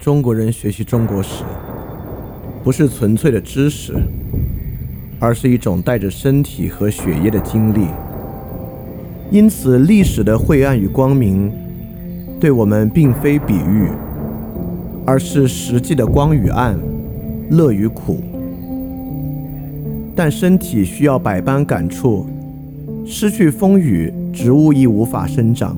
中国人学习中国史，不是纯粹的知识，而是一种带着身体和血液的经历。因此，历史的晦暗与光明，对我们并非比喻，而是实际的光与暗，乐与苦。但身体需要百般感触，失去风雨，植物亦无法生长。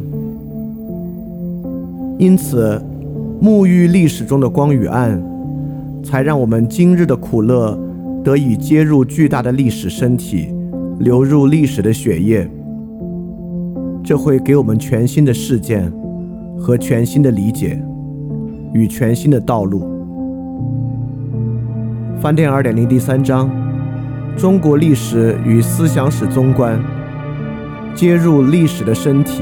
因此，沐浴历史中的光与暗，才让我们今日的苦乐得以接入巨大的历史身体，流入历史的血液。这会给我们全新的事件和全新的理解与全新的道路。翻店 2.0 第3章，中国历史与思想史综观，接入历史的身体。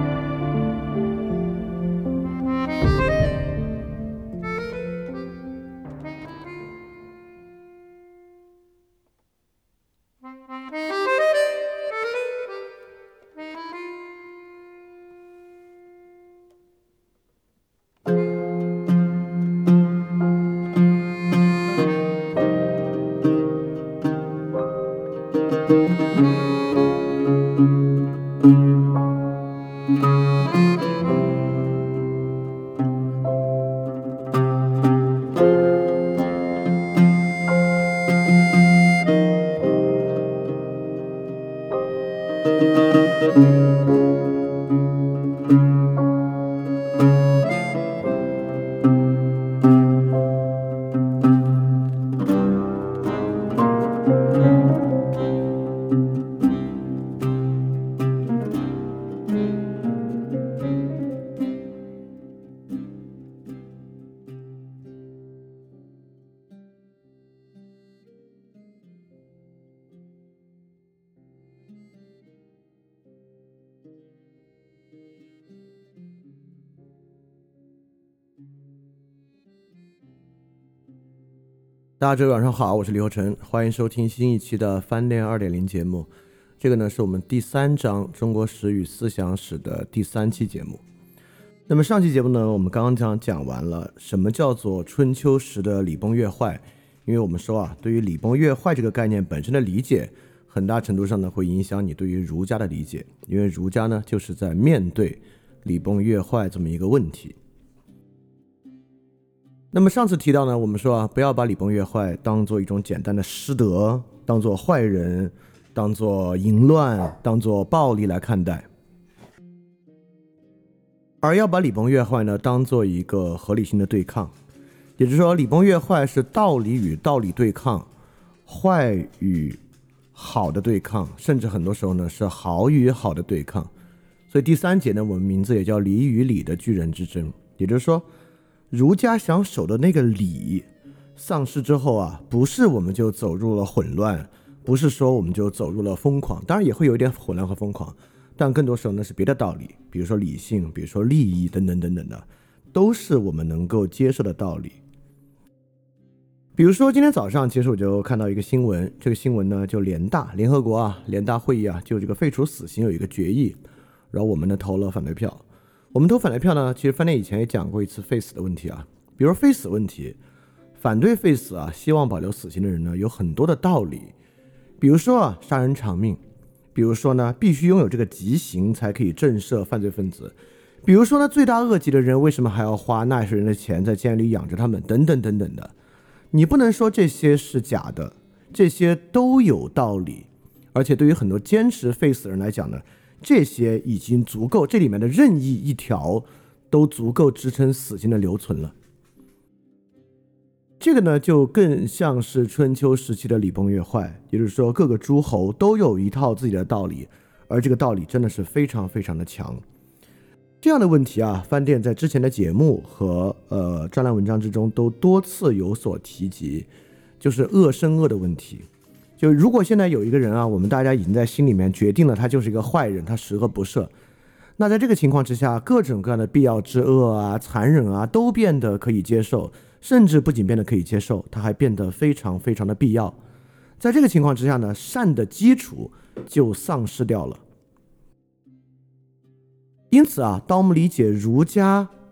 大家这晚上好，我是李厚成，欢迎收听新一期的翻店 2.0 节目。这个呢是我们第3章中国史与思想史的第3期节目。那么上期节目呢，我们刚刚讲完了什么叫做春秋时的礼崩乐坏，因为我们说啊，对于礼崩乐坏这个概念本身的理解，很大程度上呢会影响你对于儒家的理解，因为儒家呢就是在面对礼崩乐坏这么一个问题。那么上次提到呢，我们说啊，不要把礼崩乐坏当做一种简单的失德，当做坏人，当做淫乱，当做暴力来看待，而要把礼崩乐坏呢当做一个合理性的对抗。也就是说，礼崩乐坏是道理与道理对抗，坏与好的对抗，甚至很多时候呢是好与好的对抗。所以第3节呢，我们名字也叫礼与礼的巨人之争。也就是说，儒家想守的那个礼丧失之后啊，不是我们就走入了混乱，不是说我们就走入了疯狂，当然也会有一点混乱和疯狂，但更多时候呢是别的道理，比如说理性，比如说利益等等等等的，都是我们能够接受的道理。比如说今天早上其实我就看到一个新闻，这个新闻呢就联合国啊联大会议啊，就这个废除死刑有一个决议，然后我们呢投了反对票。我们投反对票呢，其实翻店以前也讲过一次废死的问题啊，比如废死问题，反对废死啊，希望保留死刑的人呢有很多的道理，比如说啊杀人偿命，比如说呢必须拥有这个极刑才可以震慑犯罪分子，比如说呢罪大恶极的人为什么还要花纳税人的钱在监狱里养着他们，等等等等的。你不能说这些是假的，这些都有道理，而且对于很多坚持废死的人来讲呢，这些已经足够，这里面的任意一条都足够支撑死刑的留存了。这个呢就更像是春秋时期的礼崩乐坏，也就是说各个诸侯都有一套自己的道理，而这个道理真的是非常非常的强。这样的问题啊，翻店在之前的节目和专栏文章之中都多次有所提及，就是恶生恶的问题。就如果现在有一个人啊，我们大家已经在心里面决定了他就是一个坏人，他十恶不赦，那在这个情况之下，各种各样的必要之恶啊、残忍啊都变得可以接受，甚至不仅变得可以接受，它还变得非常非常的必要。在这个情况之下呢，善的基础就丧失掉了。因此啊，当我们理解儒家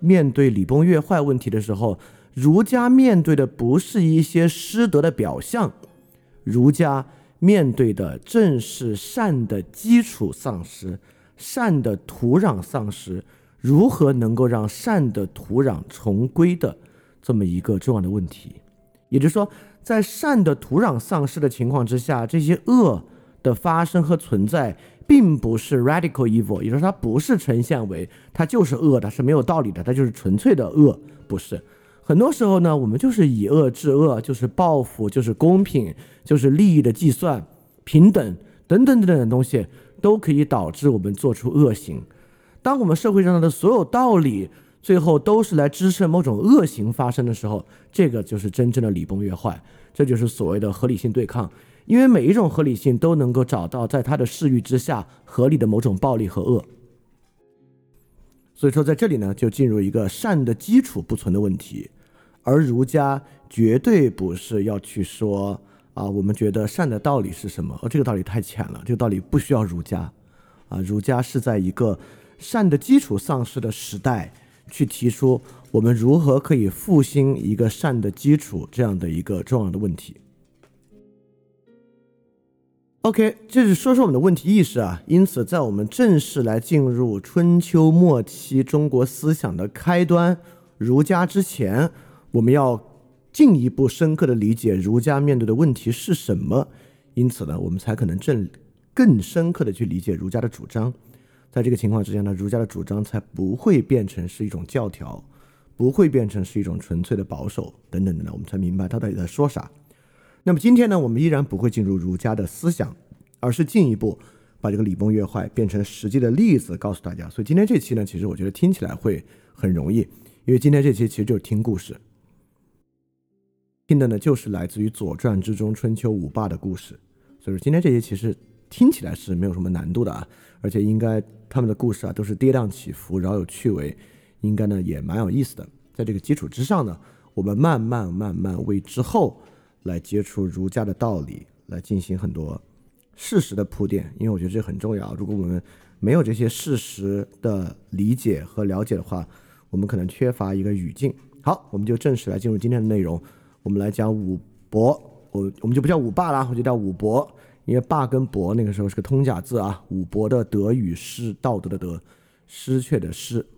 面对礼崩乐坏问题的时候，儒家面对的不是一些师德的表象，儒家面对的正是善的基础丧失，善的土壤丧失，如何能够让善的土壤重归的这么一个重要的问题。也就是说，在善的土壤丧失的情况之下，这些恶的发生和存在并不是 radical evil， 也就是说它不是呈现为它就是恶的，是没有道理的，它就是纯粹的恶，不是。很多时候呢，我们就是以恶制恶，就是报复，就是公平，就是利益的计算，平等等等等等的东西都可以导致我们做出恶行。当我们社会上的所有道理最后都是来支撑某种恶行发生的时候，这个就是真正的礼崩乐坏，这就是所谓的合理性对抗。因为每一种合理性都能够找到在它的视域之下合理的某种暴力和恶。所以说在这里呢，就进入一个善的基础不存的问题。而儒家绝对不是要去说我们觉得善的道理是什么，这个道理太浅了，这个道理不需要儒家儒家是在一个善的基础丧失的时代去提出我们如何可以复兴一个善的基础这样的一个重要的问题。OK， 这是说我们的问题意识因此在我们正式来进入春秋末期中国思想的开端儒家之前，我们要进一步深刻的理解儒家面对的问题是什么，因此呢，我们才可能更深刻的去理解儒家的主张。在这个情况之下呢，儒家的主张才不会变成是一种教条，不会变成是一种纯粹的保守等等等等，我们才明白他到底在说啥。那么今天呢，我们依然不会进入儒家的思想，而是进一步把这个礼崩乐坏变成实际的例子告诉大家。所以今天这期呢，其实我觉得听起来会很容易，因为今天这期其实就是听故事，听的呢就是来自于《左传》之中春秋五霸的故事。所以说今天这期其实听起来是没有什么难度的而且应该他们的故事都是跌宕起伏，饶有趣味，应该呢也蛮有意思的。在这个基础之上呢，我们慢慢为之后来接触儒家的道理来进行很多事实的铺垫，因为我觉得这很重要。如果我们没有这些事实的理解和了解的话，我们可能缺乏一个语境。好，我们就正式来进入今天的内容，我们来讲五伯，我们就不叫五霸了，我就叫五伯，因为霸跟伯那个时候是个通假字五伯的德与失，道德的德，失却的失。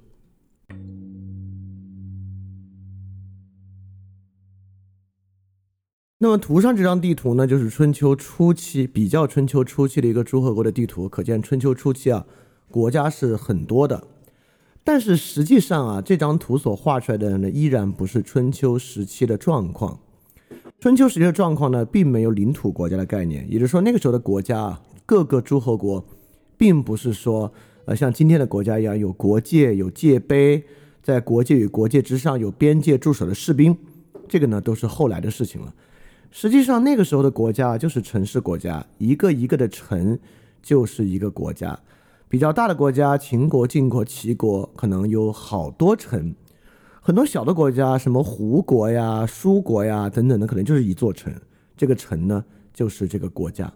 那么图上这张地图呢，就是春秋初期，比较春秋初期的一个诸侯国的地图，可见春秋初期国家是很多的。但是实际上这张图所画出来的呢，依然不是春秋时期的状况。春秋时期的状况呢，并没有领土国家的概念，也就是说那个时候的国家各个诸侯国并不是说像今天的国家一样有国界有界碑，在国界与国界之上有边界驻守的士兵，这个呢都是后来的事情了。实际上那个时候的国家就是城市国家，一个一个的城就是一个国家。比较大的国家秦国晋国齐国可能有好多城，很多小的国家什么胡国呀舒国呀等等的可能就是一座城，这个城呢就是这个国家。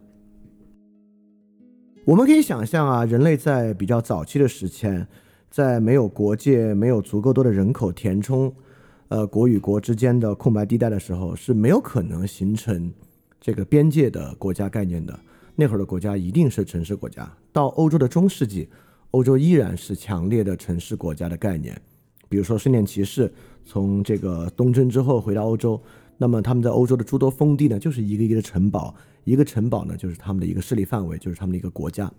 我们可以想象人类在比较早期的时期，在没有国界没有足够多的人口填充国与国之间的空白地带的时候，是没有可能形成这个边界的国家概念的。那会儿的国家一定是城市国家。到欧洲的中世纪，欧洲依然是强烈的城市国家的概念。比如说圣殿骑士从这个东征之后回到欧洲，那么他们在欧洲的诸多封地呢，就是一个一个的城堡，一个城堡呢就是他们的一个势力范围，就是他们的一个国家。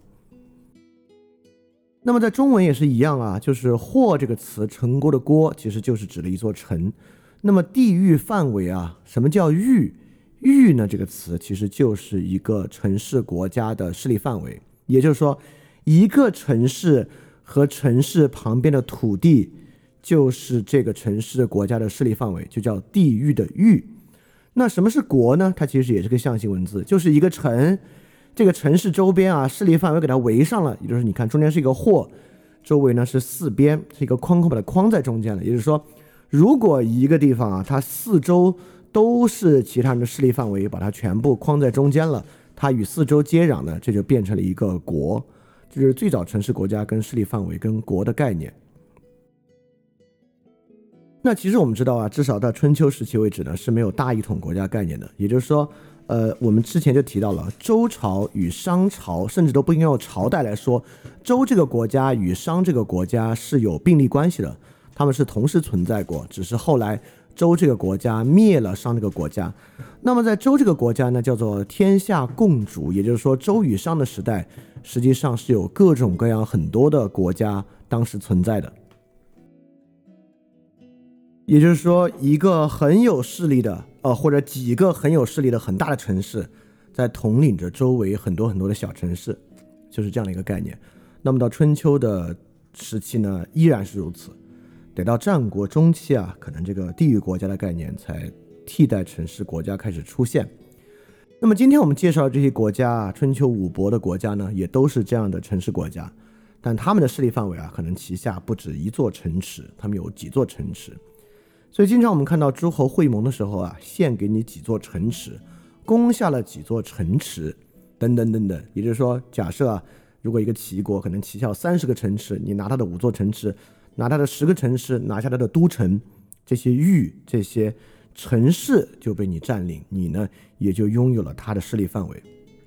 那么在中文也是一样就是霍这个词，城郭的郭其实就是指的一座城。那么地域范围什么叫域？域呢这个词其实就是一个城市国家的势力范围，也就是说一个城市和城市旁边的土地就是这个城市国家的势力范围，就叫地域的域。那什么是国呢？它其实也是个象形文字，就是一个城，这个城市周边势力范围给它围上了，也就是你看中间是一个霍，周围呢是四边，是一个框把它框在中间了。也就是说如果一个地方它四周都是其他人的势力范围，把它全部框在中间了，它与四周接壤呢，这就变成了一个国。这就是最早城市国家跟势力范围跟国的概念。 那其实我们知道啊，至少到春秋时期为止呢，是没有大一统国家概念的。也就是说，我们之前就提到了周朝与商朝，甚至都不应该用朝代来说，周这个国家与商这个国家是有并立关系的，他们是同时存在过，只是后来周这个国家灭了商这个国家。那么在周这个国家呢，叫做天下共主，也就是说周与商的时代，实际上是有各种各样很多的国家当时存在的。也就是说，一个很有势力的，或者几个很有势力的很大的城市，在统领着周围很多很多的小城市，就是这样的一个概念。那么到春秋的时期呢，依然是如此。得到战国中期啊，可能这个地域国家的概念才替代城市国家开始出现。那么今天我们介绍的这些国家啊，春秋五国的国家呢，也都是这样的城市国家，但他们的势力范围啊，可能旗下不止一座城池，他们有几座城池。所以经常我们看到诸侯会盟的时候啊，献给你几座城池，攻下了几座城池，等等等等。也就是说，假设啊，如果一个齐国可能旗下有30个城池，你拿他的5座城池，拿他的10个城池，拿下他的都城，这些域、这些城市就被你占领，你呢也就拥有了他的势力范围。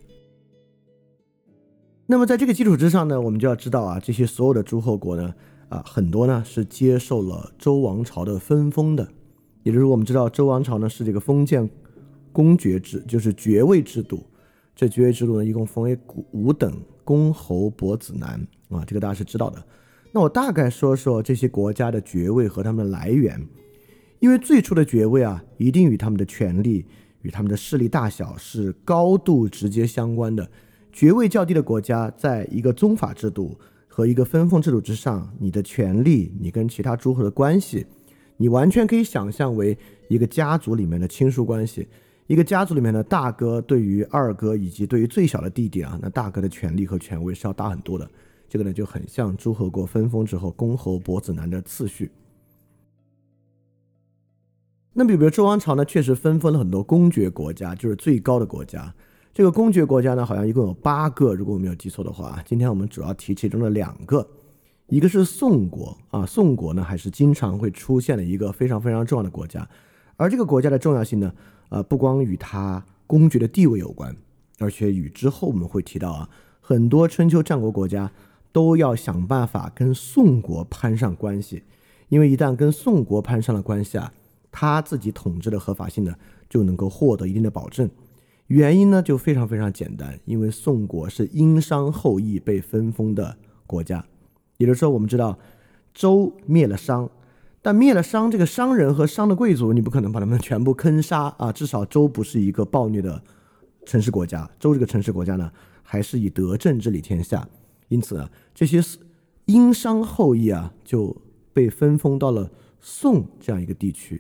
那么在这个基础之上呢，我们就要知道啊，这些所有的诸侯国呢，很多呢是接受了周王朝的分封的。也就是我们知道周王朝呢是这个封建公爵制，就是爵位制度。这爵位制度呢一共分为5等：公侯伯子男啊，这个大家是知道的。那我大概说说这些国家的爵位和他们的来源。因为最初的爵位啊，一定与他们的权力与他们的势力大小是高度直接相关的。爵位较低的国家，在一个宗法制度和一个分封制度之上，你的权力，你跟其他诸侯的关系，你完全可以想象为一个家族里面的亲属关系。一个家族里面的大哥对于二哥以及对于最小的弟弟啊，那大哥的权力和权威是要大很多的。这个呢就很像诸侯国分封之后公侯伯子男的次序。那比如周王朝呢，确实分封了很多公爵国家，就是最高的国家。这个公爵国家呢，好像一共有8个，如果我没有记错的话。今天我们主要提其中的2个，一个是宋国啊，宋国呢还是经常会出现的一个非常非常重要的国家。而这个国家的重要性呢，不光与它公爵的地位有关，而且与之后我们会提到啊，很多春秋战国国家都要想办法跟宋国攀上关系，因为一旦跟宋国攀上了关系啊，他自己统治的合法性呢就能够获得一定的保证。原因呢就非常非常简单，因为宋国是殷商后裔被分封的国家。也就是说，我们知道周灭了商，但灭了商，这个商人和商的贵族你不可能把他们全部坑杀啊，至少周不是一个暴虐的城市国家，周这个城市国家呢还是以德政治理天下。因此呢，这些殷商后裔啊就被分封到了宋这样一个地区。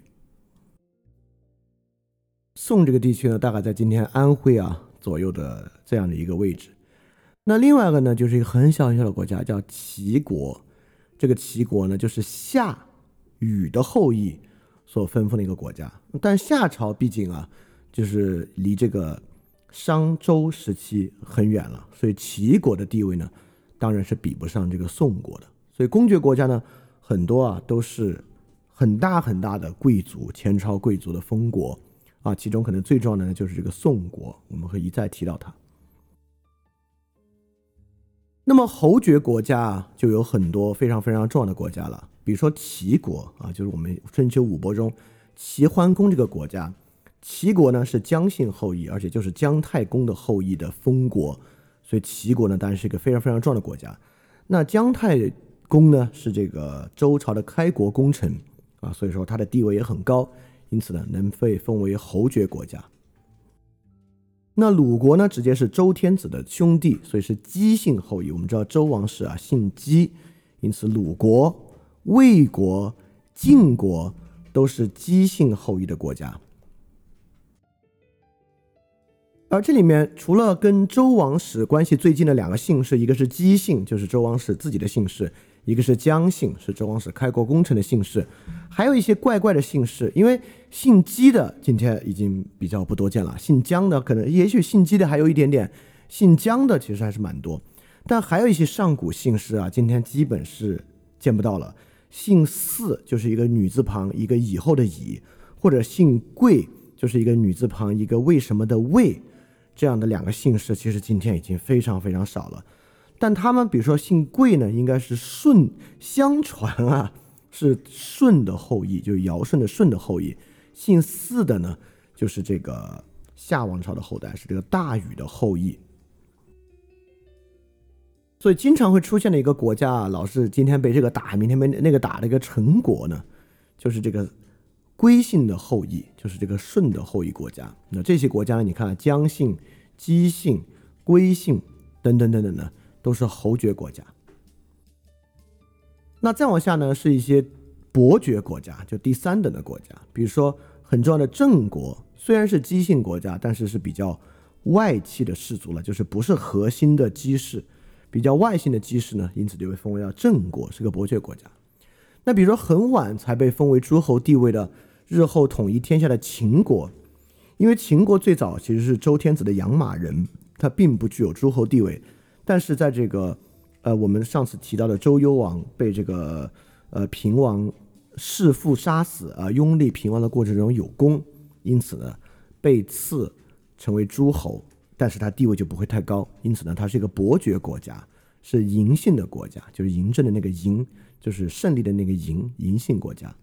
宋这个地区呢，大概在今天安徽啊左右的这样的一个位置。那另外一个呢，就是一个很小很小的国家，叫齐国。这个齐国呢，就是夏禹的后裔所分封的一个国家。但夏朝毕竟啊，就是离这个商周时期很远了，所以齐国的地位呢，当然是比不上这个宋国的。所以公爵国家呢，很多啊都是很大很大的贵族，前朝贵族的封国。其中可能最重要的呢就是这个宋国，我们会一再提到它。那么侯爵国家就有很多非常非常重要的国家了，比如说齐国就是我们春秋五国中齐桓公这个国家。齐国呢是姜姓后裔，而且就是姜太公的后裔的封国，所以齐国呢当然是一个非常非常重要的国家。那姜太公呢是这个周朝的开国功臣所以说他的地位也很高。因此呢，能被封为侯爵国家。那鲁国呢，直接是周天子的兄弟，所以是姬姓后裔。我们知道周王室姓姬，因此鲁国、魏国、晋国都是姬姓后裔的国家。而这里面除了跟周王室关系最近的2个姓氏，一个是姬姓，就是周王室自己的姓氏，一个是姜姓，是周王室开国功臣的姓氏。还有一些怪怪的姓氏，因为姓姬的今天已经比较不多见了，姓姜的可能也许姓姬的还有一点点，姓姜的其实还是蛮多。但还有一些上古姓氏今天基本是见不到了， 姓姒就是一个女字旁一个以后的以，或者姓贵就是一个女字旁一个为什么的为，这样的两个姓氏其实今天已经非常非常少了。但他们比如说姓贵呢，应该是舜，相传啊是舜的后裔，就是尧舜的舜的后裔。姓姒的呢，就是这个夏王朝的后代，是这个大禹的后裔。所以经常会出现的一个国家啊，老是今天被这个打，明天被那个打的一个陈国呢，就是这个归姓的后裔，就是这个舜的后裔国家。那这些国家呢，你看姜姓、姬姓、归姓等等等等呢，都是侯爵国家。那再往下呢，是一些伯爵国家，就第三等的国家，比如说很重要的郑国，虽然是姬姓国家，但是是比较外戚的氏族了，就是不是核心的姬氏，比较外姓的姬氏呢，因此就被封为了郑国，是个伯爵国家。那比如说很晚才被封为诸侯地位的日后统一天下的秦国，因为秦国最早其实是周天子的养马人，他并不具有诸侯地位，但是在这个我们上次提到的周幽王被这个平王弑父杀死啊，拥立平王的过程中有功，因此呢被赐成为诸侯，但是他地位就不会太高，因此呢他是一个伯爵国家，是嬴姓的国家，就是嬴政的那个嬴，就是胜利的那个嬴，嬴姓国家。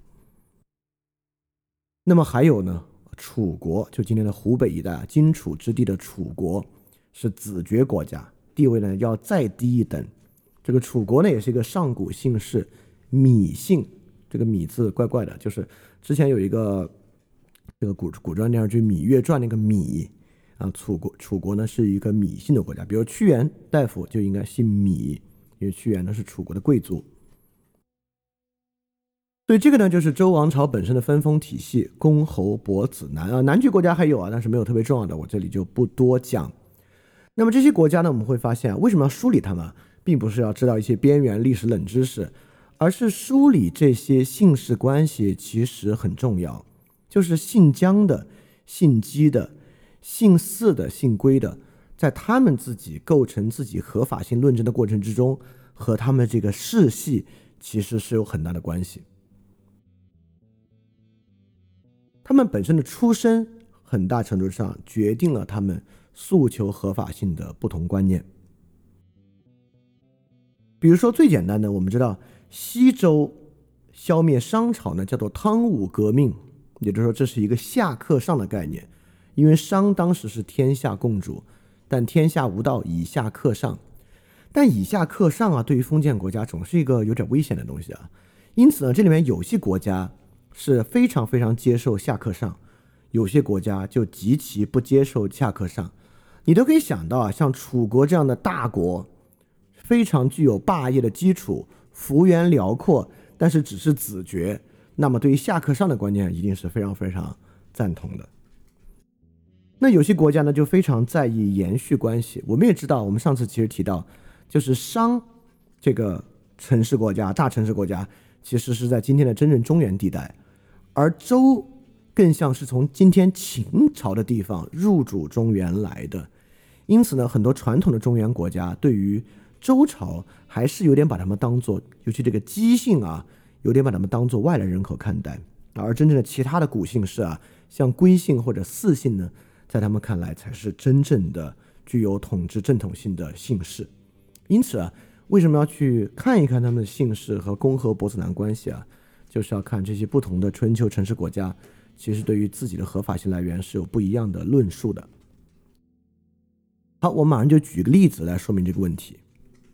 那么还有呢，楚国，就今天的湖北一带荆楚之地的楚国，是子爵国家，地位呢要再低一等。这个楚国呢也是一个上古姓氏，芈姓，这个芈字怪怪的，就是之前有一个这个古装电视剧《芈月传》那个芈啊，楚国呢是一个芈姓的国家，比如屈原大夫就应该姓芈，因为屈原呢是楚国的贵族。所以这个呢就是周王朝本身的分封体系，公侯伯子男啊，南莒国家还有啊，但是没有特别重要的，我这里就不多讲。那么这些国家呢，我们会发现为什么要梳理它们，并不是要知道一些边缘历史冷知识，而是梳理这些姓氏关系其实很重要。就是姓姜的、姓姬的、姓姒的、姓归的，在他们自己构成自己合法性论证的过程之中，和他们这个世系其实是有很大的关系。他们本身的出身很大程度上决定了他们诉求合法性的不同观念。比如说最简单的，我们知道西周消灭商朝呢叫做汤武革命，也就是说这是一个下克上的概念，因为商当时是天下共主，但天下无道，以下克上。但以下克上啊，对于封建国家总是一个有点危险的东西啊。因此呢，这里面有些国家是非常非常接受下克上，有些国家就极其不接受下克上。你都可以想到啊，像楚国这样的大国，非常具有霸业的基础，幅员辽阔，但是只是子爵，那么对于下克上的观念一定是非常非常赞同的。那有些国家呢就非常在意延续关系。我们也知道，我们上次其实提到，就是商这个城市国家、大城市国家，其实是在今天的真正中原地带，而周更像是从今天秦朝的地方入主中原来的。因此呢，很多传统的中原国家对于周朝还是有点把他们当作，尤其这个姬姓啊，有点把他们当作外来人口看待。而真正的其他的古姓氏啊，像归姓或者姒姓呢，在他们看来才是真正的具有统治正统性的姓氏。因此啊，为什么要去看一看他们的姓氏和公和伯子男关系啊？就是要看这些不同的春秋城市国家其实对于自己的合法性来源是有不一样的论述的。好，我马上就举个例子来说明这个问题。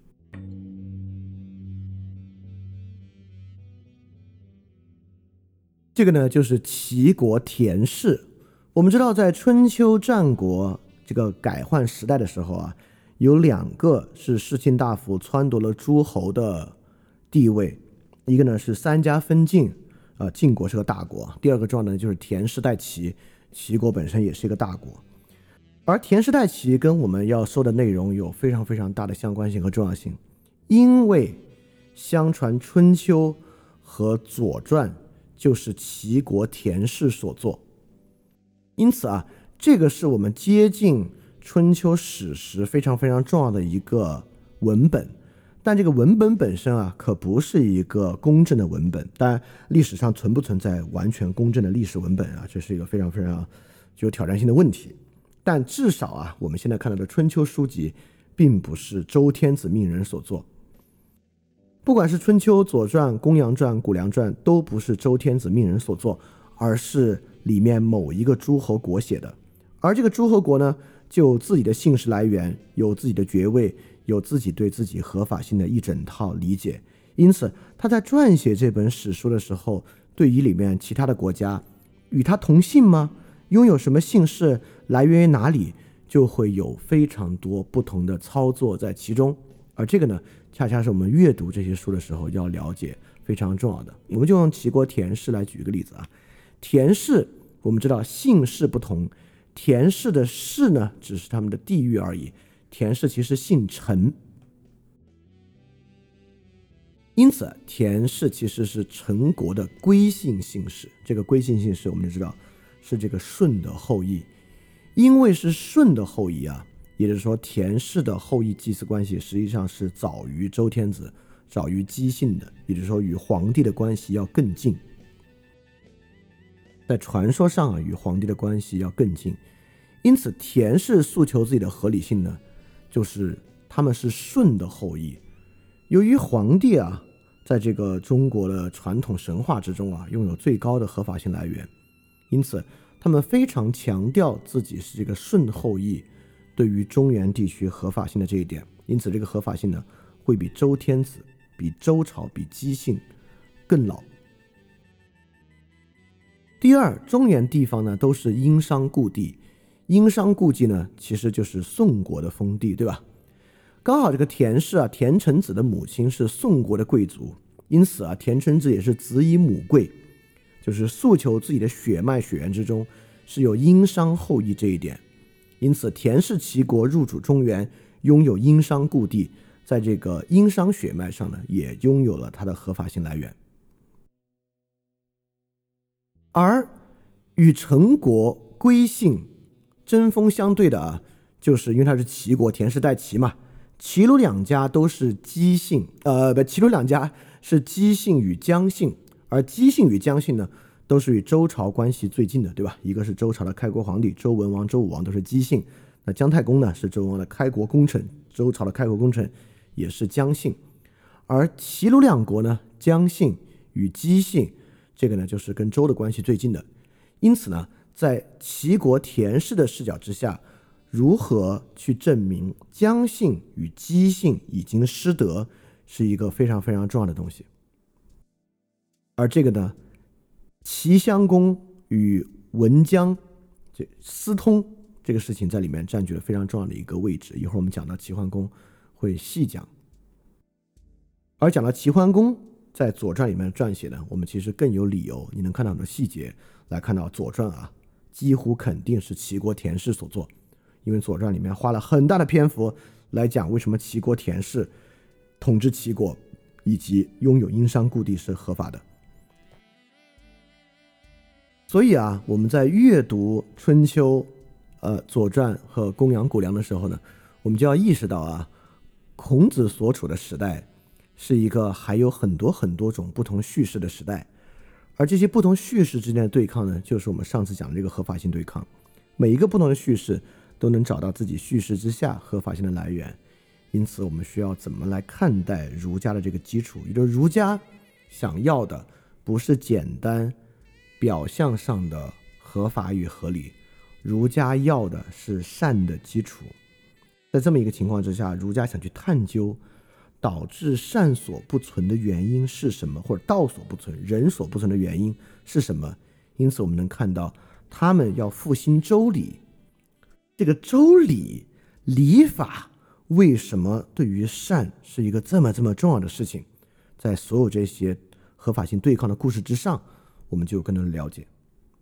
这个呢就是齐国田氏。我们知道在春秋战国这个改换时代的时候啊，有两个是世卿大夫撺夺了诸侯的地位，一个呢是三家分晋，晋国是个大国，第二个重要的就是田氏代齐，齐国本身也是一个大国。而田氏代齐跟我们要说的内容有非常非常大的相关性和重要性，因为相传春秋和左传就是齐国田氏所作，因此啊，这个是我们接近春秋史实非常非常重要的一个文本。 但这个文本本身啊，可不是一个公正的文本。当然，历史上存不存在完全公正的历史文本啊，这是一个非常非常具有挑战性的问题。但至少啊，我们现在看到的春秋书籍，并不是周天子命人所作。不管是春秋、左传、公羊传、谷梁传，都不是周天子命人所作，而是里面某一个诸侯国写的。而这个诸侯国呢，就有自己的姓氏来源，有自己的爵位，有自己对自己合法性的一整套理解。因此他在撰写这本史书的时候，对于里面其他的国家与他同姓吗？拥有什么姓氏，来源于哪里，就会有非常多不同的操作在其中。而这个呢，恰恰是我们阅读这些书的时候要了解非常重要的。我们就用齐国田氏来举一个例子啊。田氏我们知道姓氏不同，田氏的氏呢只是他们的地域而已，田氏其实姓陈，因此田氏其实是陈国的归姓姓氏。这个归姓姓氏我们就知道是这个舜的后裔。因为是舜的后裔啊，也就是说田氏的后裔祭祀关系实际上是早于周天子，早于姬姓的，也就是说与皇帝的关系要更近。在传说上啊，与皇帝的关系要更近。因此田氏诉求自己的合理性呢，就是他们是舜的后裔。由于皇帝啊，在这个中国的传统神话之中啊，拥有最高的合法性来源，因此他们非常强调自己是这个舜后裔对于中原地区合法性的这一点。因此这个合法性呢，会比周天子、比周朝、比姬姓更老。第二，中原地方呢都是殷商故地，殷商故地呢其实就是宋国的封地，对吧？刚好这个田氏啊，田成子的母亲是宋国的贵族，因此啊，田成子也是子以母贵，就是诉求自己的血脉血缘之中是有殷商后裔这一点。因此田氏齐国入主中原，拥有殷商故地，在这个殷商血脉上呢，也拥有了它的合法性来源。而与陈国归姓针锋相对的啊，就是因为它是齐国，田氏代齐嘛，齐鲁两家都是姬姓，齐鲁两家是姬姓与姜姓，而姬姓与姜姓呢，都是与周朝关系最近的，对吧？一个是周朝的开国皇帝周文王、周武王都是姬姓，那姜太公呢是周文王的开国功臣，周朝的开国功臣也是姜姓。而齐鲁两国呢，姜姓与姬姓，这个呢就是跟周的关系最近的。因此呢，在齐国田氏的视角之下，如何去证明姜姓与姬姓已经失德，是一个非常非常重要的东西。而这个呢，齐襄公与文姜私通这个事情在里面占据了非常重要的一个位置，一会儿我们讲到齐桓公会细讲。而讲到齐桓公在左传里面撰写呢，我们其实更有理由，你能看到很多细节来看到左传啊，几乎肯定是齐国田氏所作。因为左传里面花了很大的篇幅来讲为什么齐国田氏统治齐国以及拥有殷商故地是合法的。所以啊，我们在阅读春秋、左传和公羊、谷梁的时候呢，我们就要意识到啊，孔子所处的时代是一个还有很多很多种不同叙事的时代，而这些不同叙事之间的对抗呢，就是我们上次讲的这个合法性对抗。每一个不同的叙事都能找到自己叙事之下合法性的来源。因此我们需要怎么来看待儒家的这个基础，也就是儒家想要的不是简单表象上的合法与合理，儒家要的是善的基础。在这么一个情况之下，儒家想去探究导致善所不存的原因是什么，或者道所不存、人所不存的原因是什么。因此我们能看到他们要复兴周礼，这个周礼礼法为什么对于善是一个这么重要的事情，在所有这些合法性对抗的故事之上，我们就有更多的了解。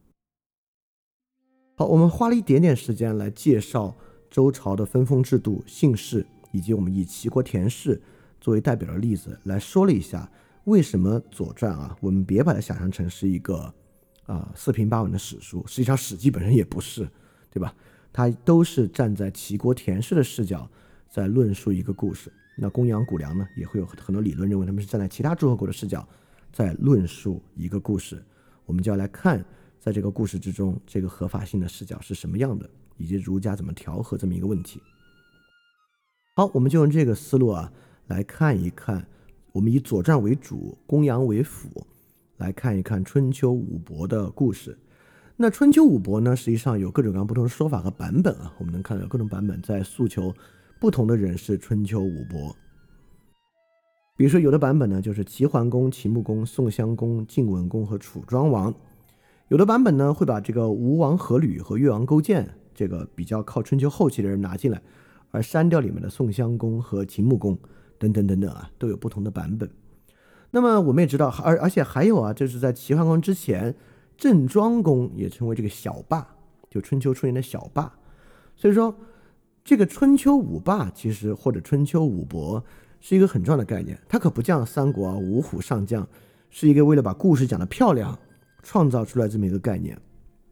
好，我们花了一点点时间来介绍周朝的分封制度、姓氏，以及我们以齐国田氏作为代表的例子来说了一下为什么左传啊，我们别把它想象成是一个四平八稳的史书，实际上史记本身也不是，对吧？它都是站在齐国田氏的视角在论述一个故事。 那公羊、谷梁呢，也会有很多理论认为他们是站在其他诸侯国的视角在论述一个故事。我们就要来看，在这个故事之中，这个合法性的视角是什么样的，以及儒家怎么调和这么一个问题。好，我们就用这个思路来看一看，我们以《左传》为主，公羊为辅，来看一看春秋五伯的故事。那春秋五伯呢，实际上有各种各样不同的说法和版本我们能看到有各种版本在诉求不同的人是春秋五伯。比如说有的版本呢，就是齐桓公、齐穆公、宋襄公、晋文公和楚庄王。有的版本呢，会把这个吴王阖闾和越王勾践这个比较靠春秋后期的人拿进来，而删掉里面的宋襄公和秦穆公等等等等都有不同的版本。那么我们也知道，而且还有就是在齐桓公之前，郑庄公也称为这个小霸，就春秋出现的小霸。所以说这个春秋五霸其实或者春秋五伯是一个很重要的概念，它可不像三国五虎上将，是一个为了把故事讲得漂亮创造出来这么一个概念。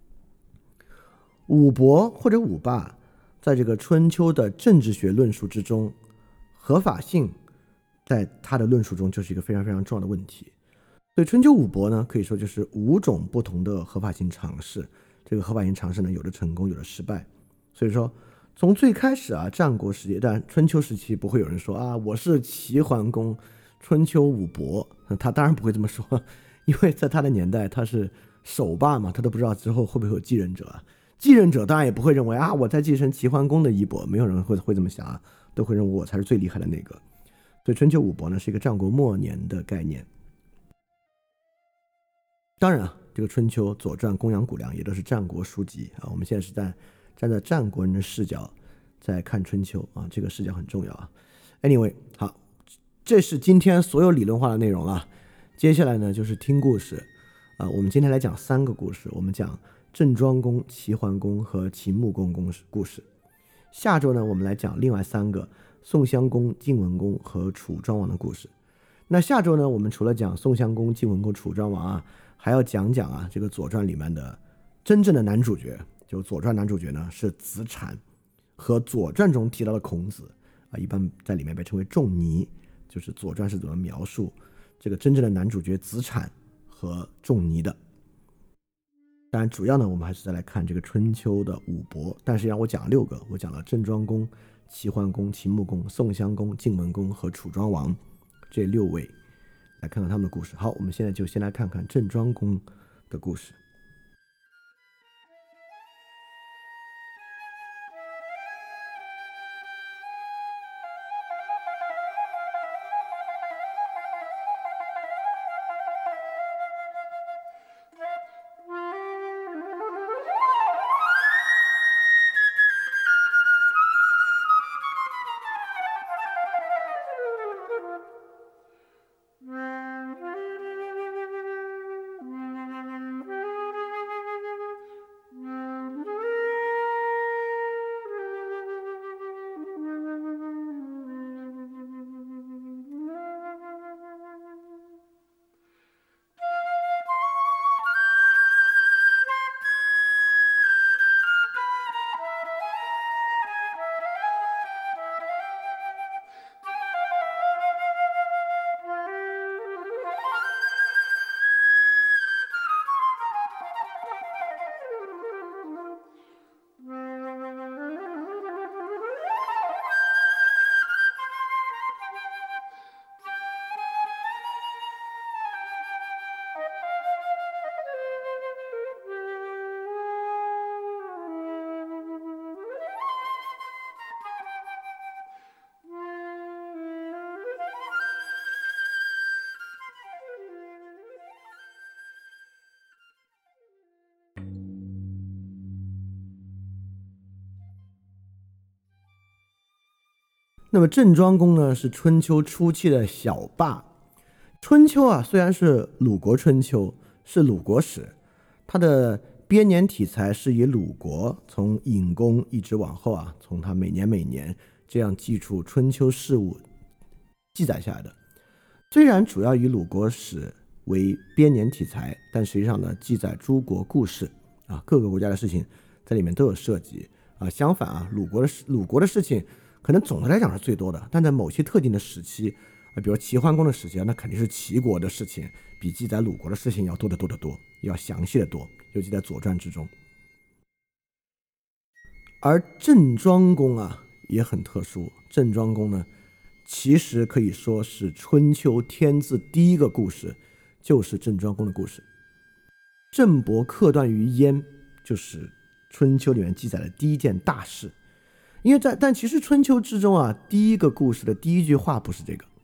五伯或者五霸在这个春秋的政治学论述之中，合法性在他的论述中就是一个非常非常重要的问题。所以春秋五伯呢，可以说就是5种不同的合法性尝试。这个合法性尝试呢，有的成功，有的失败。所以说从最开始战国时期，但春秋时期不会有人说我是齐桓公春秋五伯，他当然不会这么说，因为在他的年代他是首霸嘛，他都不知道之后会不会有继任者继任者当然也不会认为我在继承齐桓公的衣钵，没有人会这么想都会认为我才是最厉害的那个。所以春秋五伯呢，是一个战国末年的概念。当然这个春秋、左传、公羊、谷梁也都是战国书籍我们现在是站在战国人的视角在看春秋这个视角很重要Anyway， 好，这是今天所有理论化的内容接下来呢就是听故事我们今天来讲3个故事，我们讲郑庄公、齐桓公和秦穆公故事。下周呢我们来讲另外3个宋襄公、晋文公和楚庄王的故事。那下周呢我们除了讲宋襄公、晋文公、楚庄王还要讲讲这个左传里面的真正的男主角。就左传男主角呢是子产，和左传中提到的孔子一般在里面被称为仲尼，就是左传是怎么描述这个真正的男主角子产和仲尼的。当然主要呢我们还是再来看这个春秋的五伯，但是让我讲了6个，我讲了郑庄公、齐桓公、秦穆公、宋襄公、晋文公和楚庄王这6位，来看看他们的故事。好，我们现在就先来看看郑庄公的故事。那么郑庄公呢是春秋初期的小霸。春秋虽然是鲁国春秋，是鲁国史，它的编年体裁是以鲁国从隐公一直往后从他每年这样记述春秋事务记载下来的。虽然主要以鲁国史为编年体裁，但实际上呢记载诸国故事各个国家的事情在里面都有涉及相反鲁国的事情可能总的来讲是最多的，但在某些特定的时期，比如齐桓公的时期，那肯定是齐国的事情比记载鲁国的事情要多得多得多，要详细的多，尤其在《左传》之中。而郑庄公啊也很特殊，郑庄公呢，其实可以说是春秋天字第一个故事，就是郑庄公的故事。郑伯克段于鄢，就是春秋里面记载的第一件大事。因为但其实春秋之中啊，第一个故事的第一句话不是这个。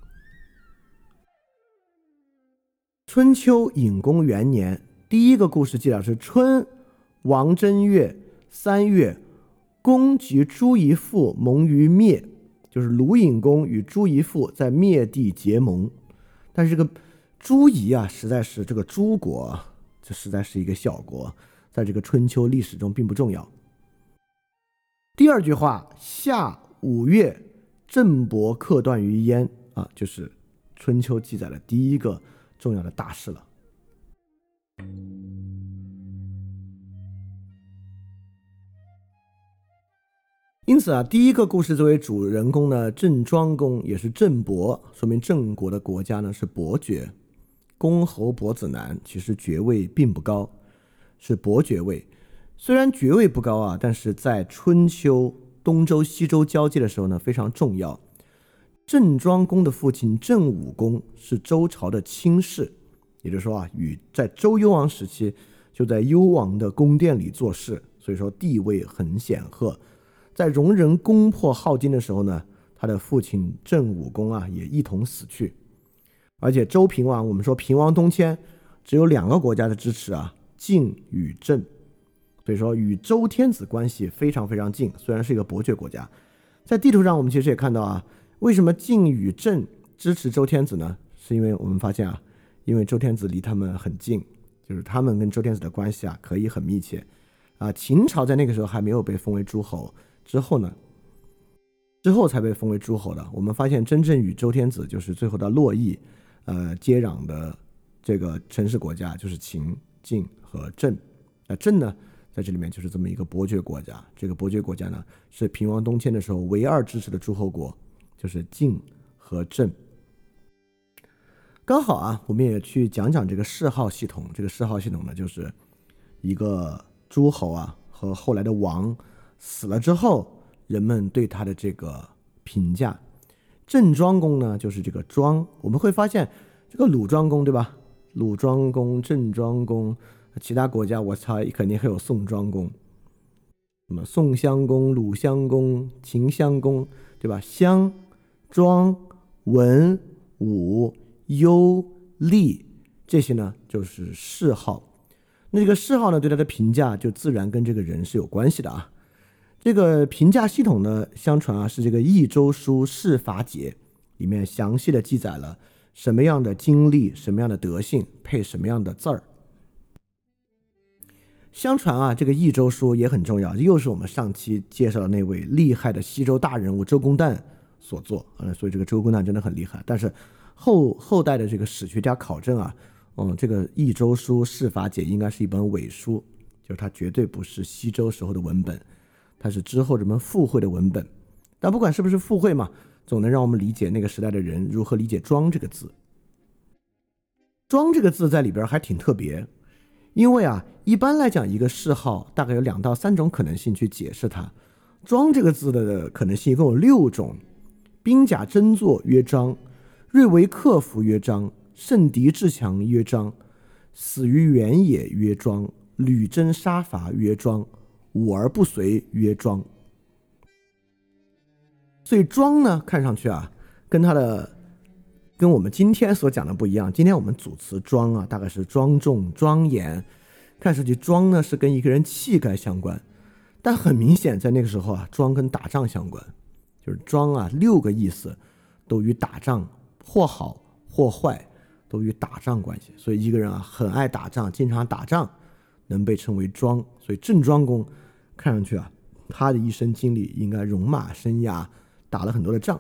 春秋隐公元年，第一个故事记载是春王正月3月，公及朱夷父盟于灭，就是鲁隐公与朱夷父在灭地结盟。但是这个朱夷啊，实在是这个诸国，这实在是一个小国，在这个春秋历史中并不重要。第二句话，夏5月，郑伯克段于鄢啊，就是春秋记载的第一个重要的大事了。因此啊，第一个故事作为主人公呢，郑庄公也是郑伯，说明郑国的国家呢是伯爵，公侯伯子男，其实爵位并不高，是伯爵位。虽然爵位不高啊，但是在春秋东周西周交界的时候呢非常重要。郑庄公的父亲郑武公是周朝的卿士，也就是说啊，在周幽王时期就在幽王的宫殿里做事，所以说地位很显赫。在戎人攻破镐京的时候呢，他的父亲郑武公啊也一同死去。而且周平王，我们说平王东迁，只有2个国家的支持啊，晋与郑，所以说与周天子关系非常非常近，虽然是一个伯爵国家。在地图上我们其实也看到啊，为什么晋与郑支持周天子呢？是因为我们发现啊，因为周天子离他们很近，就是他们跟周天子的关系啊可以很密切啊。秦朝在那个时候还没有被封为诸侯，之后才被封为诸侯的。我们发现真正与周天子就是最后的洛邑接壤的这个城市国家就是秦、晋和郑。郑呢在这里面就是这么一个伯爵国家，这个伯爵国家呢是平王东迁的时候唯二支持的诸侯国，就是晋和郑。刚好啊，我们也去讲讲这个谥号系统。这个谥号系统呢，就是一个诸侯啊和后来的王死了之后，人们对他的这个评价。郑庄公呢，就是这个庄。我们会发现这个鲁庄公，对吧？鲁庄公、郑庄公，其他国家我猜肯定还有宋庄公，什么宋襄公、鲁襄公、秦襄公，对吧？襄、庄、文、武、幽、厉，这些呢就是谥号。那这个谥号呢，对他的评价就自然跟这个人是有关系的啊。这个评价系统呢，相传啊是这个《益州书·谥法解》里面详细的记载了什么样的经历、什么样的德性配什么样的字儿。相传啊，这个《益州书》也很重要，又是我们上期介绍的那位厉害的西周大人物周公旦所作所以这个周公旦真的很厉害。但是后代的这个史学家考证啊，这个《益州书·谥法解》应该是一本伪书，就是它绝对不是西周时候的文本。它是之后人们附会的文本，但不管是不是附会嘛，总能让我们理解那个时代的人如何理解庄这个字。庄这个字在里边还挺特别，因为啊，一般来讲一个谥号大概有2到3种可能性去解释它。庄这个字的可能性一共有6种：兵甲争作曰张，锐为克服曰张，胜敌志强曰张，死于原野曰庄，屡征杀伐曰庄，武而不随曰庄。所以庄呢，看上去啊，跟我们今天所讲的不一样。今天我们组词庄啊，大概是庄重、庄严，看上去庄呢是跟一个人气概相关，但很明显在那个时候啊，庄跟打仗相关，就是庄啊6个意思都与打仗或好或坏都与打仗关系。所以一个人啊很爱打仗，经常打仗，能被称为庄。所以郑庄公看上去啊，他的一生经历应该戎马生涯，打了很多的仗。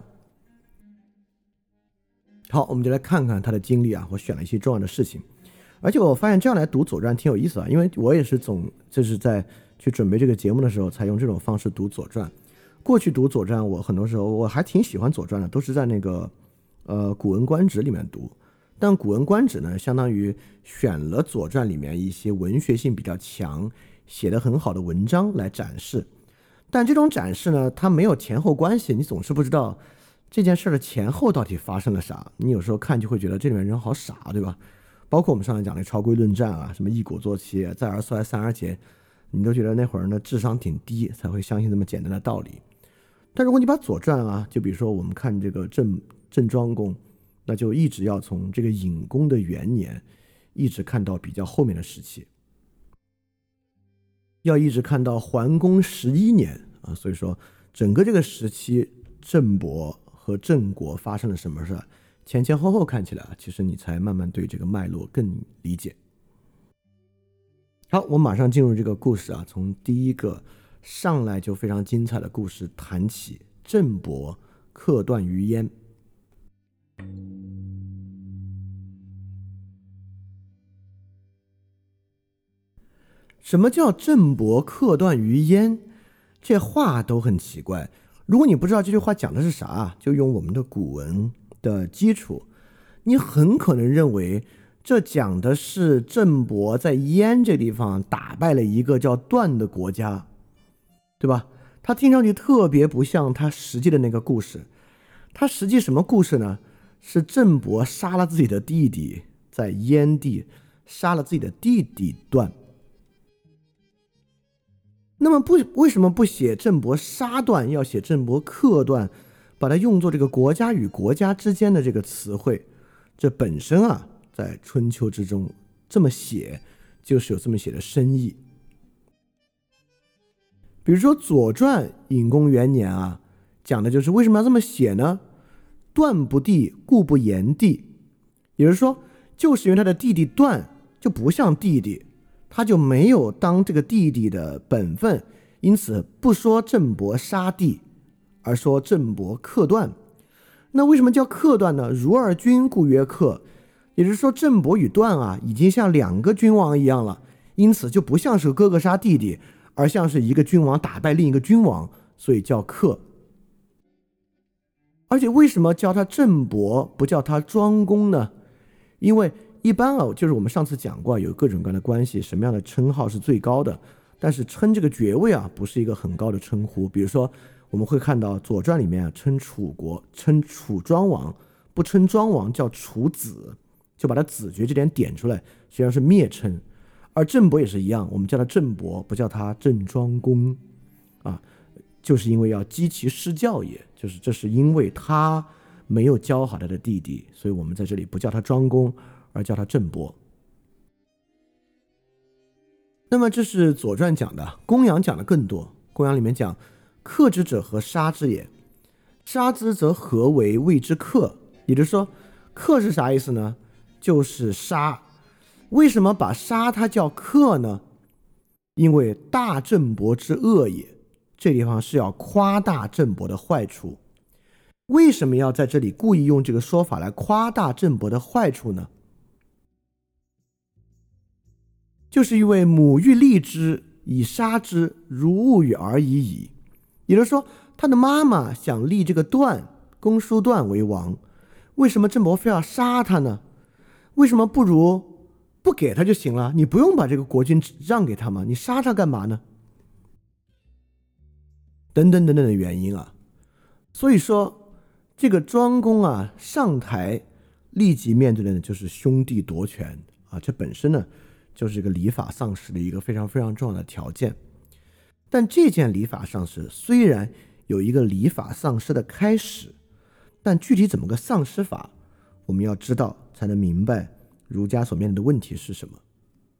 好，我们就来看看他的经历啊，我选了一些重要的事情。而且我发现这样来读左传挺有意思啊，因为我也是就是在去准备这个节目的时候才用这种方式读左传。 过去读《左传》，我很多时候我还挺喜欢《左传》的，都是在那个古文观止里面读。但古文观止呢，相当于选了《左传》里面一些文学性比较强、写得很好的文章来展示。但这种展示呢，它没有前后关系，你总是不知道这件事的前后到底发生了啥。你有时候看就会觉得这里面人好傻，对吧？包括我们上来讲的超规论战啊，什么一鼓作气，再而衰，三而竭，你都觉得那会儿人的智商挺低，才会相信这么简单的道理。但如果你把《左传》啊，就比如说我们看这个郑庄公，那就一直要从这个隐公的元年，一直看到比较后面的时期，要一直看到桓公11年啊。所以说，整个这个时期，郑伯和郑国发生了什么事，前前后后看起来啊，其实你才慢慢对这个脉络更理解。好，我马上进入这个故事啊，从第一个上来就非常精彩的故事谈起。郑伯克段于鄢。什么叫郑伯克段于鄢？这话都很奇怪。如果你不知道这句话讲的是啥，就用我们的古文的基础，你很可能认为这讲的是郑伯在鄢这地方打败了一个叫段的国家，对吧？他听上去特别不像他实际的那个故事。他实际什么故事呢？是郑伯杀了自己的弟弟，在鄢地杀了自己的弟弟段。那么为什么不写郑伯杀段，要写郑伯克段，把它用作这个国家与国家之间的这个词汇？这本身啊，在春秋之中这么写，就是有这么写的深意。比如说《左传》隐公元年啊，讲的就是为什么要这么写呢？段不弟，故不言弟。也就是说，就是因为他的弟弟段就不像弟弟，他就没有当这个弟弟的本分，因此不说郑伯杀弟，而说郑伯克段。那为什么叫克段呢？如二君，故曰克。也就是说，郑伯与段啊，已经像两个君王一样了，因此就不像是哥哥杀弟弟，而像是一个君王打败另一个君王，所以叫克。而且为什么叫他郑伯，不叫他庄公呢？因为一般啊，就是我们上次讲过，有各种各样的关系，什么样的称号是最高的，但是称这个爵位啊，不是一个很高的称呼。比如说，我们会看到《左传》里面啊，称楚国，称楚庄王，不称庄王叫楚子，就把他子爵这点点出来，实际上是蔑称。而郑伯也是一样，我们叫他郑伯，不叫他郑庄公啊，就是因为要激其师教也，就是这是因为他没有教好他的弟弟，所以我们在这里不叫他庄公，而叫他郑伯。那么这是《左传》讲的，《公羊》讲的更多。《公羊》里面讲：“克之者何杀之也？杀之则何为谓之克？”也就是说，克是啥意思呢？就是杀。为什么把杀它叫克呢？因为大郑伯之恶也。这地方是要夸大郑伯的坏处。为什么要在这里故意用这个说法来夸大郑伯的坏处呢？就是因为母欲立之，以杀之，如物与而已矣。也就是说，他的妈妈想立这个段，公叔段为王，为什么郑伯非要杀他呢？为什么不如不给他就行了？你不用把这个国君让给他吗？你杀他干嘛呢？等等等等的原因啊。所以说，这个庄公啊上台，立即面对的就是兄弟夺权啊，这本身呢就是这个礼法丧失的一个非常非常重要的条件。但这件礼法丧失虽然有一个礼法丧失的开始，但具体怎么个丧失法，我们要知道才能明白儒家所面临的问题是什么。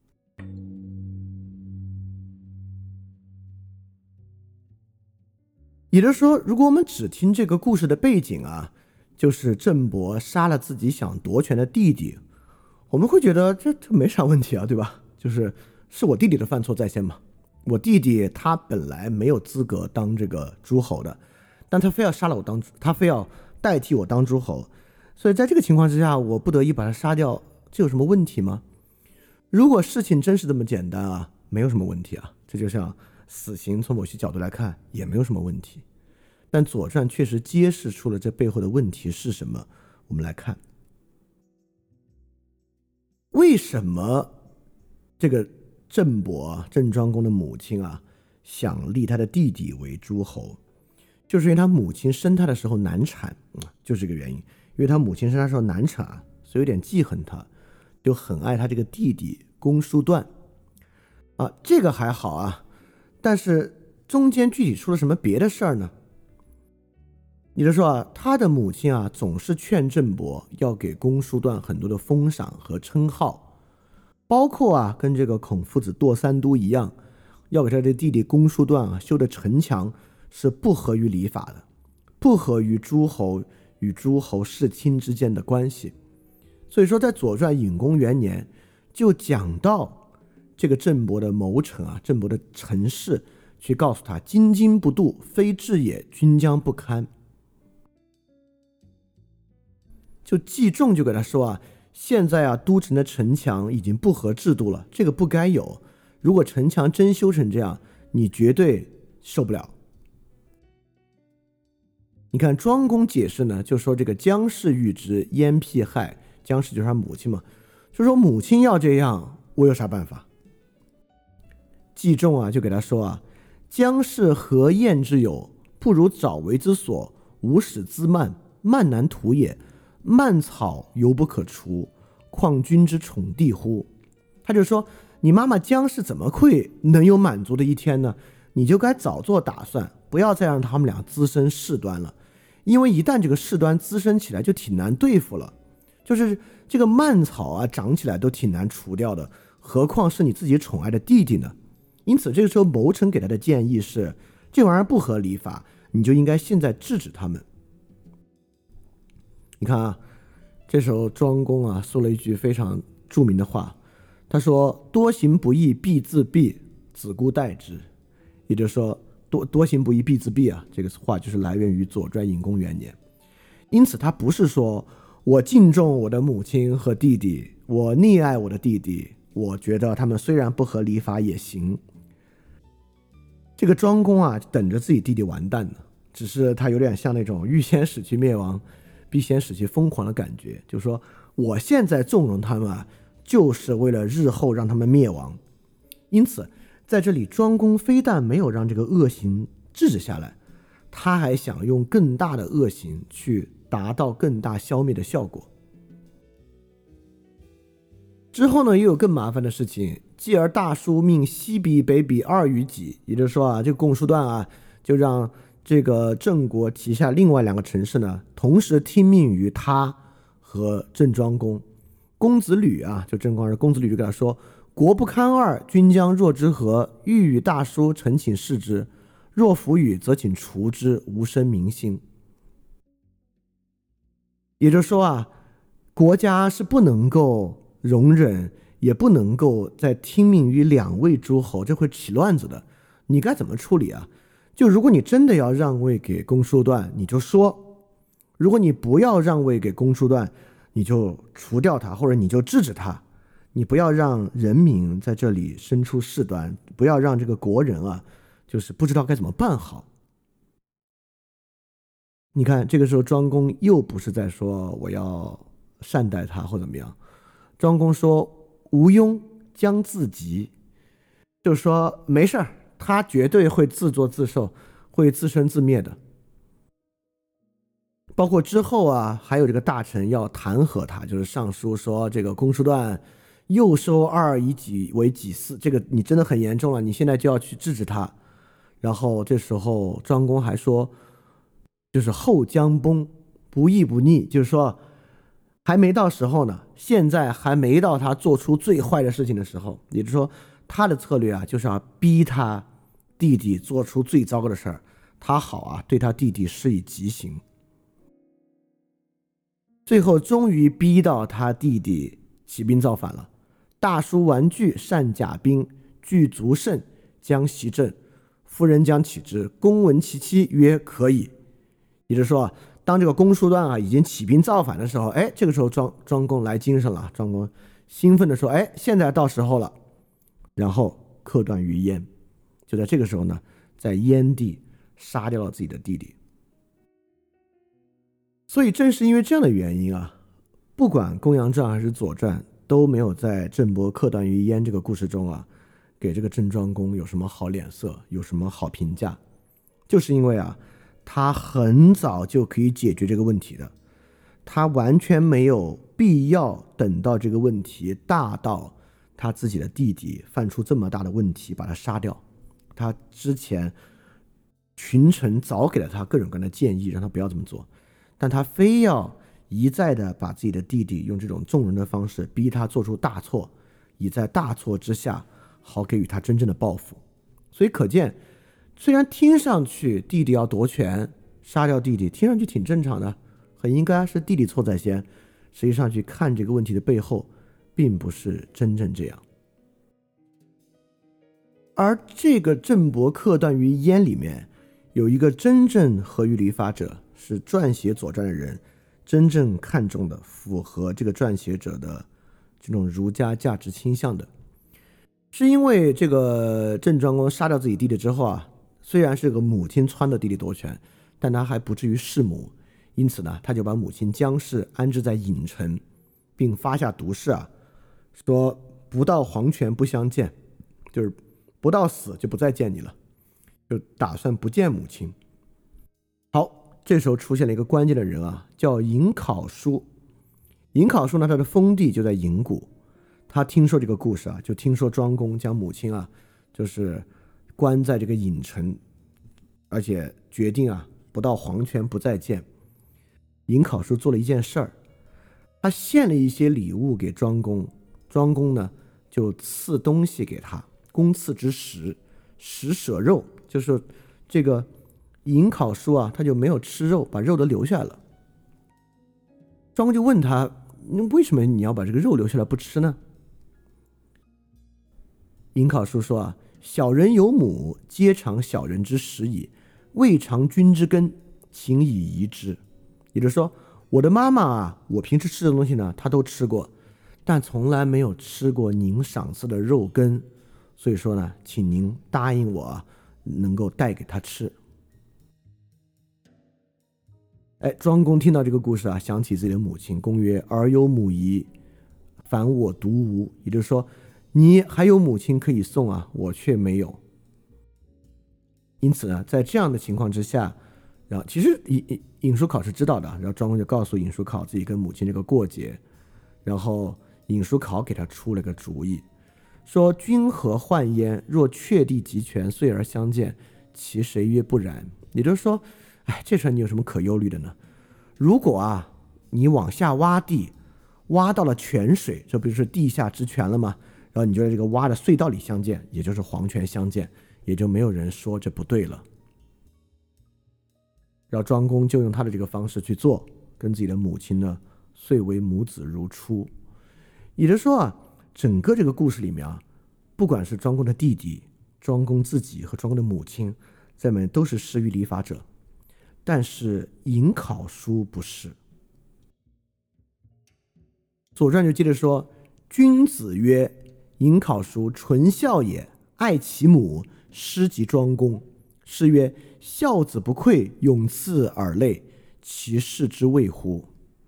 也就是说，如果我们只听这个故事的背景啊，就是郑伯杀了自己想夺权的弟弟，我们会觉得这没啥问题啊，对吧？是我弟弟的犯错在先嘛。我弟弟他本来没有资格当这个诸侯的，但他非要杀了我他非要代替我当诸侯，所以在这个情况之下，我不得已把他杀掉，这有什么问题吗？如果事情真是这么简单啊，没有什么问题啊，这就像死刑从某些角度来看也没有什么问题。 但《左传》确实揭示出了这背后的问题是什么。我们来看，为什么这个郑伯郑庄公的母亲想立他的弟弟为诸侯，就是因为他母亲生他的时候难产，就是这个原因。因为他母亲生他的时候难产所以有点记恨他，就很爱他这个弟弟公叔段这个还好但是中间具体出了什么别的事儿呢？也就是说他的母亲总是劝郑伯要给公叔段很多的封赏和称号，包括跟这个孔夫子堕三都一样，要给他的弟弟公叔段修的城墙是不合于礼法的，不合于诸侯与诸侯世亲之间的关系。所以说在《左传》隐公元年就讲到这个郑伯的谋臣郑伯的臣事，去告诉他京津不度，非治也，君将不堪。就季仲就给他说现在都城的城墙已经不合制度了，这个不该有，如果城墙真修成这样，你绝对受不了。你看庄公解释呢，就说这个姜氏欲之，焉辟害。姜氏就是他母亲嘛，就说母亲要这样，我有啥办法？季仲就给他说姜氏何厌之有？不如早为之所，无使滋蔓，蔓难图也。蔓草犹不可除，况君之宠弟乎？他就说你妈妈姜氏怎么会能有满足的一天呢？你就该早做打算，不要再让他们俩滋生事端了，因为一旦这个事端滋生起来就挺难对付了，就是这个蔓草长起来都挺难除掉的，何况是你自己宠爱的弟弟呢？因此这个时候谋臣给他的建议是，这玩意儿不合礼法，你就应该现在制止他们。你看这时候庄公说了一句非常著名的话，他说多行不义必自毙，子姑待之。也就是说多行不义必自毙这个话就是来源于《左传》隐公元年。因此他不是说我敬重我的母亲和弟弟，我溺爱我的弟弟，我觉得他们虽然不合礼法也行。这个庄公等着自己弟弟完蛋呢，只是他有点像那种欲先使其灭亡必先使其疯狂的感觉，就是说我现在纵容他们就是为了日后让他们灭亡。因此在这里庄公非但没有让这个恶行制止下来，他还想用更大的恶行去达到更大消灭的效果。之后呢又有更麻烦的事情，继而大叔命西鄙北鄙二于己，也就是说这个公叔段就让这个郑国旗下另外2个城市呢同时听命于他和郑庄公。公子吕就郑庄公子吕就跟他说，国不堪二，君将若之何？欲与大叔臣请视之，若弗与，则请除之，无生民心。也就是说国家是不能够容忍，也不能够再听命于2位诸侯，这会起乱子的。你该怎么处理就如果你真的要让位给公叔段，你就说；如果你不要让位给公叔段，你就除掉他，或者你就制止他。你不要让人民在这里生出事端，不要让这个国人就是不知道该怎么办好。你看这个时候庄公又不是在说我要善待他或怎么样，庄公说无庸将自极，就是说没事儿，他绝对会自作自受，会自生自灭的。包括之后还有这个大臣要弹劾他，就是上书说这个公叔段又收2以己为己私，这个你真的很严重了，你现在就要去制止他。然后这时候庄公还说，就是后将崩，不义不逆，就是说还没到时候呢，现在还没到他做出最坏的事情的时候。也就是说他的策略就是要逼他弟弟做出最糟糕的事儿，他好对他弟弟施以极刑。最后终于逼到他弟弟起兵造反了。大叔玩具，善甲兵，具足胜，将袭郑。夫人将起之，公闻其妻曰：可以。也就是说当这个公叔段已经起兵造反的时候，这个时候庄公来精神了，庄公兴奋地说，现在到时候了。然后克段于燕，就在这个时候呢，在燕地杀掉了自己的弟弟。 所以正是因为这样的原因啊，不管公羊传还是左传，都没有在郑伯克段于鄢这个故事中啊，给这个郑庄公有什么好脸色，有什么好评价，就是因为啊，他很早就可以解决这个问题的，他完全没有必要等到这个问题大到他自己的弟弟犯出这么大的问题把他杀掉。他之前群臣早给了他各种各样的建议，让他不要这么做，但他非要一再的把自己的弟弟用这种纵容的方式逼他做出大错，以在大错之下好给予他真正的报复。所以可见，虽然听上去弟弟要夺权杀掉弟弟，听上去挺正常的，很应该是弟弟错在先，实际上去看这个问题的背后并不是真正这样。而这个郑伯克段于鄢里面有一个真正合于礼法者，是撰写左传的人真正看重的，符合这个撰写者的这种儒家价值倾向的，是因为这个郑庄公杀掉自己弟弟之后啊，虽然是个母亲撺的弟弟夺权，但他还不至于弑母，因此呢，他就把母亲姜氏安置在郢城，并发下毒誓啊，说不到黄泉不相见，就是不到死就不再见你了，就打算不见母亲。好，这时候出现了一个关键的人啊，叫颍考叔。颍考叔呢，他的封地就在鄞谷。他听说这个故事啊，就听说庄公将母亲啊，就是关在这个郢城，而且决定啊，不到黄泉不再见。颍考叔做了一件事儿，他献了一些礼物给庄公，庄公呢就赐东西给他，公赐之食，食舍肉，就是这个颍考叔啊，他就没有吃肉，把肉都留下来了。庄公就问他，为什么你要把这个肉留下来不吃呢？颍考叔说啊，小人有母，皆尝小人之食矣，未尝君之根，请以遗之。也就是说，我的妈妈啊，我平时吃的东西呢，她都吃过，但从来没有吃过您赏赐的肉根，所以说呢，请您答应我啊，能够带给她吃。庄公听到这个故事啊，想起自己的母亲，公曰：“儿有母仪，反我独无。”也就是说，你还有母亲可以送啊，我却没有。因此呢，在这样的情况之下，然后其实颍叔考是知道的，然后庄公就告诉颍叔考自己跟母亲这个过节，然后颍叔考给他出了个主意，说：“君何患焉？若确地集权，遂而相见，其谁曰不然？”也就是说，这事你有什么可忧虑的呢？如果啊，你往下挖地，挖到了泉水，这不就是地下之泉了吗？然后你就在这个挖的隧道里相见，也就是黄泉相见，也就没有人说这不对了。然后庄公就用他的这个方式去做，跟自己的母亲呢，遂为母子如初。也就是说啊，整个这个故事里面啊，不管是庄公的弟弟、庄公自己和庄公的母亲，在里面都是施于礼法者，但是颍考叔不是。左传就接着说：“君子曰：颍考叔纯孝也，爱其母，师及庄公。是曰：孝子不愧，永赐耳类，其事之谓乎？”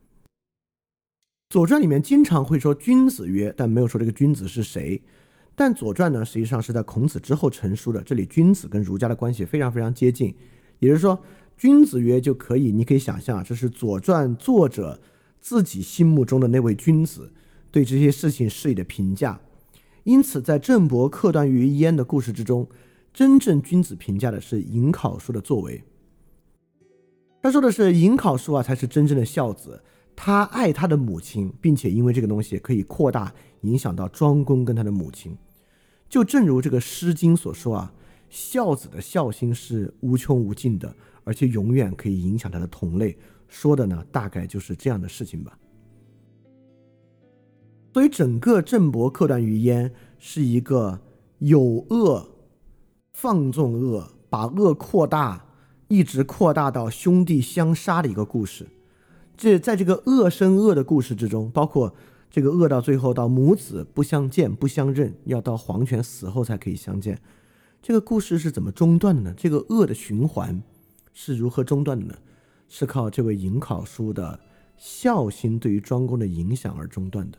左传里面经常会说君子曰，但没有说这个君子是谁。但左传呢，实际上是在孔子之后成书的，这里君子跟儒家的关系非常非常接近。也就是说，君子曰就可以，你可以想象，这是左传作者自己心目中的那位君子对这些事情施以的评价。因此，在郑伯克段于鄢的故事之中，真正君子评价的是颍考叔的作为。他说的是颍考叔啊，才是真正的孝子，他爱他的母亲，并且因为这个东西可以扩大影响到庄公跟他的母亲。就正如这个《诗经》所说啊，孝子的孝心是无穷无尽的，而且永远可以影响他的同类。说的呢，大概就是这样的事情吧。所以整个郑伯克段于鄢是一个有恶放纵恶，把恶扩大，一直扩大到兄弟相杀的一个故事。在这个恶生恶的故事之中，包括这个恶到最后到母子不相见不相认，要到黄泉死后才可以相见，这个故事是怎么中断的呢？这个恶的循环是如何中断的呢？ 是靠这位颍考叔的孝心对于庄公的影响而中断的。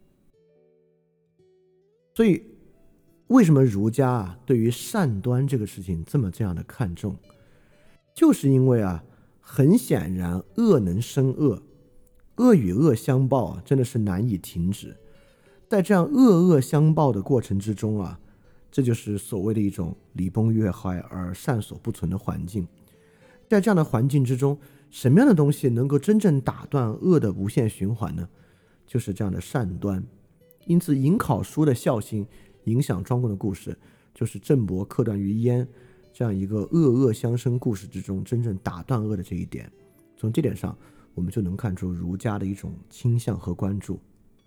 所以为什么儒家对于善端这个事情这样的看重，就是因为很显然恶能生恶，恶与恶相报真的是难以停止。在这样恶相报的过程之中这就是所谓的一种礼崩乐坏而善所不存的环境。在这样的环境之中，什么样的东西能够真正打断恶的无限循环呢？就是这样的善端。因此颍考叔的孝心影响庄公的故事，就是郑伯克段于鄢这样一个恶相生故事之中真正打断恶的这一点。从这点上我们就能看出儒家的一种倾向和关注。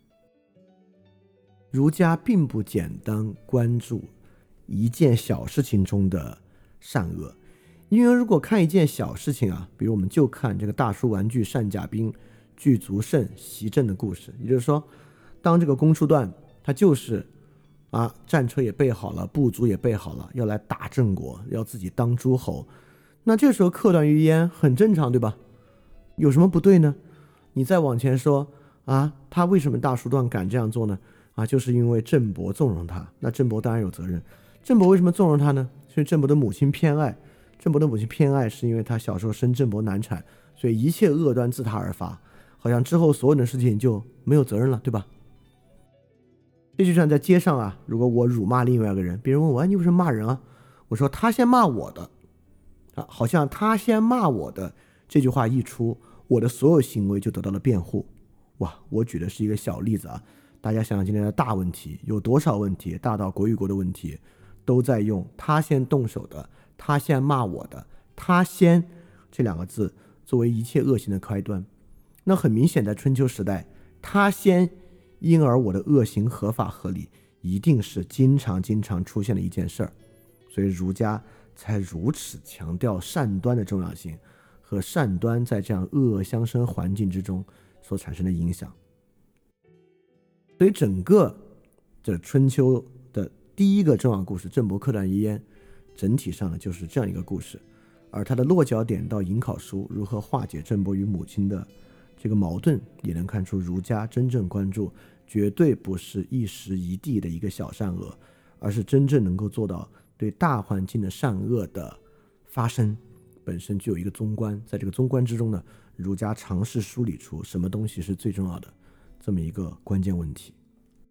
儒家并不简单关注一件小事情中的善恶，因为如果看一件小事情比如我们就看这个大叔玩具单甲兵具足胜袭郑的故事，也就是说当这个公叔段他就是战车也备好了，部族也备好了，要来打郑国，要自己当诸侯，那这时候克段于鄢很正常，对吧？有什么不对呢？你再往前说他为什么大叔段敢这样做呢？就是因为郑伯纵容他，那郑伯当然有责任。郑伯为什么纵容他呢？是因为郑伯的母亲偏爱，郑伯的母亲偏爱是因为他小时候生郑伯难产，所以一切恶端自他而发，好像之后所有的事情就没有责任了，对吧？这就像在街上如果我辱骂另外一个人，别人问我你为什么骂人我说他先骂我的好像他先骂我的这句话一出，我的所有行为就得到了辩护。我举的是一个小例子大家想想今天的大问题，有多少问题大到国与国的问题都在用他先动手的，他先骂我的，他先这两个字作为一切恶行的开端。那很明显在春秋时代，他先因而我的恶行合法合理一定是经常出现的一件事儿。所以儒家才如此强调善端的重要性和善端在这样恶相生环境之中所产生的影响。所以整个这春秋的第一个重要故事郑伯克段于鄢，整体上呢就是这样一个故事，而它的落脚点到颍考叔如何化解郑伯与母亲的这个矛盾，也能看出儒家真正关注绝对不是一时一地的一个小善恶，而是真正能够做到对大环境的善恶的发生本身具有一个综观。在这个综观之中呢，儒家尝试梳理出什么东西是最重要的这么一个关键问题。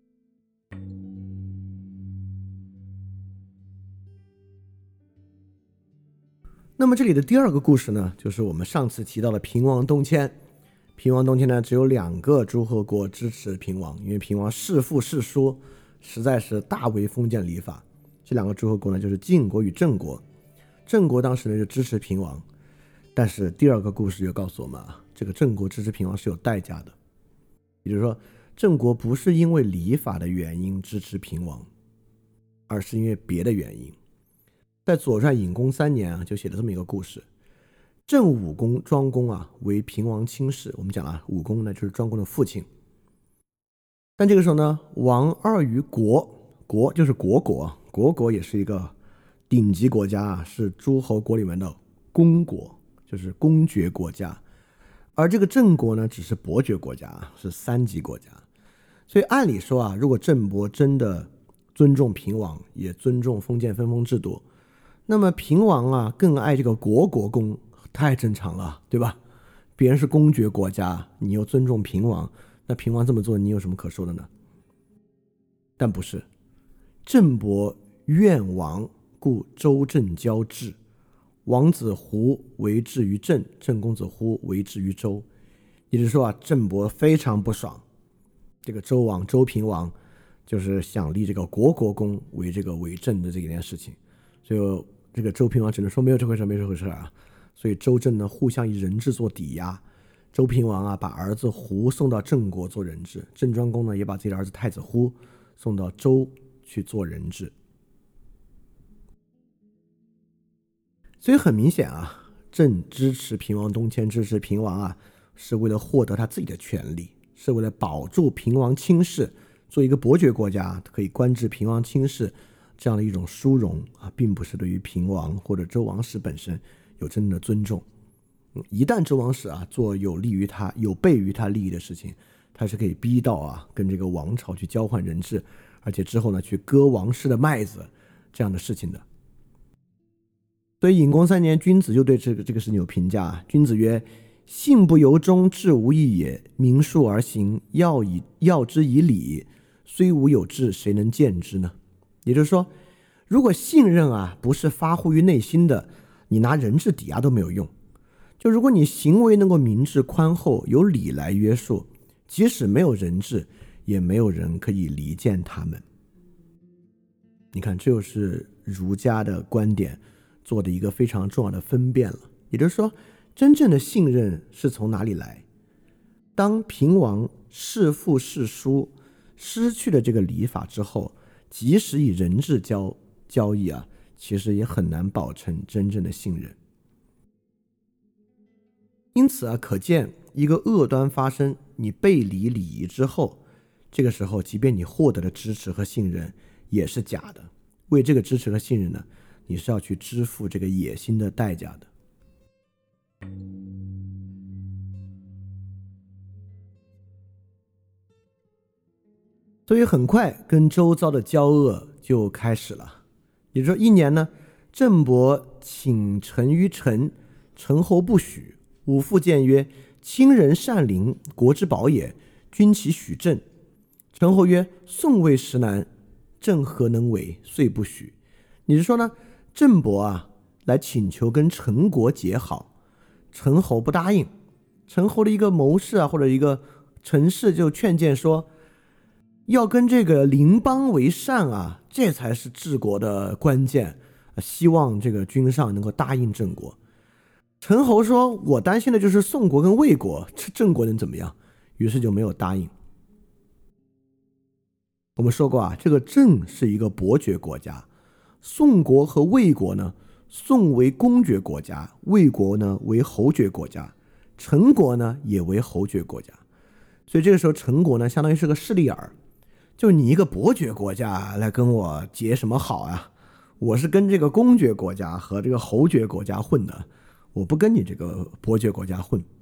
那么这里的第二个故事呢，就是我们上次提到的平王东迁。平王东迁呢，只有2个诸侯国支持平王，因为平王弑父弑叔，实在是大为封建礼法。这2个诸侯国呢，就是晋国与郑国。郑国当时呢就支持平王，但是第二个故事就告诉我们这个郑国支持平王是有代价的。也就是说，郑国不是因为礼法的原因支持平王，而是因为别的原因。在左传隐公3年就写了这么一个故事。郑武公庄公为平王亲事，我们讲了武公呢就是庄公的父亲。但这个时候呢，王二于国，国就是国国也是一个顶级国家是诸侯国里面的公国，就是公爵国家。而这个郑国呢只是伯爵国家，是3级国家。所以按理说如果郑伯真的尊重平王，也尊重封建分封制度，那么平王更爱这个国公，太正常了，对吧？别人是公爵国家，你又尊重平王，那平王这么做你有什么可说的呢？但不是，郑伯愿王，故周郑交质，王子胡为质于郑，郑公子乎为质于周。也就是说郑伯非常不爽这个周平王就是想立这个国公为这个为郑的这件事情，所以这个周平王只能说没有这回事所以周郑呢互相以人质做抵押，周平王把儿子胡送到郑国做人质，郑庄公呢也把自己的儿子太子乎送到周去做人质。所以很明显郑支持平王东迁，支持平王是为了获得他自己的权利，是为了保住平王亲事，做一个伯爵国家可以官至平王亲事这样的一种殊荣并不是对于平王或者周王室本身有真正的尊重。 一旦周王室啊做有利于他、有悖于他利益的事情，他是可以逼到啊跟这个王朝去交换人质，而且之后呢去割王室的麦子这样的事情的。所以隐公3年，君子就对这个事情有评价。君子曰：信不由衷，志无益也。明述而行，要之以理，虽无有志，谁能见之呢？也就是说，如果信任啊不是发乎于内心的，你拿人质抵押都没有用。就如果你行为能够明智宽厚，有理来约束，即使没有人质，也没有人可以离间他们。你看，这就是儒家的观点做的一个非常重要的分辨了。也就是说，真正的信任是从哪里来？当平王弑父弑叔失去了这个礼法之后，即使以人质交易啊，其实也很难保证真正的信任。因此啊，可见一个恶端发生，你背离礼仪之后，这个时候即便你获得了支持和信任也是假的。为这个支持和信任呢，你是要去支付这个野心的代价的。所以很快跟周遭的交恶就开始了。也就是说1年呢，郑伯请臣于陈，陈侯不许。武父谏曰：亲人善邻，国之宝也，君其许郑。陈侯曰：宋魏时难，郑何能为？遂不许。你是说呢，郑伯啊来请求跟陈国结好，陈侯不答应。陈侯的一个谋士啊，或者一个臣士就劝谏说，要跟这个邻邦为善啊，这才是治国的关键，希望这个君上能够答应郑国。陈侯说，我担心的就是宋国跟魏国，郑国能怎么样？于是就没有答应。我们说过啊，这个郑是一个伯爵国家，宋国和魏国呢，宋为公爵国家，魏国呢为侯爵国家，陈国呢也为侯爵国家。所以这个时候陈国呢相当于是个势利眼，就你一个伯爵国家来跟我结什么好啊？我是跟这个公爵国家和这个侯爵国家混的，我不跟你这个伯爵国家混。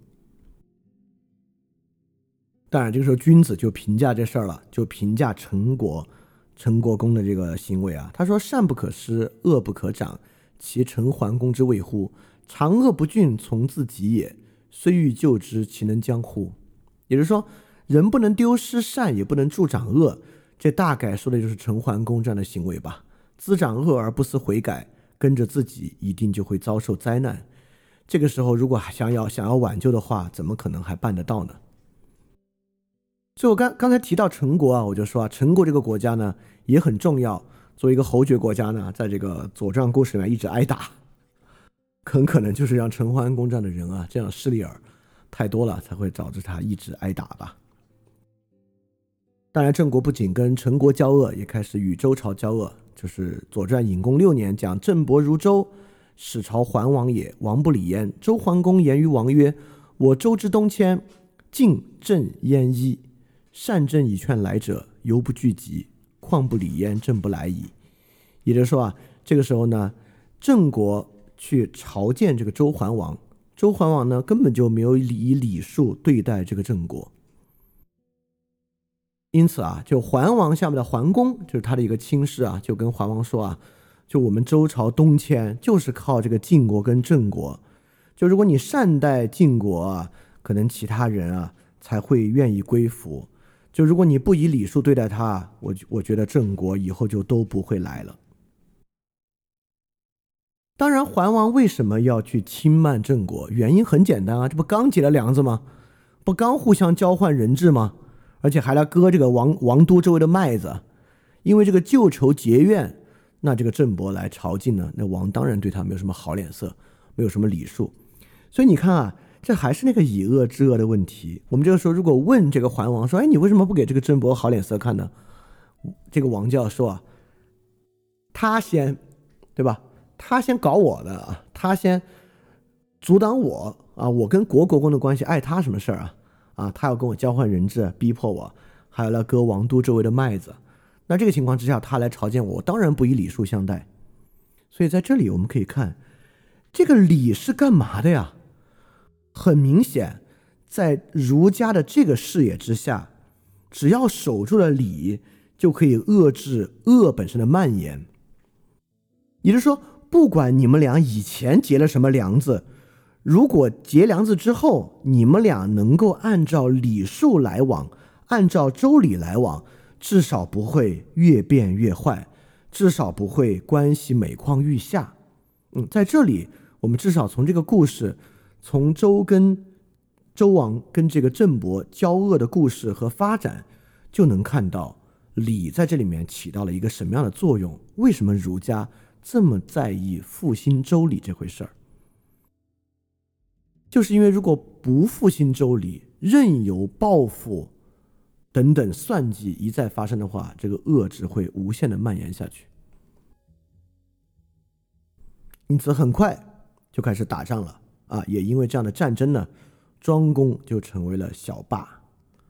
当然这个时候君子就评价这事儿了，就评价陈国公的这个行为啊，他说，善不可施，恶不可长，其陈桓公之谓乎？常恶不峻，从自己也，虽欲救之，其能将乎？也就是说，人不能丢失善，也不能助长恶，这大概说的就是陈桓公这样的行为吧。滋长恶而不思悔改，跟着自己一定就会遭受灾难。这个时候如果想要挽救的话，怎么可能还办得到呢？所以我刚才提到陈国啊，我就说啊，陈国这个国家呢也很重要。作为一个侯爵国家呢，在这个左传故事里面一直挨打，很可能就是让陈桓公这样的人啊，这样势利眼太多了，才会导致他一直挨打吧。当然郑国不仅跟陈国交恶，也开始与周朝交恶。就是左传隐公6年讲，郑伯如周，始朝桓王也，王不理焉。周桓公言于王曰：我周之东迁，晋郑焉一，善政以劝来者，犹不惧疾，况不理焉，郑不来矣。也就是说啊，这个时候呢，郑国去朝见这个周桓王，周桓王呢根本就没有以礼数对待这个郑国。因此啊，就桓王下面的桓公，就是他的一个亲事啊，就跟桓王说啊，就我们周朝东迁就是靠这个晋国跟郑国，就如果你善待晋国啊，可能其他人啊才会愿意归服，就如果你不以礼数对待他，我觉得郑国以后就都不会来了。当然桓王为什么要去轻慢郑国？原因很简单啊，这不刚结了梁子吗？不刚互相交换人质吗？而且还来割这个王都周围的麦子。因为这个旧仇结怨，那这个郑伯来朝觐呢，那王当然对他没有什么好脸色，没有什么礼数。所以你看啊，这还是那个以恶制恶的问题。我们这个时候如果问这个桓王说，哎，你为什么不给这个郑伯好脸色看呢？这个王就要说啊，他先，对吧？他先搞我的，他先阻挡我啊！我跟国公的关系碍他什么事儿啊？啊，他要跟我交换人质，逼迫我，还要来割王都周围的麦子。那这个情况之下，他来朝见我，我当然不以礼数相待。所以在这里我们可以看，这个礼是干嘛的呀？ 很明显，在儒家的这个视野之下，只要守住了礼，就可以遏制恶本身的蔓延。也就是说，不管你们俩以前结了什么梁子，如果结梁子之后，你们俩能够按照礼数来往，按照周礼来往，至少不会越变越坏，至少不会关系每况愈下。在这里，我们至少从这个故事，从周王跟这个郑伯交恶的故事和发展，就能看到礼在这里面起到了一个什么样的作用。为什么儒家这么在意复兴周礼这回事儿？就是因为如果不复兴周礼，任由报复等等算计一再发生的话，这个恶只会无限的蔓延下去。因此很快就开始打仗了啊！也因为这样的战争呢，庄公就成为了小霸。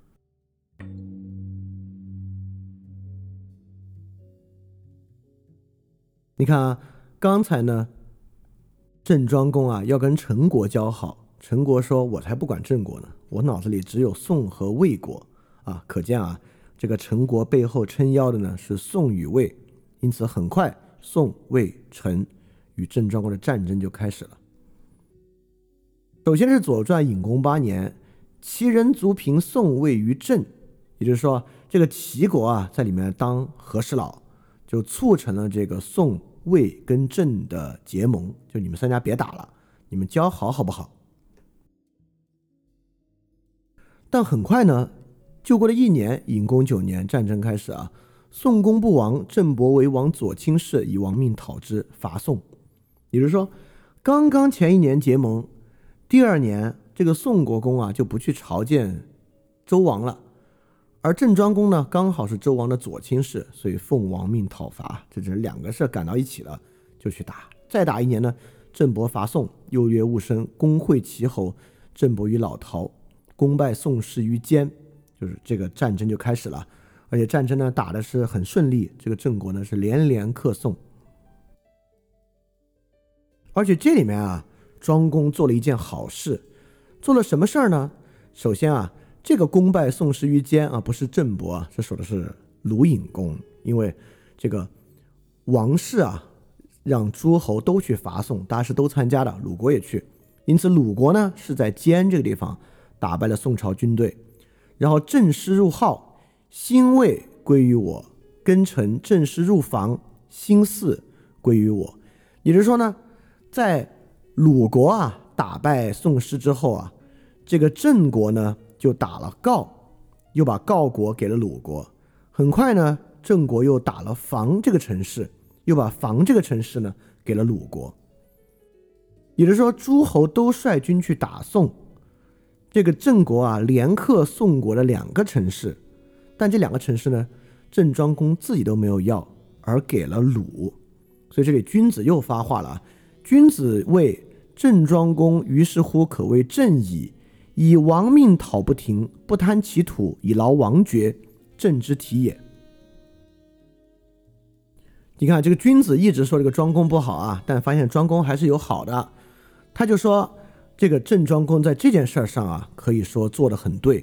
你看啊，刚才呢，郑庄公啊要跟陈国交好，陈国说：“我才不管郑国呢，我脑子里只有宋和魏国啊。”可见啊，这个陈国背后撑腰的呢是宋与魏，因此很快宋、魏、陈与郑庄公的战争就开始了。首先是《左传》隐公8年，齐人族平宋魏于郑，也就是说，这个齐国啊在里面当和事佬，就促成了这个宋、魏跟郑的结盟，就你们三家别打了，你们交好好不好？但很快呢，就过了1年，隐公9年，战争开始啊。宋公不亡，郑伯为王左卿士，以亡命讨之，伐宋。也就是说，刚刚前1年结盟，第2年这个宋国公啊就不去朝见周王了，而郑庄公呢刚好是周王的左卿士，所以奉王命讨伐。这只是2个事赶到一起了，就去打。再打1年呢，郑伯伐宋，又曰戊申，公会齐侯，郑伯于老陶，攻败宋氏于坚，就是这个战争就开始了。而且战争呢打的是很顺利，这个郑国呢是连连克宋。而且这里面啊，庄公做了一件好事，做了什么事儿呢？首先啊，这个攻败宋氏于坚啊，不是郑伯啊，这说的是鲁隐公，因为这个王室啊，让诸侯都去伐宋，大家是都参加的，鲁国也去，因此鲁国呢是在坚这个地方打败了宋朝军队，然后郑师入号，兴魏归于我，庚辰郑师入防，兴嗣归于我。也就是说呢，在鲁国啊打败宋师之后啊，这个郑国呢就打了郜，又把郜国给了鲁国。很快呢，郑国又打了房这个城市，又把房这个城市呢给了鲁国。也就是说，诸侯都率军去打宋，这个郑国啊连克宋国的2个城市，但这2个城市呢，郑庄公自己都没有要，而给了鲁。所以这里君子又发话了啊，君子谓郑庄公于是乎可谓正矣，以王命讨不停，不贪其土，以劳王爵，正之体也。你看这个君子一直说这个庄公不好啊，但发现庄公还是有好的。他就说这个郑庄公在这件事上啊，可以说做得很对，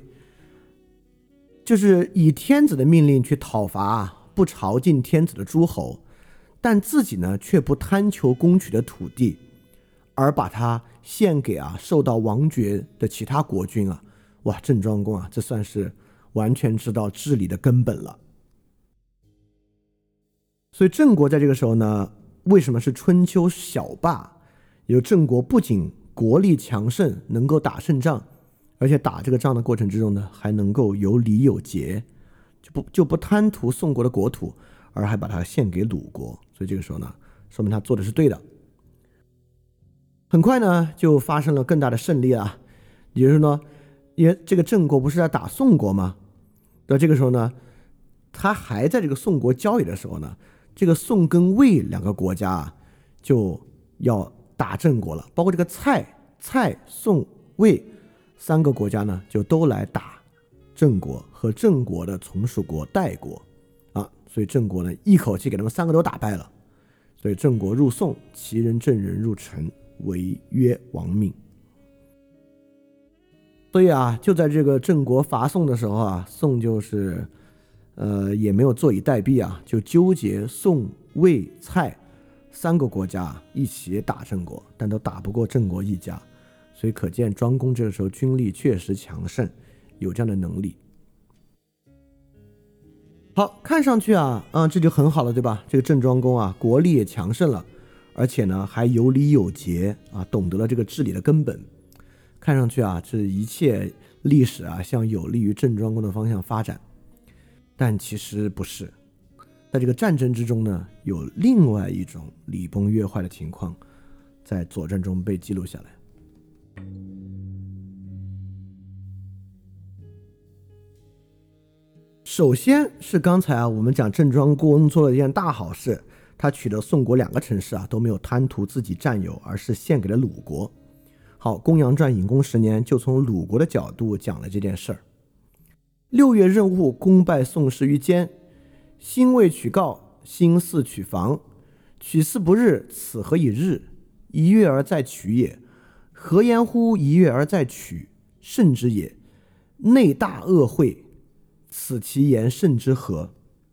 就是以天子的命令去讨伐不朝觐天子的诸侯，但自己呢却不贪求攻取的土地，而把它献给受到王爵的其他国君啊。哇，郑庄公啊，这算是完全知道治理的根本了。所以郑国在这个时候呢，为什么是春秋小霸？也就郑国不仅国力强盛，能够打胜仗，而且打这个仗的过程之中呢，还能够有礼有节，就不贪图宋国的国土，而还把它献给鲁国。所以这个时候呢，说明他做的是对的。很快呢，就发生了更大的胜利啊，也就是说呢，因为这个郑国不是在打宋国吗？到这个时候呢，他还在这个宋国交易的时候呢，这个宋跟魏2个国家啊，就要打郑国了，包括这个蔡、宋、魏3个国家呢，就都来打郑国和郑国的从属国代国啊，所以郑国呢一口气给他们3个都打败了，所以郑国入宋，齐人、郑人入陈，为约王命。 所以啊，就在这个郑国伐宋的时候啊，宋就是也没有坐以待毙啊，就纠结宋、魏、蔡三个国家一起打郑国，但都打不过郑国一家。所以可见庄公这个时候军力确实强盛，有这样的能力。好，看上去啊，这就很好了，对吧？这个郑庄公啊，国力也强盛了，而且呢还有礼有节啊，懂得了这个治理的根本。看上去啊，这一切历史啊向有利于郑庄公的方向发展，但其实不是。在这个战争之中呢，有另外一种礼崩乐坏的情况，在《左传》中被记录下来。首先是刚才啊，我们讲郑庄公做了一件大好事，他取得宋国2个城市啊，都没有贪图自己占有，而是献给了鲁国。好，公羊传隐公10年就从鲁国的角度讲了这件事儿。6月任务，公拜宋氏于监，辛未取告，辛巳取房。取4不日，此何以日？1月而再取也。何言乎1月而再取？甚之也。内大恶会，此其言甚之何？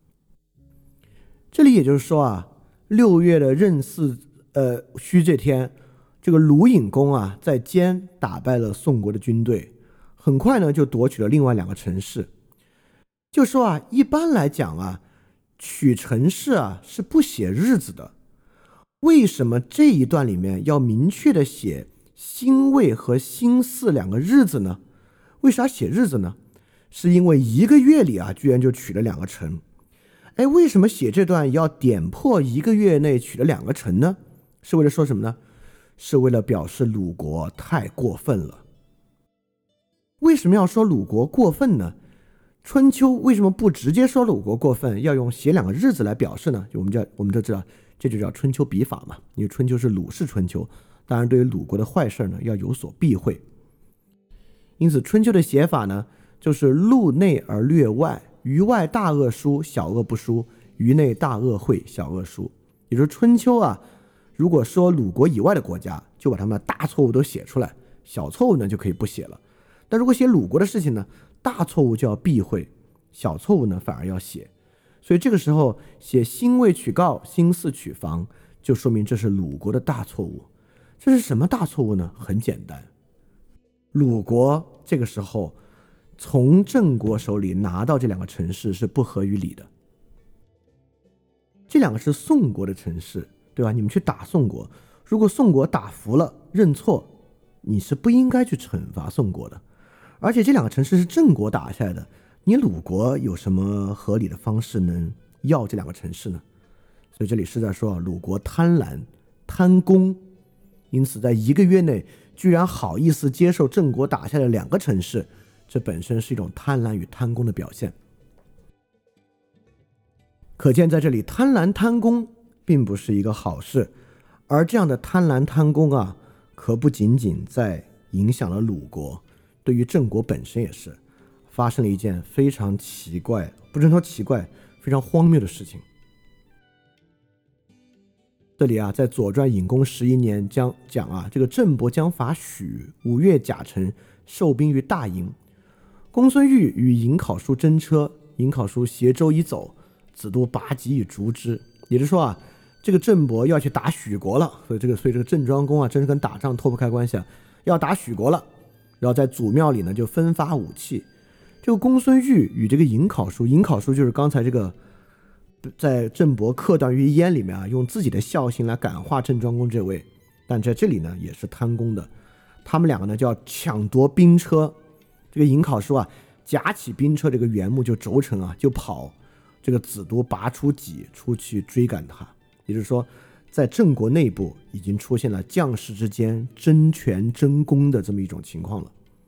这里也就是说啊，6月的壬巳戌这天，这个鲁隐公啊在监打败了宋国的军队，很快呢就夺取了另外2个城市。就说啊，一般来讲啊，取城市啊是不写日子的。为什么这一段里面要明确的写辛未和辛巳2个日子呢？为啥写日子呢？是因为1个月里啊，居然就取了2个城。哎，为什么写这段要点破1个月内取了2个城呢？是为了说什么呢？是为了表示鲁国太过分了。为什么要说鲁国过分呢？春秋为什么不直接说鲁国过分，要用写2个日子来表示呢？我们就知道，这就叫春秋笔法嘛。因为春秋是鲁氏春秋，当然对于鲁国的坏事呢，要有所避讳。因此春秋的写法呢，就是录内而略外，于外大恶书，小恶不书；于内大恶讳，小恶书。也就是春秋啊，如果说鲁国以外的国家，就把他们的大错误都写出来，小错误呢就可以不写了。但如果写鲁国的事情呢，大错误就要避讳，小错误呢反而要写。所以这个时候写辛未取告，辛巳取房，就说明这是鲁国的大错误。这是什么大错误呢？很简单，鲁国这个时候从郑国手里拿到这2个城市是不合于理的。这2个是宋国的城市，对吧？你们去打宋国，如果宋国打服了认错，你是不应该去惩罚宋国的。而且这2个城市是郑国打下来的，你鲁国有什么合理的方式能要这2个城市呢？所以这里是在说鲁国贪婪贪功，因此在1个月内居然好意思接受郑国打下的2个城市，这本身是一种贪婪与贪功的表现。可见在这里贪婪贪功并不是一个好事，而这样的贪婪贪功啊，可不仅仅在影响了鲁国，对于郑国本身也是发生了一件非常奇怪，不能说奇怪，非常荒谬的事情。这里啊，在《左传》隐公11年讲啊，这个郑伯将伐许，5月甲辰，受兵于大营。公孙玉与尹考叔争车，尹考叔携舟以走，子都拔戟以逐之。也就是说啊，这个郑伯要去打许国了，所以这个郑庄公啊，真是跟打仗脱不开关系啊，要打许国了。然后在祖庙里呢，就分发武器。这个公孙玉与这个尹考叔就是刚才这个在郑伯刻断于鄢里面啊，用自己的孝心来感化郑庄公这位，但在这里呢也是贪功的。他们2个呢就要抢夺兵车，这个尹考叔啊夹起兵车这个辕木就轴承啊就跑，这个子都拔出戟出去追赶他。也就是说，在郑国内部已经出现了将士之间争权争功的这么一种情况了。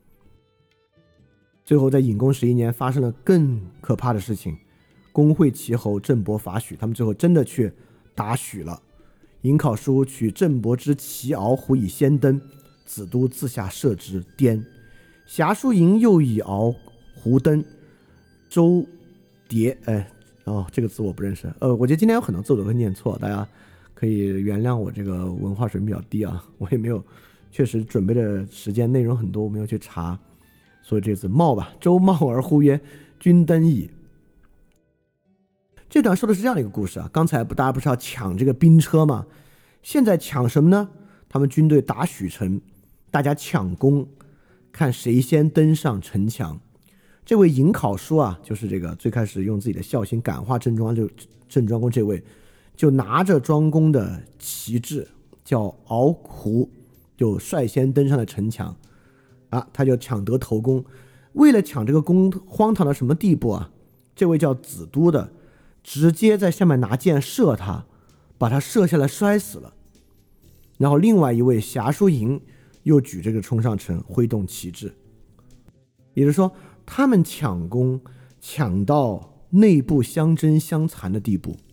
最后在隐公11年发生了更可怕的事情，公会齐侯，郑伯伐许，他们最后真的去打许了。尹考叔取郑伯之骑敖虎以先登，子都自下射之，颠。侠叔营又以敖胡登，周迭这个字我不认识。我觉得今天有很多字我都会念错，大家可以原谅我这个文化水平比较低啊，我也没有确实准备的时间内容很多，我没有去查。 所以这次茂吧，周茂而呼曰：“君登矣。”这段说的是这样的一个故事啊。刚才大家不是要抢这个兵车吗？现在抢什么呢？他们军队打许城，大家抢攻，看谁先登上城墙。这位尹考叔啊，就是这个最开始用自己的孝心感化郑庄公这位，就拿着庄公的旗帜叫敖胡，就率先登上了城墙啊，他就抢得头功。为了抢这个功，荒唐到什么地步啊？这位叫子都的直接在下面拿箭射他，把他射下来摔死了。然后另外一位侠叔营又举这个冲上城，挥动旗帜。也就是说，他们抢攻抢到内部相争相残的地步。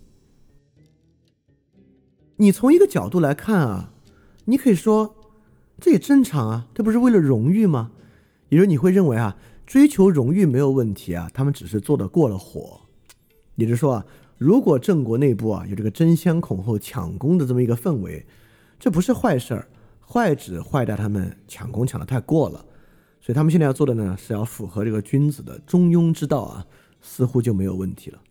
你从一个角度来看啊，你可以说这也正常啊，这不是为了荣誉吗？也就是你会认为啊，追求荣誉没有问题啊，他们只是做得过了火。也就是说啊，如果郑国内部啊有这个争先恐后抢攻的这么一个氛围，这不是坏事儿，坏只坏在他们抢攻抢得太过了。所以他们现在要做的呢，是要符合这个君子的中庸之道啊，似乎就没有问题了。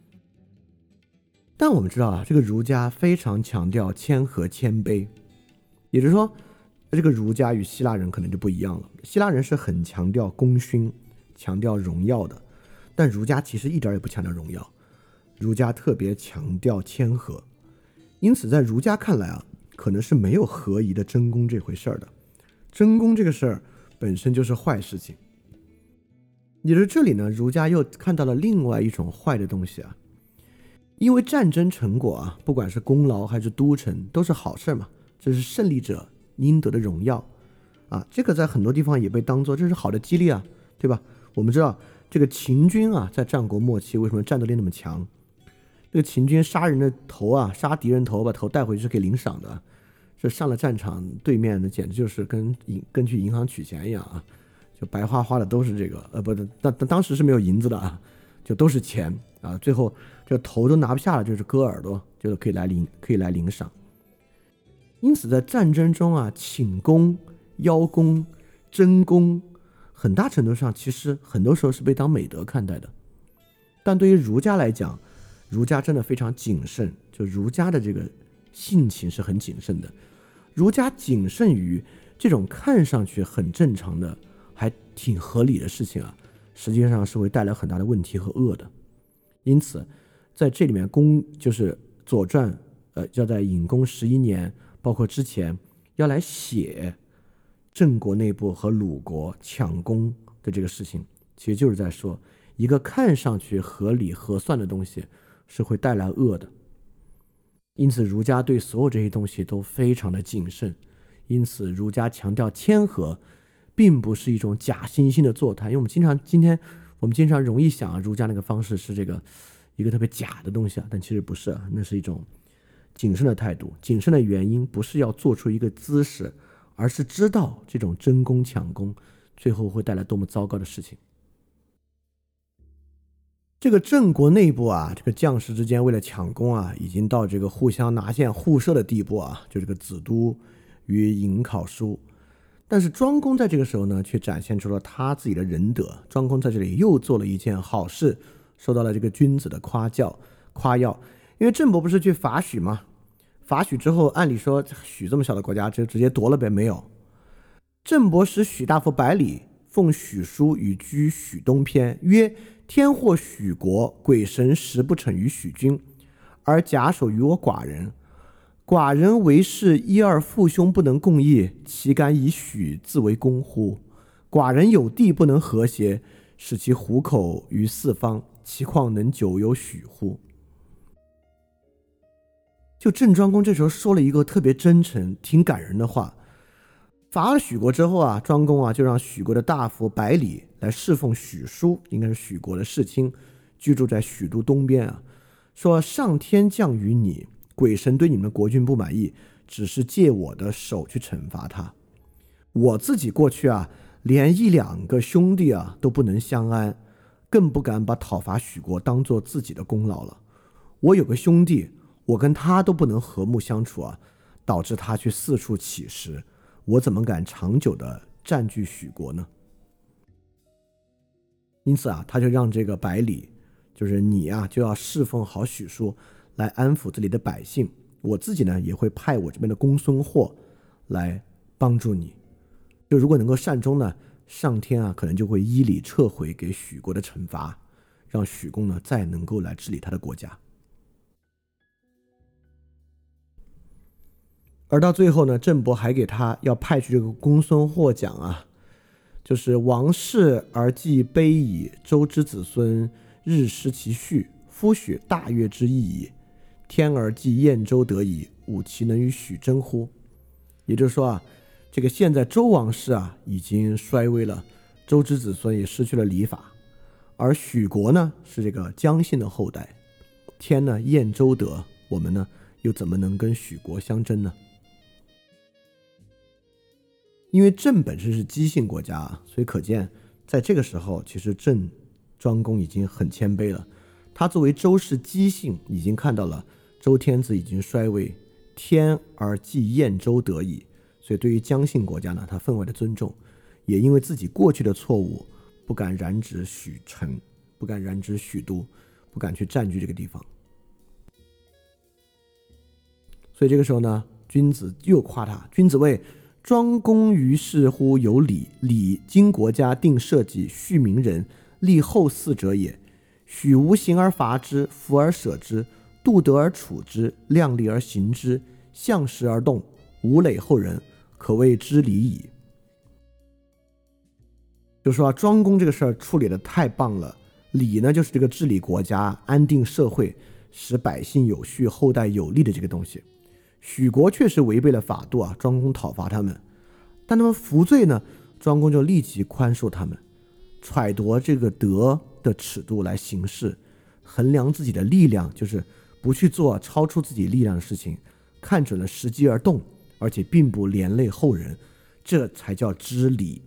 但我们知道啊，这个儒家非常强调谦和谦卑，也就是说，这个儒家与希腊人可能就不一样了。希腊人是很强调功勋、强调荣耀的，但儒家其实一点也不强调荣耀，儒家特别强调谦和。因此，在儒家看来啊，可能是没有合宜的争功这回事儿的。争功这个事儿本身就是坏事情。也就是这里呢，儒家又看到了另外一种坏的东西啊。因为战争成果啊，不管是功劳还是都城，都是好事嘛，这是胜利者应得的荣耀啊。这个在很多地方也被当作这是好的激励啊，对吧？我们知道这个秦军啊，在战国末期为什么战斗力那么强？这个秦军杀人的头啊，杀敌人头，把头带回去是给领赏的。这上了战场，对面的简直就是跟去银行取钱一样啊，就白花花的都是这个，不，当时是没有银子的啊，就都是钱啊，最后这头都拿不下了，就是割耳朵，就是可以来领赏。因此，在战争中啊，请功、邀功、争功，很大程度上其实很多时候是被当美德看待的。但对于儒家来讲，儒家真的非常谨慎，就儒家的这个性情是很谨慎的。儒家谨慎于这种看上去很正常的、还挺合理的事情啊，实际上是会带来很大的问题和恶的。因此，在这里面就是《左传》要在隐公11年，包括之前要来写郑国内部和鲁国抢功的这个事情，其实就是在说一个看上去合理合算的东西是会带来恶的。因此儒家对所有这些东西都非常的谨慎，因此儒家强调谦和，并不是一种假惺惺的坐谈。因为今天我们经常容易想儒家那个方式是这个一个特别假的东西啊，但其实不是啊，那是一种谨慎的态度。谨慎的原因不是要做出一个姿势，而是知道这种争功抢功最后会带来多么糟糕的事情。这个郑国内部啊，这个将士之间为了抢功啊，已经到这个互相拿箭互射的地步啊，就这个子都与尹考叔。但是庄公在这个时候呢，却展现出了他自己的仁德。庄公在这里又做了一件好事，受到了这个君子的夸耀。因为郑伯不是去伐许吗？伐许之后，按理说许这么小的国家就直接夺了呗，没有。郑伯使许大夫百里奉许书与居许东偏，曰：天祸许国，鬼神实不逞于许君，而假手于我寡人。寡人为是一二父兄不能共议，其敢以许自为公乎？寡人有地不能和谐，使其虎口于四方，其况能久有许乎？就郑庄公这时候说了一个特别真诚、挺感人的话。伐了许国之后啊，庄公啊就让许国的大夫百里来侍奉许叔，应该是许国的世卿，居住在许都东边啊。说上天降于你，鬼神对你们的国君不满意，只是借我的手去惩罚他。我自己过去啊，连一两个兄弟啊都不能相安，更不敢把讨伐许国当做自己的功劳了。我有个兄弟，我跟他都不能和睦相处啊，导致他去四处乞食。我怎么敢长久的占据许国呢？ 因此啊，他就让这个百里，就是你啊，就要侍奉好许叔，来安抚这里的百姓。我自己呢，也会派我这边的公孙获来帮助你。就如果能够善终呢，上天啊，可能就会依礼撤回给许国的惩罚，让许公呢再能够来治理他的国家。而到最后呢，郑伯还给他要派去这个公孙获讲啊，就是王室而既卑矣，周之子孙日失其序，夫许大悦之意矣。天而既燕周得矣，吾其能与许争乎？也就是说啊，这个现在周王室啊已经衰微了，周之子孙也失去了礼法，而许国呢是这个姜姓的后代，天呢燕周得，我们呢又怎么能跟许国相争呢？因为郑本身是姬姓国家啊，所以可见在这个时候，其实郑庄公已经很谦卑了。他作为周氏姬姓，已经看到了周天子已经衰微，天而既燕周得矣。所以对于姜姓国家呢，他分外的尊重，也因为自己过去的错误，不敢染指许城，不敢染指许都，不敢去占据这个地方。所以这个时候呢，君子又夸他，君子谓庄公于是乎有礼，礼经国家定社稷，恤民人，立后嗣者也。许无形而伐之，福而舍之，度德而处之，量力而行之，向时而动，无累后人，可谓知礼矣。就说庄公这个事儿处理的太棒了。礼呢，就是这个治理国家、安定社会、使百姓有序、后代有利的这个东西。许国确实违背了法度啊，庄公讨伐他们，但他们服罪呢，庄公就立即宽恕他们，揣度这个德的尺度来行事，衡量自己的力量，就是不去做超出自己力量的事情，看准了时机而动，而且并不连累后人，这才叫知礼。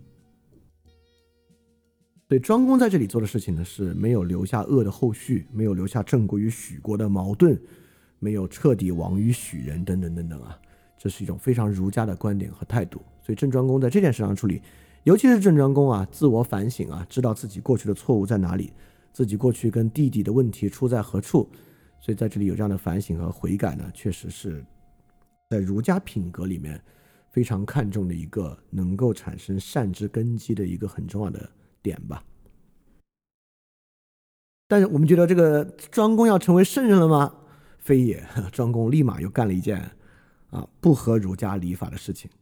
所以庄公在这里做的事情呢，是没有留下恶的后续，没有留下郑国与许国的矛盾，没有彻底亡于许人等等等等啊，这是一种非常儒家的观点和态度。所以郑庄公在这件事上处理，尤其是郑庄公啊，自我反省啊，知道自己过去的错误在哪里，自己过去跟弟弟的问题出在何处，所以在这里有这样的反省和悔改呢，确实是在儒家品格里面非常看重的一个能够产生善之根基的一个很重要的点吧。但是我们觉得这个庄公要成为圣人了吗？非也，庄公立马又干了一件不合儒家礼法的事情。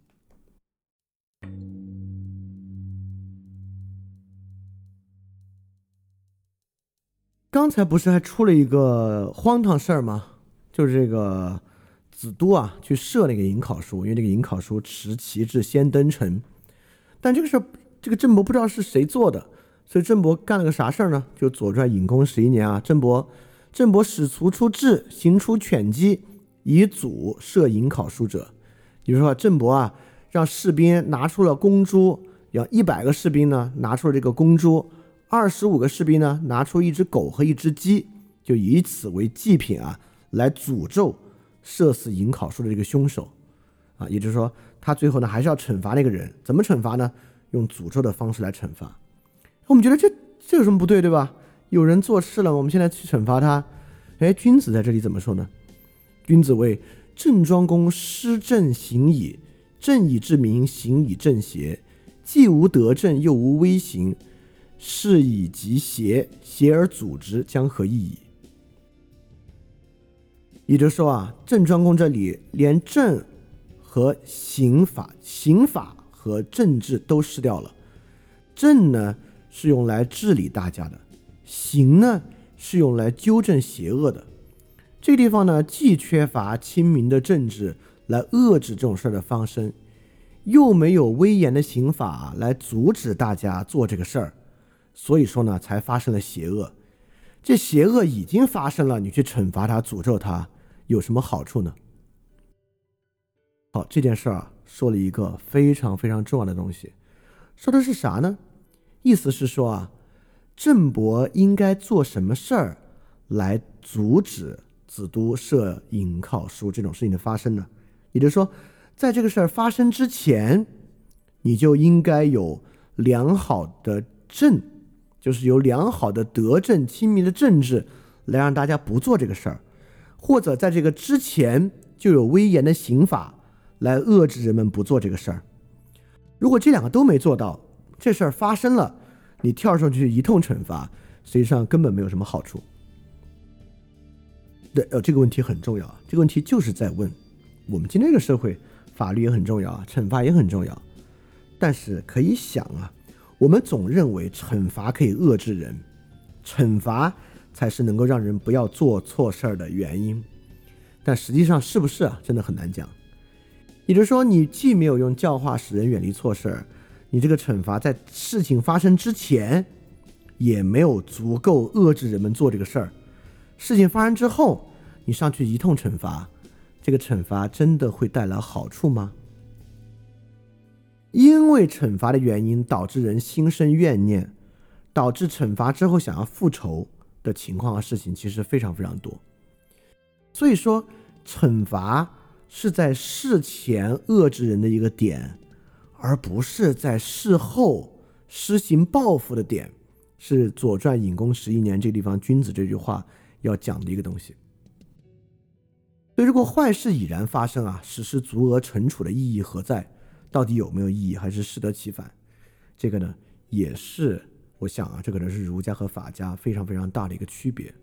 刚才不是还出了一个荒唐事儿吗？就是这个子都啊去设那个颍考书，因为这个颍考书持旗帜先登城，但这个事儿这个郑伯不知道是谁做的，所以郑伯干了个啥事儿呢？就左传隐公11年啊，郑伯使卒出制，行出犬击，以祖设颍考书者。也就是说，郑伯啊让士兵拿出了公猪，要100个士兵呢拿出了这个公猪，25个士兵呢拿出一只狗和一只鸡，就以此为祭品啊，来诅咒射死颍考书的这个凶手啊。也就是说，他最后呢还是要惩罚那个人，怎么惩罚呢？用诅咒的方式来惩罚。我们觉得这有什么不对，对吧？有人做事了，我们现在去惩罚他。君子在这里怎么说呢？君子谓郑庄公施政行矣，正以治民，行以正邪，既无德政，又无威行，是以及邪，邪而阻之，将何益矣？也就是说啊，郑庄公这里连政和刑法和政治都失掉了。政呢是用来治理大家的，刑呢是用来纠正邪恶的。这个地方呢，既缺乏亲民的政治来遏制这种事的发生，又没有威严的刑法来阻止大家做这个事儿，所以说呢，才发生了邪恶。这邪恶已经发生了，你去惩罚他、诅咒他，有什么好处呢？好，这件事啊，说了一个非常非常重要的东西，说的是啥呢？意思是说啊，郑伯应该做什么事儿来阻止子都设颍考书这种事情的发生呢？也就是说，在这个事儿发生之前，你就应该有良好的政就是有良好的德政、亲民的政治来让大家不做这个事儿，或者在这个之前就有威严的刑法来遏制人们不做这个事儿。如果这两个都没做到，这事儿发生了，你跳上去一通惩罚，实际上根本没有什么好处。对，这个问题很重要啊。这个问题就是在问，我们今天这个社会，法律也很重要啊，惩罚也很重要。但是可以想啊，我们总认为惩罚可以遏制人，惩罚才是能够让人不要做错事儿的原因。但实际上是不是啊？真的很难讲。也就是说，你既没有用教化使人远离错事儿，你这个惩罚在事情发生之前也没有足够遏制人们做这个事儿。事情发生之后，你上去一通惩罚，这个惩罚真的会带来好处吗？因为惩罚的原因导致人心生怨念，导致惩罚之后想要复仇的情况和事情其实非常非常多。所以说惩罚是在事前遏制人的一个点，而不是在事后施行报复的点，是《左传》隐公11年这个地方君子这句话要讲的一个东西。所以如果坏事已然发生啊，实施足额惩处的意义何在？到底有没有意义，还是适得其反？这个呢，也是我想啊，这可能是儒家和法家非常非常大的一个区别。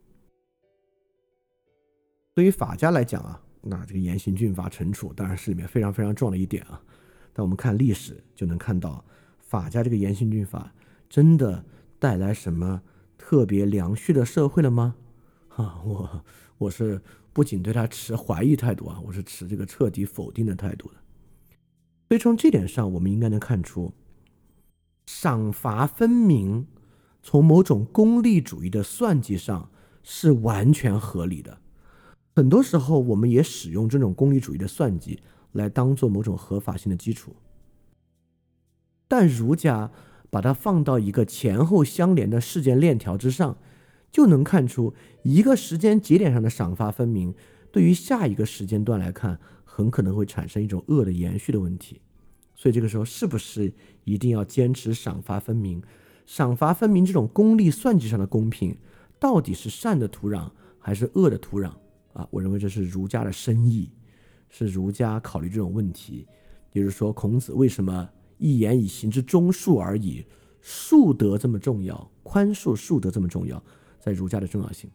对于法家来讲啊，那这个严刑峻法惩处当然是里面非常非常重要的一点啊。但我们看历史就能看到，法家这个严刑峻法真的带来什么特别良序的社会了吗？我是不仅对他持怀疑态度啊，我是持这个彻底否定的态度的。所以从这点上，我们应该能看出，赏罚分明，从某种功利主义的算计上是完全合理的。很多时候，我们也使用这种功利主义的算计来当做某种合法性的基础。但儒家把它放到一个前后相连的事件链条之上，就能看出一个时间节点上的赏罚分明，对于下一个时间段来看，很可能会产生一种恶的延续的问题。所以这个时候是不是一定要坚持赏罚分明？赏罚分明这种功利算计上的公平，到底是善的土壤还是恶的土壤啊？我认为这是儒家的深意，是儒家考虑这种问题。也就是说，孔子为什么一言以行之忠恕而已，恕德这么重要，宽恕恕德这么重要，在儒家的重要性。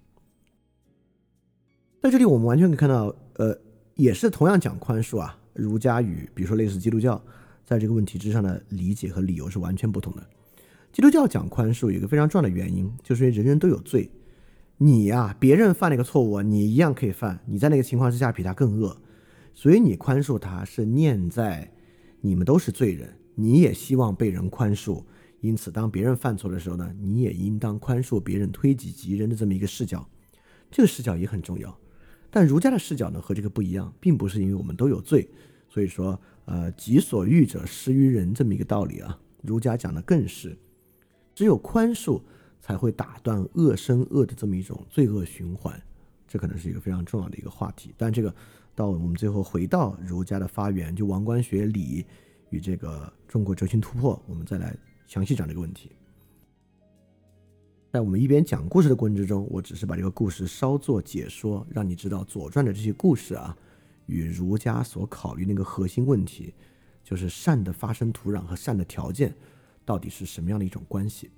在这里我们完全可以看到，也是同样讲宽恕啊，儒家与比如说类似基督教在这个问题之上的理解和理由是完全不同的。基督教讲宽恕有一个非常重要的原因，就是因为人人都有罪，你呀，别人犯了一个错误，你一样可以犯，你在那个情况之下比他更恶，所以你宽恕他是念在你们都是罪人，你也希望被人宽恕，因此当别人犯错的时候呢，你也应当宽恕别人，推己及人的这么一个视角。这个视角也很重要。但儒家的视角呢和这个不一样，并不是因为我们都有罪，所以说己所欲者施于人这么一个道理啊。儒家讲的更是只有宽恕才会打断恶生恶的这么一种罪恶循环，这可能是一个非常重要的一个话题。但这个到我们最后回到儒家的发源，就王冠学理与这个中国哲学突破，我们再来详细讲这个问题。在我们一边讲故事的过程之中，我只是把这个故事稍作解说，让你知道《左传》的这些故事啊，与儒家所考虑那个核心问题，就是善的发生土壤和善的条件到底是什么样的一种关系。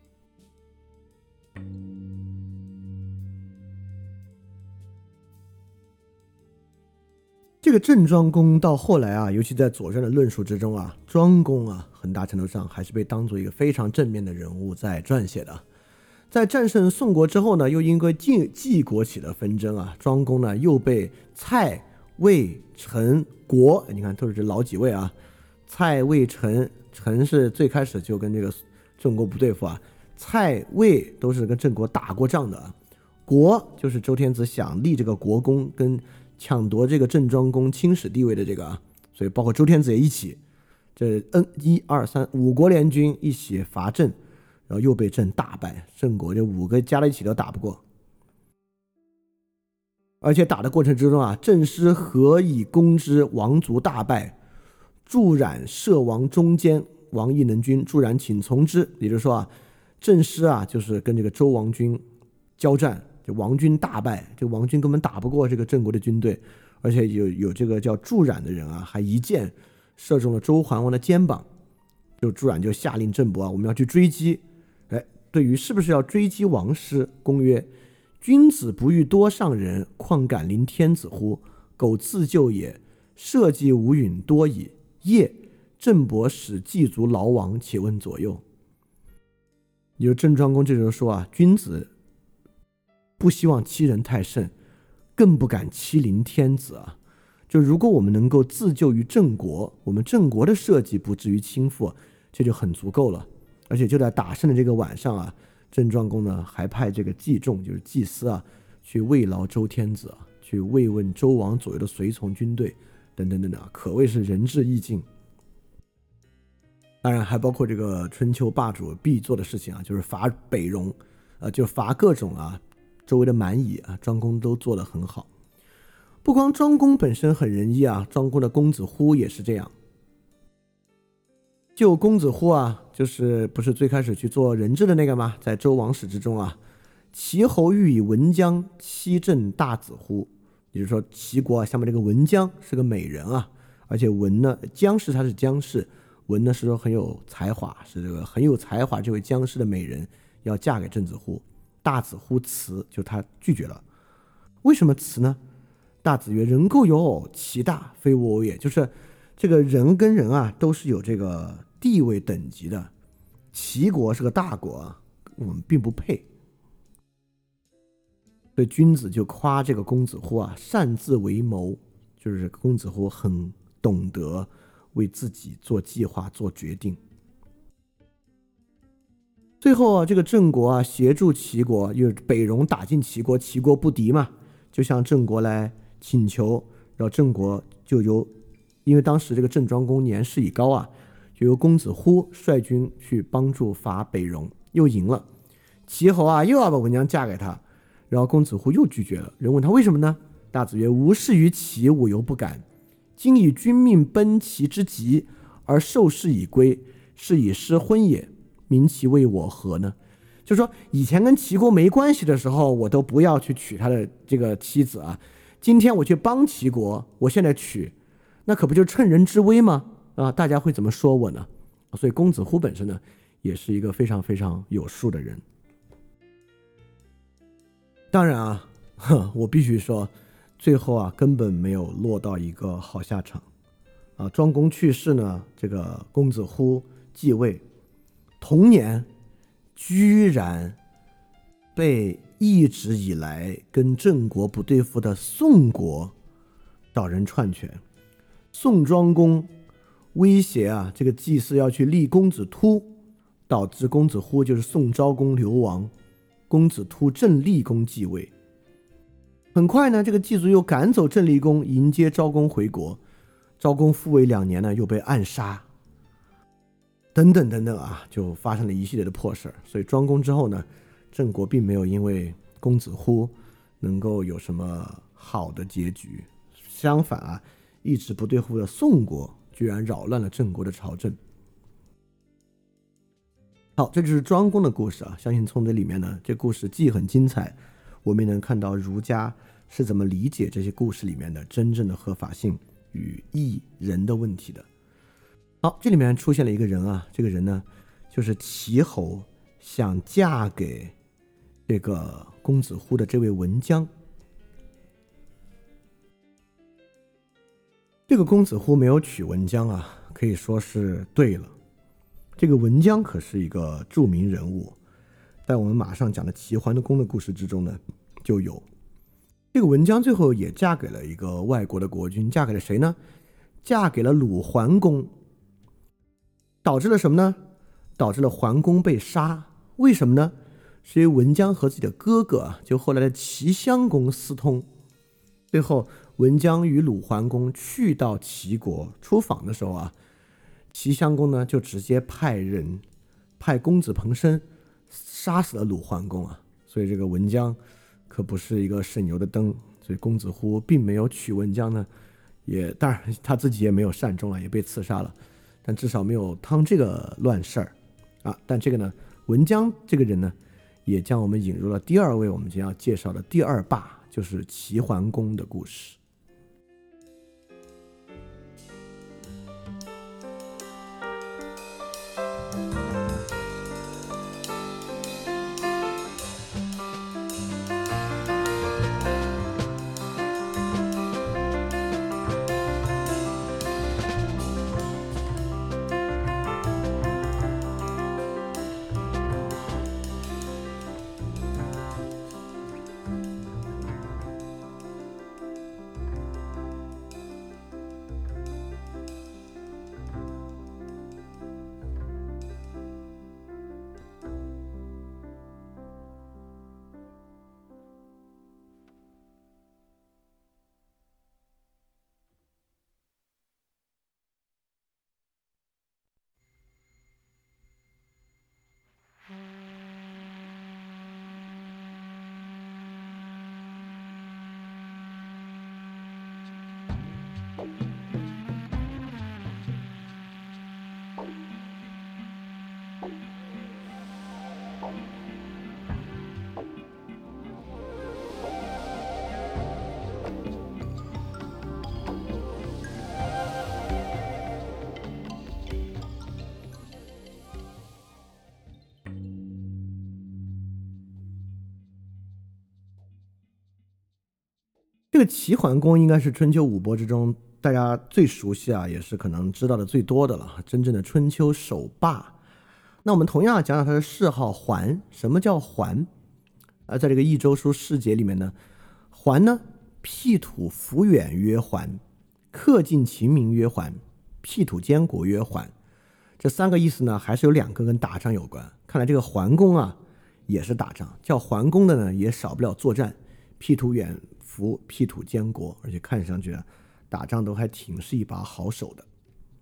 这个郑庄公到后来啊，尤其在《左传》的论述之中啊，庄公啊，很大程度上还是被当作一个非常正面的人物在撰写的。在战胜宋国之后呢，又因为晋国起了纷争啊，庄公呢又被蔡、魏、陈、国，你看都是这老几位啊，蔡、魏、陈，陈是最开始就跟这个郑国不对付啊，蔡、魏都是跟郑国打过仗的啊，国就是周天子想立这个国公，跟抢夺这个郑庄公青史地位的这个啊，所以包括周天子也一起，这1、2、3 5国联军一起伐郑。然后又被郑大败，郑国这5个加在一起都打不过，而且打的过程之中啊，郑师何以攻之，王族大败，助冉摄王中间，王亦能军，助冉请从之。也就是说啊， 郑师啊，就是跟这个周王军交战，这王军大败，这个王军根本打不过这个郑国的军队，而且有这个叫祝冉的人啊，还一箭射中了周桓王的肩膀。就祝冉就下令郑伯啊，我们要去追击。对于是不是要追击王师，公曰：君子不欲多上人，况敢临天子乎？苟自救也。社稷无允多矣。夜，郑伯使祭足劳王，且问左右。也就郑庄公这时候说啊，君子不希望欺人太甚，更不敢欺凌天子啊。就如果我们能够自救于郑国，我们郑国的社稷不至于倾覆，这就很足够了。而且就在打胜的这个晚上啊，郑庄公呢还派这个祭仲，就是祭司啊，去慰劳周天子啊，去慰问周王左右的随从军队等等等等，可谓是仁至义尽。当然还包括这个春秋霸主必做的事情啊，就是伐北戎，就伐各种啊周围的蛮夷啊，庄公都做得很好。不光庄公本身很仁义啊，庄公的公子乎也是这样。就公子乎啊，就是不是最开始去做人质的那个吗？在周王室之中啊，齐侯欲以文姜欺郑大子乎？也就是说，齐国啊，下面这个文姜是个美人啊，而且文呢，姜氏她是姜氏，文呢是说很有才华，是这个很有才华这位姜氏的美人要嫁给郑子乎，大子乎辞，就他拒绝了。为什么辞呢？大子曰：人构有偶，其大非我偶也。就是这个人跟人啊，都是有这个地位等级的。齐国是个大国，我们并不配。所以君子就夸这个公子乎啊，擅自为谋，就是公子乎很懂得为自己做计划、做决定。最后啊，这个郑国啊协助齐国，因为北戎打进齐国，齐国不敌嘛，就向郑国来请求，然后郑国就因为当时这个郑庄公年事已高啊，就由公子乎率军去帮助伐北戎，又赢了。齐侯啊又要把文姜嫁给他，然后公子乎又拒绝了。人问他为什么呢？大子曰：吾事于齐，我犹不敢。今以君命奔齐之急，而受事以归，是以失婚也。民其为我何呢？就是说，以前跟齐国没关系的时候，我都不要去娶他的这个妻子啊。今天我去帮齐国，我现在娶，那可不就趁人之危吗？啊，大家会怎么说我呢？所以公子乎本身呢，也是一个非常非常有数的人。当然啊，我必须说，最后啊，根本没有落到一个好下场啊。庄公去世呢，这个公子乎继位，同年居然被一直以来跟郑国不对付的宋国找人串权。宋庄公威胁啊，这个祭祀要去立公子突，导致公子乎就是宋昭公流亡，公子突郑厉公继位。很快呢，这个祭祖又赶走郑厉公，迎接昭公回国。昭公复位2年呢，又被暗杀。等等等等啊，就发生了一系列的破事。所以庄公之后呢，郑国并没有因为公子乎能够有什么好的结局，相反啊，一直不对付的宋国居然扰乱了郑国的朝政。好，这就是庄公的故事啊。相信从这里面呢，这故事既很精彩，我们也能看到儒家是怎么理解这些故事里面的真正的合法性与义人的问题的。好，这里面出现了一个人啊，这个人呢，就是齐侯想嫁给这个公子乎的这位文姜。这个公子乎没有娶文姜啊，可以说是对了。这个文姜可是一个著名人物，在我们马上讲的齐桓公的故事之中呢，就有。这个文姜最后也嫁给了一个外国的国君，嫁给了谁呢？嫁给了鲁桓公。导致了什么呢？导致了桓公被杀。为什么呢？是因为文姜和自己的哥哥啊，就后来的齐襄公私通。最后文姜与鲁桓公去到齐国出访的时候啊，齐襄公呢就直接派公子彭生杀死了鲁桓公啊。所以这个文姜可不是一个省油的灯。所以公子乎并没有娶文姜呢，也当然他自己也没有善终了，也被刺杀了。但至少没有趟这个乱事儿啊！但这个呢， 文姜这个人呢，也将我们引入了第二位我们将要介绍的第二霸，就是齐桓公的故事。这个齐桓公应该是春秋五伯之中大家最熟悉啊，也是可能知道的最多的了，真正的春秋首霸。那我们同样讲讲他的谥号桓。什么叫桓？在这个益州书释节里面呢，桓呢，辟土抚远曰桓，克尽秦民曰桓，辟土监国曰桓。这三个意思呢，还是有两个跟打仗有关。看来这个桓公啊，也是打仗。叫桓公的呢，也少不了作战，辟土远服，辟土监国，而且看上去啊，打仗都还挺是一把好手的。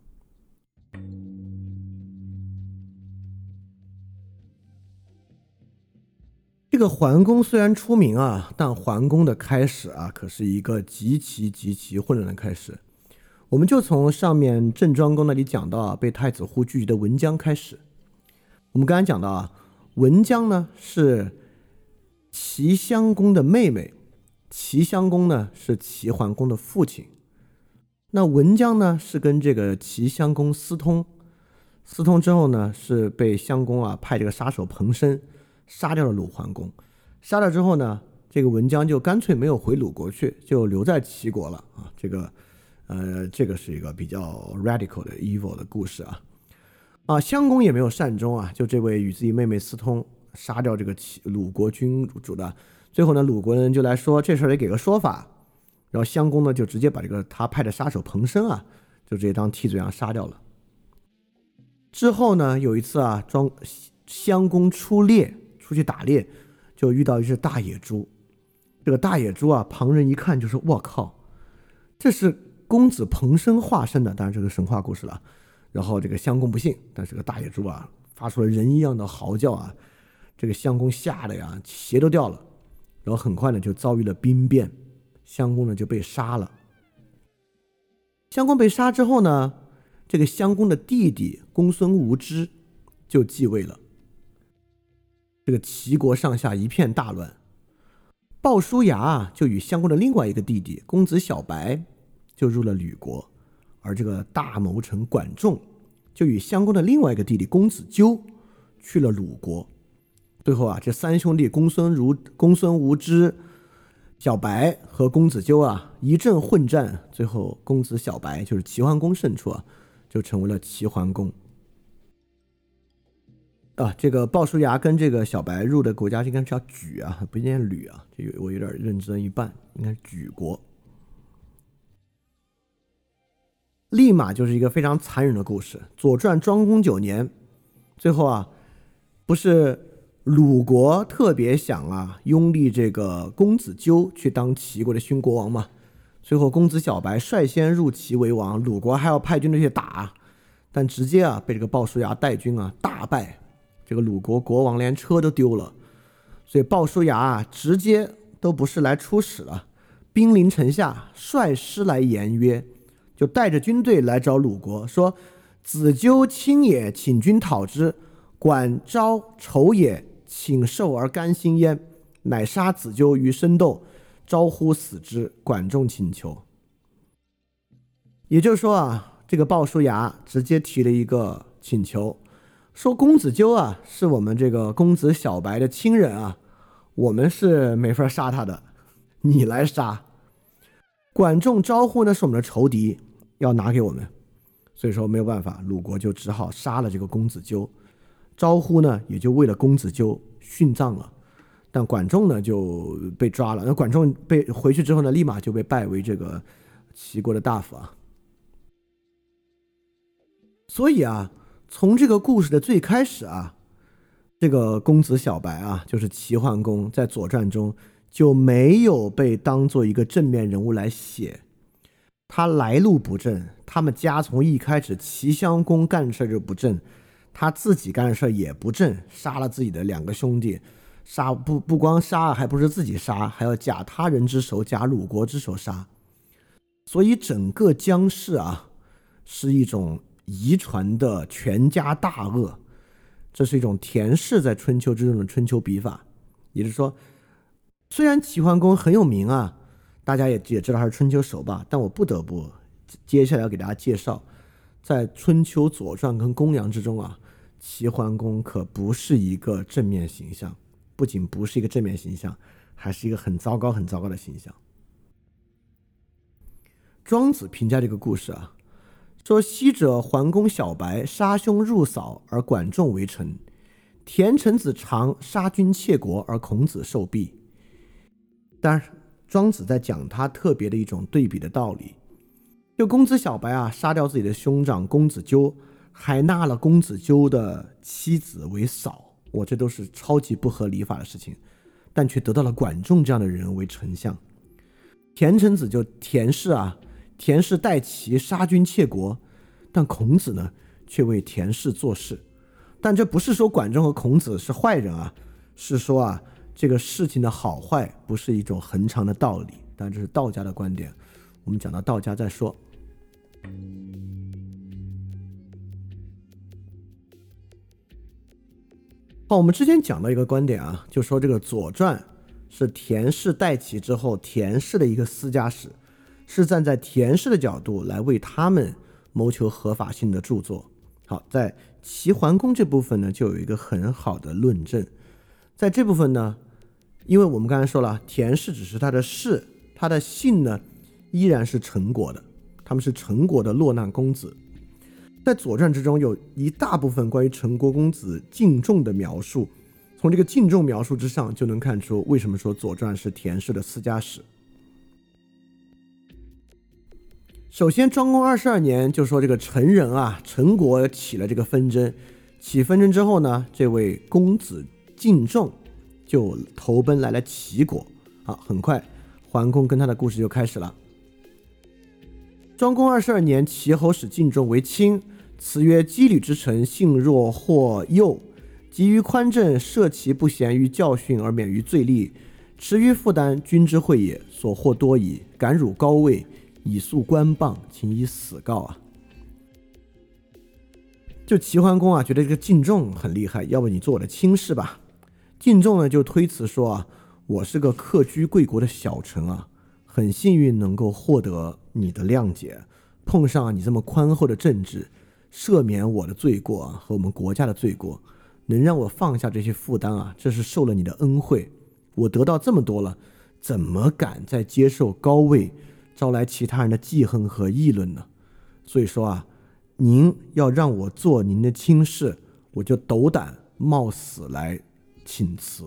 这个桓公虽然出名啊，但桓公的开始啊，可是一个极其混乱的开始。我们就从上面郑庄公那里讲到啊，被太子户拒绝的文姜开始。我们刚才讲到啊，文姜呢是齐襄公的妹妹，齐襄公呢是齐桓公的父亲。那文姜呢是跟这个齐襄公私通之后呢，是被襄公啊派这个杀手彭生杀掉了鲁桓公。杀掉之后呢，这个文姜就干脆没有回鲁国去，就留在齐国了啊。这个是一个比较 radical 的 evil 的故事啊。襄公也没有善终啊，就这位与自己妹妹私通，杀掉这个鲁国君主的。最后呢，鲁国人就来说这事儿得给个说法，然后襄公呢就直接把这个他派的杀手彭生啊，就直接当替罪羊杀掉了。之后呢，有一次啊，襄公出去打猎，就遇到一只大野猪。这个大野猪啊，旁人一看就是我靠，这是公子彭生化身的，当然这个神话故事了。然后这个襄公不信，但是这个大野猪啊，发出了人一样的嚎叫啊，这个襄公吓得呀鞋都掉了。然后很快呢就遭遇了兵变，襄公呢就被杀了。襄公被杀之后呢，这个襄公的弟弟公孙无知就继位了。这个齐国上下一片大乱，鲍叔牙啊就与襄公的另外一个弟弟公子小白就入了吕国，而这个大谋臣管仲就与襄公的另外一个弟弟公子纠去了鲁国。最后啊，这三兄弟公孙无知、小白和公子纠啊一阵混战，最后公子小白就是齐桓公胜出啊，就成为了齐桓公。这个鲍叔牙跟这个小白入的国家应该是叫莒啊，不念吕啊，这个我有点认真一半，应该是莒国。立马就是一个非常残忍的故事。左传庄公9年，最后啊，不是鲁国特别想啊拥立这个公子纠去当齐国的新国王嘛？最后公子小白率先入齐为王，鲁国还要派军队去打，但直接啊被这个鲍叔牙带军啊大败。这个鲁国国王连车都丢了，所以鲍叔牙啊直接都不是来出使了，兵临城下，率师来言曰，就带着军队来找鲁国，说子纠亲也，请君讨之， 管昭仇也，请受而甘心焉，乃杀子纠于深斗，招呼死之。管仲请求。也就是说啊，这个鲍叔牙直接提了一个请求，说公子纠啊是我们这个公子小白的亲人啊，我们是没法杀他的，你来杀。管仲招呼呢是我们的仇敌，要拿给我们，所以说没有办法，鲁国就只好杀了这个公子纠。招呼呢也就为了公子纠殉葬了，但管仲呢就被抓了。那管仲被回去之后呢，立马就被拜为这个齐国的大夫啊。所以啊，从这个故事的最开始啊，这个公子小白啊，就是齐桓公，在《左传》中就没有被当做一个正面人物来写。他来路不正，他们家从一开始齐襄公干事就不正，他自己干的事也不正，杀了自己的2个兄弟，不光杀，还不是自己杀，还要假他人之手，假鲁国之手杀。所以整个姜氏啊，是一种遗传的全家大恶，这是一种田氏在春秋之中的春秋笔法。也就是说，虽然齐桓公很有名啊，大家也知道他是春秋手把，但我不得不接下来要给大家介绍，在春秋左传跟公羊之中啊，齐桓公可不是一个正面形象，不仅不是一个正面形象，还是一个很糟糕很糟糕的形象。庄子评价这个故事啊，说昔者桓公小白杀兄入嫂而管仲为臣，田臣子长杀君窃国而孔子受弊。当然庄子在讲他特别的一种对比的道理，就公子小白啊杀掉自己的兄长公子纠，还纳了公子纠的妻子为嫂，这都是超级不合理法的事情，但却得到了管仲这样的人为丞相。田臣子就田氏啊，田氏代齐杀君窃国，但孔子呢却为田氏做事。但这不是说管仲和孔子是坏人啊，是说啊这个事情的好坏不是一种恒常的道理，但这是道家的观点，我们讲到道家再说。好，我们之前讲到一个观点啊，就说这个《左传》是田氏代齐之后田氏的一个私家史，是站在田氏的角度来为他们谋求合法性的著作。好，在齐桓公这部分呢，就有一个很好的论证。在这部分呢，因为我们刚才说了，田氏只是他的氏，他的姓呢依然是陈国的，他们是陈国的落难公子。在《左传》之中有一大部分关于陈国公子敬仲的描述，从这个敬仲描述之上就能看出为什么说《左传》是田氏的私家史。首先庄公22年就说这个陈人啊，陈国起了这个纷争，起纷争之后呢，这位公子敬仲就投奔来了齐国。好，很快桓公跟他的故事就开始了。庄公22年，齐侯使敬仲为卿，辞曰：羁旅之臣，性弱或幼，急于宽政，赦其不贤于教训而免于罪吏，持于负担，君之惠也，所获多矣，敢辱高位，以诉官谤，请以死告啊。就齐桓公啊，觉得这个敬仲很厉害，要不你做我的卿士吧。敬仲呢就推辞说啊，我是个客居贵国的小臣啊，很幸运能够获得你的谅解，碰上你这么宽厚的政治，赦免我的罪过啊和我们国家的罪过，能让我放下这些负担啊，这是受了你的恩惠。我得到这么多了，怎么敢再接受高位，招来其他人的记恨和议论呢？所以说啊，您要让我做您的卿士，我就斗胆冒死来请辞。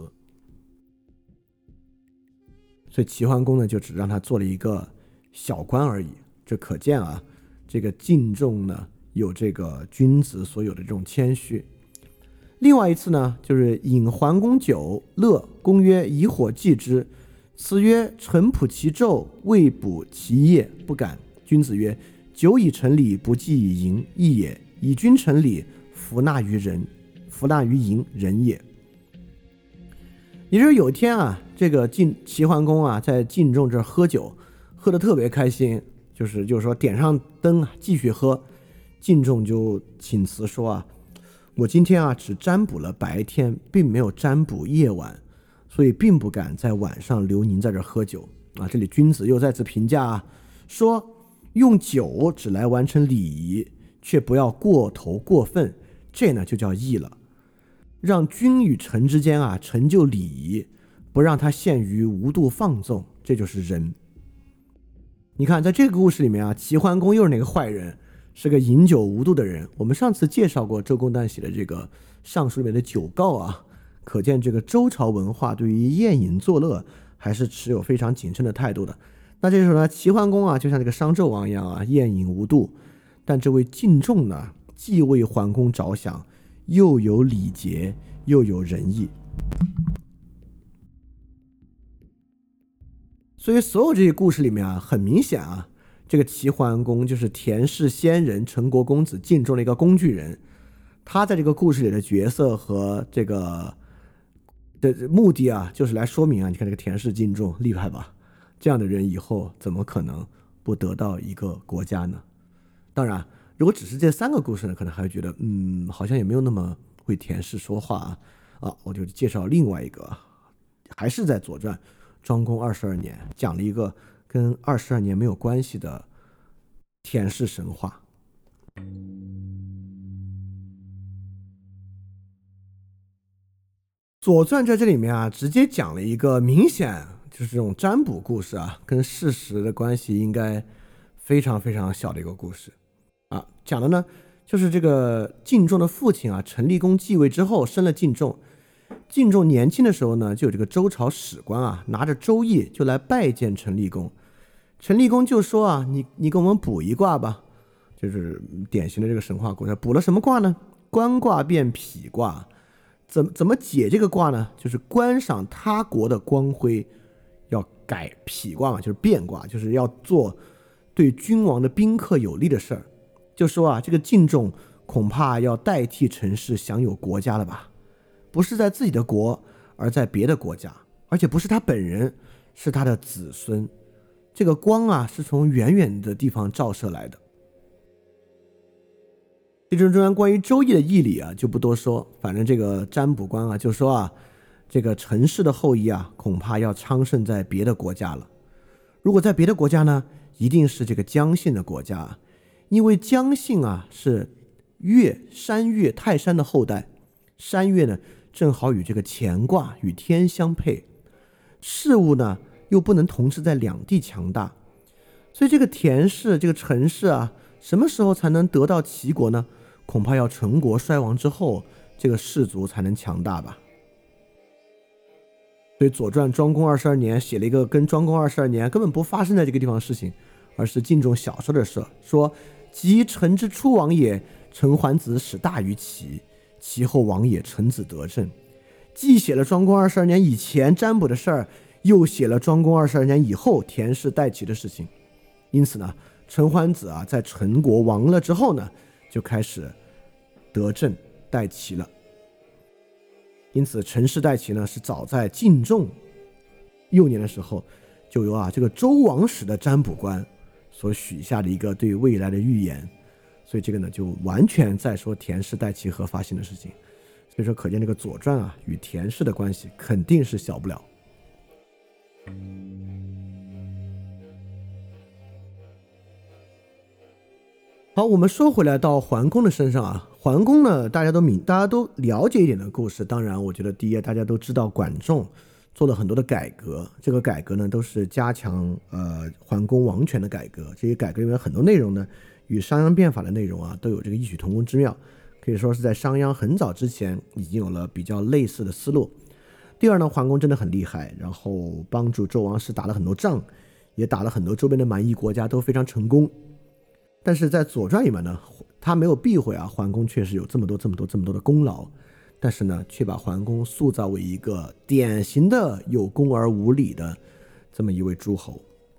所以齐桓公呢就只让他做了一个小官而已。这可见啊，这个敬仲呢有这个君子所有的这种谦虚。另外一次呢，就是引桓公酒乐，公曰：以火祭之。辞曰：臣仆其纣，未卜其业，不敢。君子曰：酒以成礼，不祭以淫，义也；以君成礼，服纳于淫，人也。也就是有一天啊，这个齐桓公啊，在敬仲这儿喝酒，喝得特别开心，就是说点上灯啊，继续喝。敬仲就请辞说啊， 我今天啊只占卜了白天，并没有占卜夜晚，所以并不敢在晚上留您在这儿喝酒啊。这里君子又再次评价啊，说用酒只来完成礼仪，却不要过头过分，这呢就叫义了。让君与臣之间啊成就礼仪，不让它陷于无度放纵，这就是仁。你看在这个故事里面啊，齐桓公又是哪个坏人？是个饮酒无度的人。我们上次介绍过周公旦写的这个尚书里面的酒告啊，可见这个周朝文化对于宴饮作乐还是持有非常谨慎的态度的。那这时候呢，齐桓公啊就像这个商纣王一样啊，宴饮无度，但这位晋仲呢既为桓公着想，又有礼节，又有仁义。所以所有这些故事里面啊，很明显啊，这个齐桓公就是田氏仙人陈国公子晋中的一个工具人。他在这个故事里的角色和这个的目的啊，就是来说明啊，你看这个田氏晋中厉害吧？这样的人以后怎么可能不得到一个国家呢？当然，如果只是这3个故事呢，可能还会觉得好像也没有那么会田氏说话啊。我就介绍另外一个，还是在《左传》庄公22年，讲了一个跟22年没有关系的田氏神话。左传在这里面啊，直接讲了一个明显就是这种占卜故事啊，跟事实的关系应该非常非常小的一个故事啊。讲的呢，就是这个晋仲的父亲啊，陈立公继位之后生了晋仲。晋仲年轻的时候呢，就有这个周朝史官啊，拿着周易就来拜见陈立公。陈立公就说啊，你给我们卜一卦吧，就是典型的这个神话故事。卜了什么卦呢？观卦变否卦。怎么解这个卦呢？就是观赏他国的光辉，要改否卦嘛，就是变卦，就是要做对君王的宾客有利的事儿。就说啊，这个晋仲恐怕要代替陈氏享有国家了吧？不是在自己的国，而在别的国家，而且不是他本人，是他的子孙。这个光啊，是从远远的地方照射来的。这中关于周易的义理啊，就不多说。反正这个占卜官啊，就说啊，这个陈氏的后裔啊，恐怕要昌盛在别的国家了。如果在别的国家呢，一定是这个姜姓的国家，因为姜姓啊是山岳泰山的后代，山岳呢正好与这个乾卦与天相配，事物呢又不能同时在两地强大，所以这个田氏这个陈氏啊，什么时候才能得到齐国呢？恐怕要陈国衰亡之后，这个氏族才能强大吧。所以《左传》庄公22年写了一个跟庄公22年根本不发生在这个地方的事情，而是晋仲小时候的事，说及陈之初亡也，陈桓子始大于齐，其后亡也，陈子得政。既写了庄公22年以前占卜的事儿，又写了庄公22年以后田氏代齐的事情。因此呢，陈桓子啊，在陈国亡了之后呢，就开始得政代齐了。因此陈氏代齐呢，是早在晋仲幼年的时候，就由这个周王室的占卜官所许下的一个对未来的预言。所以这个呢，就完全在说田氏代齐合发性的事情。所以说可见这个左传啊，与田氏的关系肯定是小不了。好，我们说回来到桓公的身上啊。桓公呢，大家都了解一点的故事。当然我觉得第一，大家都知道管仲做了很多的改革，这个改革呢都是加强桓公王权的改革。这些改革里面很多内容呢，与商鞅变法的内容啊都有这个异曲同工之妙，可以说是在商鞅很早之前已经有了比较类似的思路。第二呢，桓公真的很厉害，然后帮助周王室打了很多仗，也打了很多周边的蛮夷国家，都非常成功。但是在左传里面呢，他没有避讳啊，桓公确实有这么多的功劳，但是呢，却把桓公塑造为一个典型的有功而无礼的这么一位诸侯。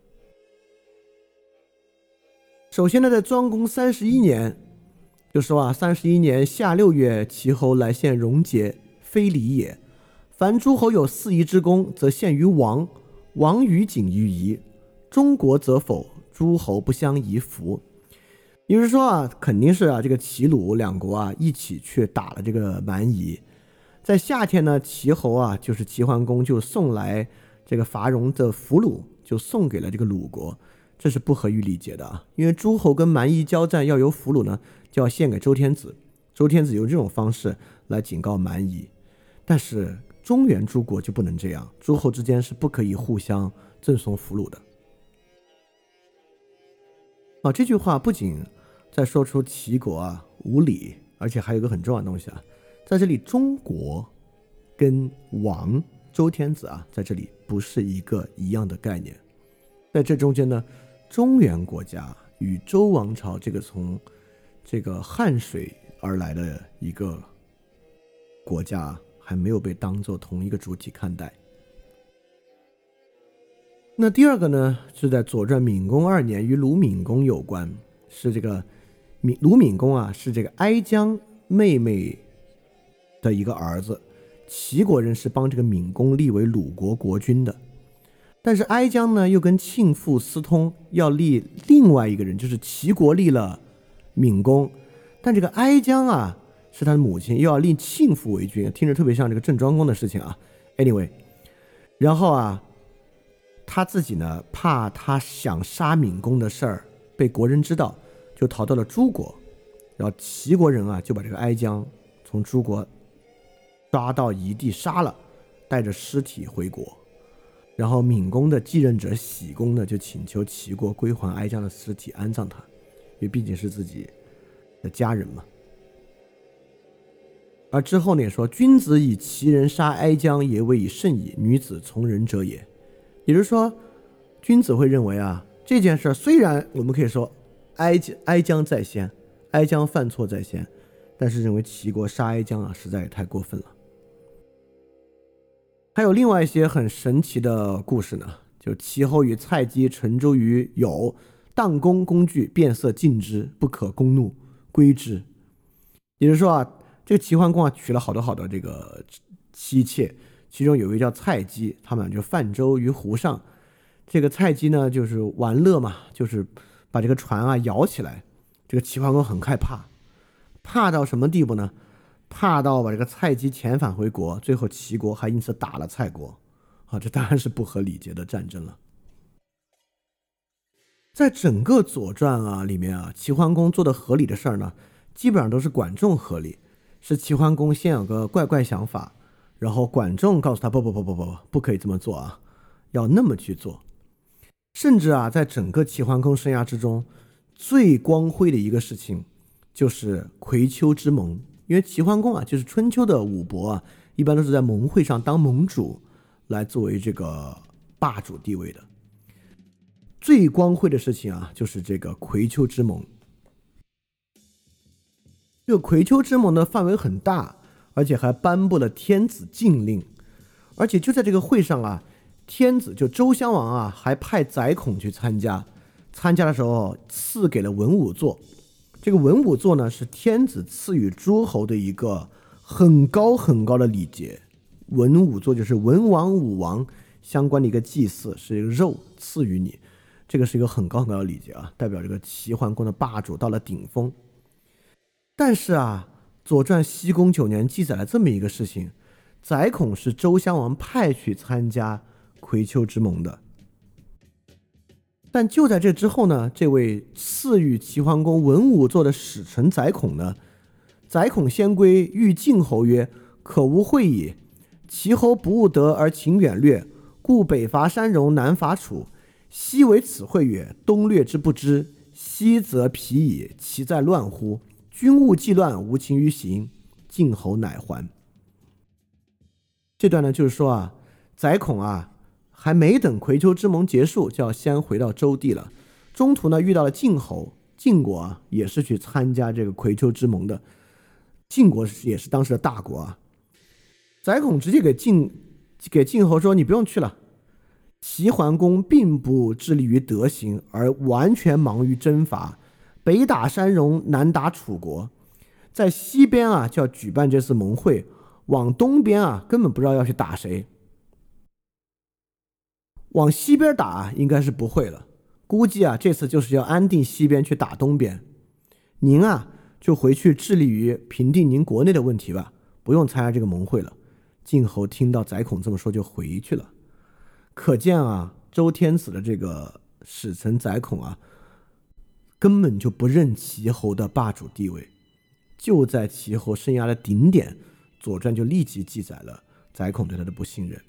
首先呢，在庄公31年，就说啊，31年夏6月，齐侯来献戎节，非礼也。凡诸侯有4夷之功，则献于王，王于景于夷。中国则否，诸侯不相宜服。 也就是说啊，肯定是啊，这个齐鲁两国啊一起去打了这个蛮夷。在夏天呢，齐侯啊，就是齐桓公就送来这个伐戎的俘虏，就送给了这个鲁国，这是不合于礼节的啊。因为诸侯跟蛮夷交战要由俘虏呢，就要献给周天子，周天子用这种方式来警告蛮夷。但是中原诸国就不能这样，诸侯之间是不可以互相赠送俘虏的。啊，这句话不仅在说出齐国啊无礼，而且还有一个很重要的东西啊，在这里中国跟王周天子啊，在这里不是一个一样的概念。在这中间呢，中原国家与周王朝这个从这个汉水而来的一个国家还没有被当作同一个主体看待。那第二个呢，是在左传闵公2年与鲁闵公有关，是这个鲁闵公啊，是这个哀姜妹妹的一个儿子，齐国人是帮这个闵公立为鲁国国君的。但是哀姜呢，又跟庆父私通，要立另外一个人，就是齐国立了闵公，但这个哀姜啊，是他的母亲，又要立庆父为君，听着特别像这个郑庄公的事情啊。Anyway， 然后啊，他自己呢，怕他想杀闵公的事儿被国人知道，就逃到了诸国。然后齐国人啊，就把这个哀姜从诸国抓到夷地杀了，带着尸体回国。然后闵公的继任者喜公呢，就请求齐国归还哀姜的尸体，安葬他，因为毕竟是自己的家人嘛。而之后呢，也说君子以其人杀哀姜，也未以甚矣，女子从人者也。也就是说，君子会认为啊，这件事虽然我们可以说哀姜在先，哀姜犯错在先，但是认为齐国杀哀姜啊，实在也太过分了。还有另外一些很神奇的故事呢，就齐侯与蔡姬乘舟于牖，荡弓工具，变色尽之，不可攻怒，归之。也就是说啊，这个齐桓公啊娶了好多这个妻妾，其中有一位叫蔡姬，他们就泛舟于湖上。这个蔡姬呢，就是玩乐嘛，就是把这个船啊摇起来。这个齐桓公很害怕，怕到什么地步呢？怕到把这个蔡姬遣返回国，最后齐国还因此打了蔡国。啊，这当然是不合礼节的战争了。在整个左传啊里面啊，齐桓公做的合理的事儿呢，基本上都是管仲合理，是齐桓公先有个怪想法，然后管仲告诉他不可以这么做啊，要那么去做。甚至啊，在整个齐桓公生涯之中，最光辉的一个事情就是葵丘之盟。因为齐桓公啊，就是春秋的武伯啊，一般都是在盟会上当盟主，来作为这个霸主地位的。最光辉的事情啊，就是这个葵丘之盟。这个葵丘之盟的范围很大，而且还颁布了天子禁令。而且就在这个会上啊，天子就周襄王啊，还派宰孔去参加。参加的时候赐给了文武座。这个文武座呢，是天子赐予诸侯的一个很高的礼节。文武座就是文王、武王相关的一个祭祀，是肉赐予你，这个是一个很高的礼节啊，代表这个齐桓公的霸主到了顶峰。但是啊，《左传》西公9年记载了这么一个事情：宰孔是周襄王派去参加葵丘之盟的。但就在这之后呢，这位赐予齐桓公文武座的使臣宰孔呢，宰孔先归，欲晋侯曰：“可无会矣。齐侯不务德而勤远略，故北伐山戎，南伐楚。昔为此会也，东略之不知，西则疲矣，其在乱乎？君务既乱，无情于行。晋侯乃还。”这段呢，就是说啊，宰孔啊，还没等葵丘之盟结束，就要先回到周地了。中途呢，遇到了晋侯，晋国啊，也是去参加这个葵丘之盟的。晋国也是当时的大国啊。宰孔直接给晋侯说：“你不用去了。齐桓公并不致力于德行，而完全忙于征伐，北打山戎，南打楚国。在西边啊，就要举办这次盟会；往东边啊，根本不知道要去打谁。往西边打应该是不会了，估计啊这次就是要安定西边去打东边。 您啊就回去致力于平定您国内的问题吧，不用参加这个盟会了。晋侯听到宰孔这么说就回去了。可见啊，周天子的这个使臣宰孔啊，根本就不认齐侯的霸主地位。就在齐侯生涯的顶点，《左传》就立即记载了宰孔对他的不信任。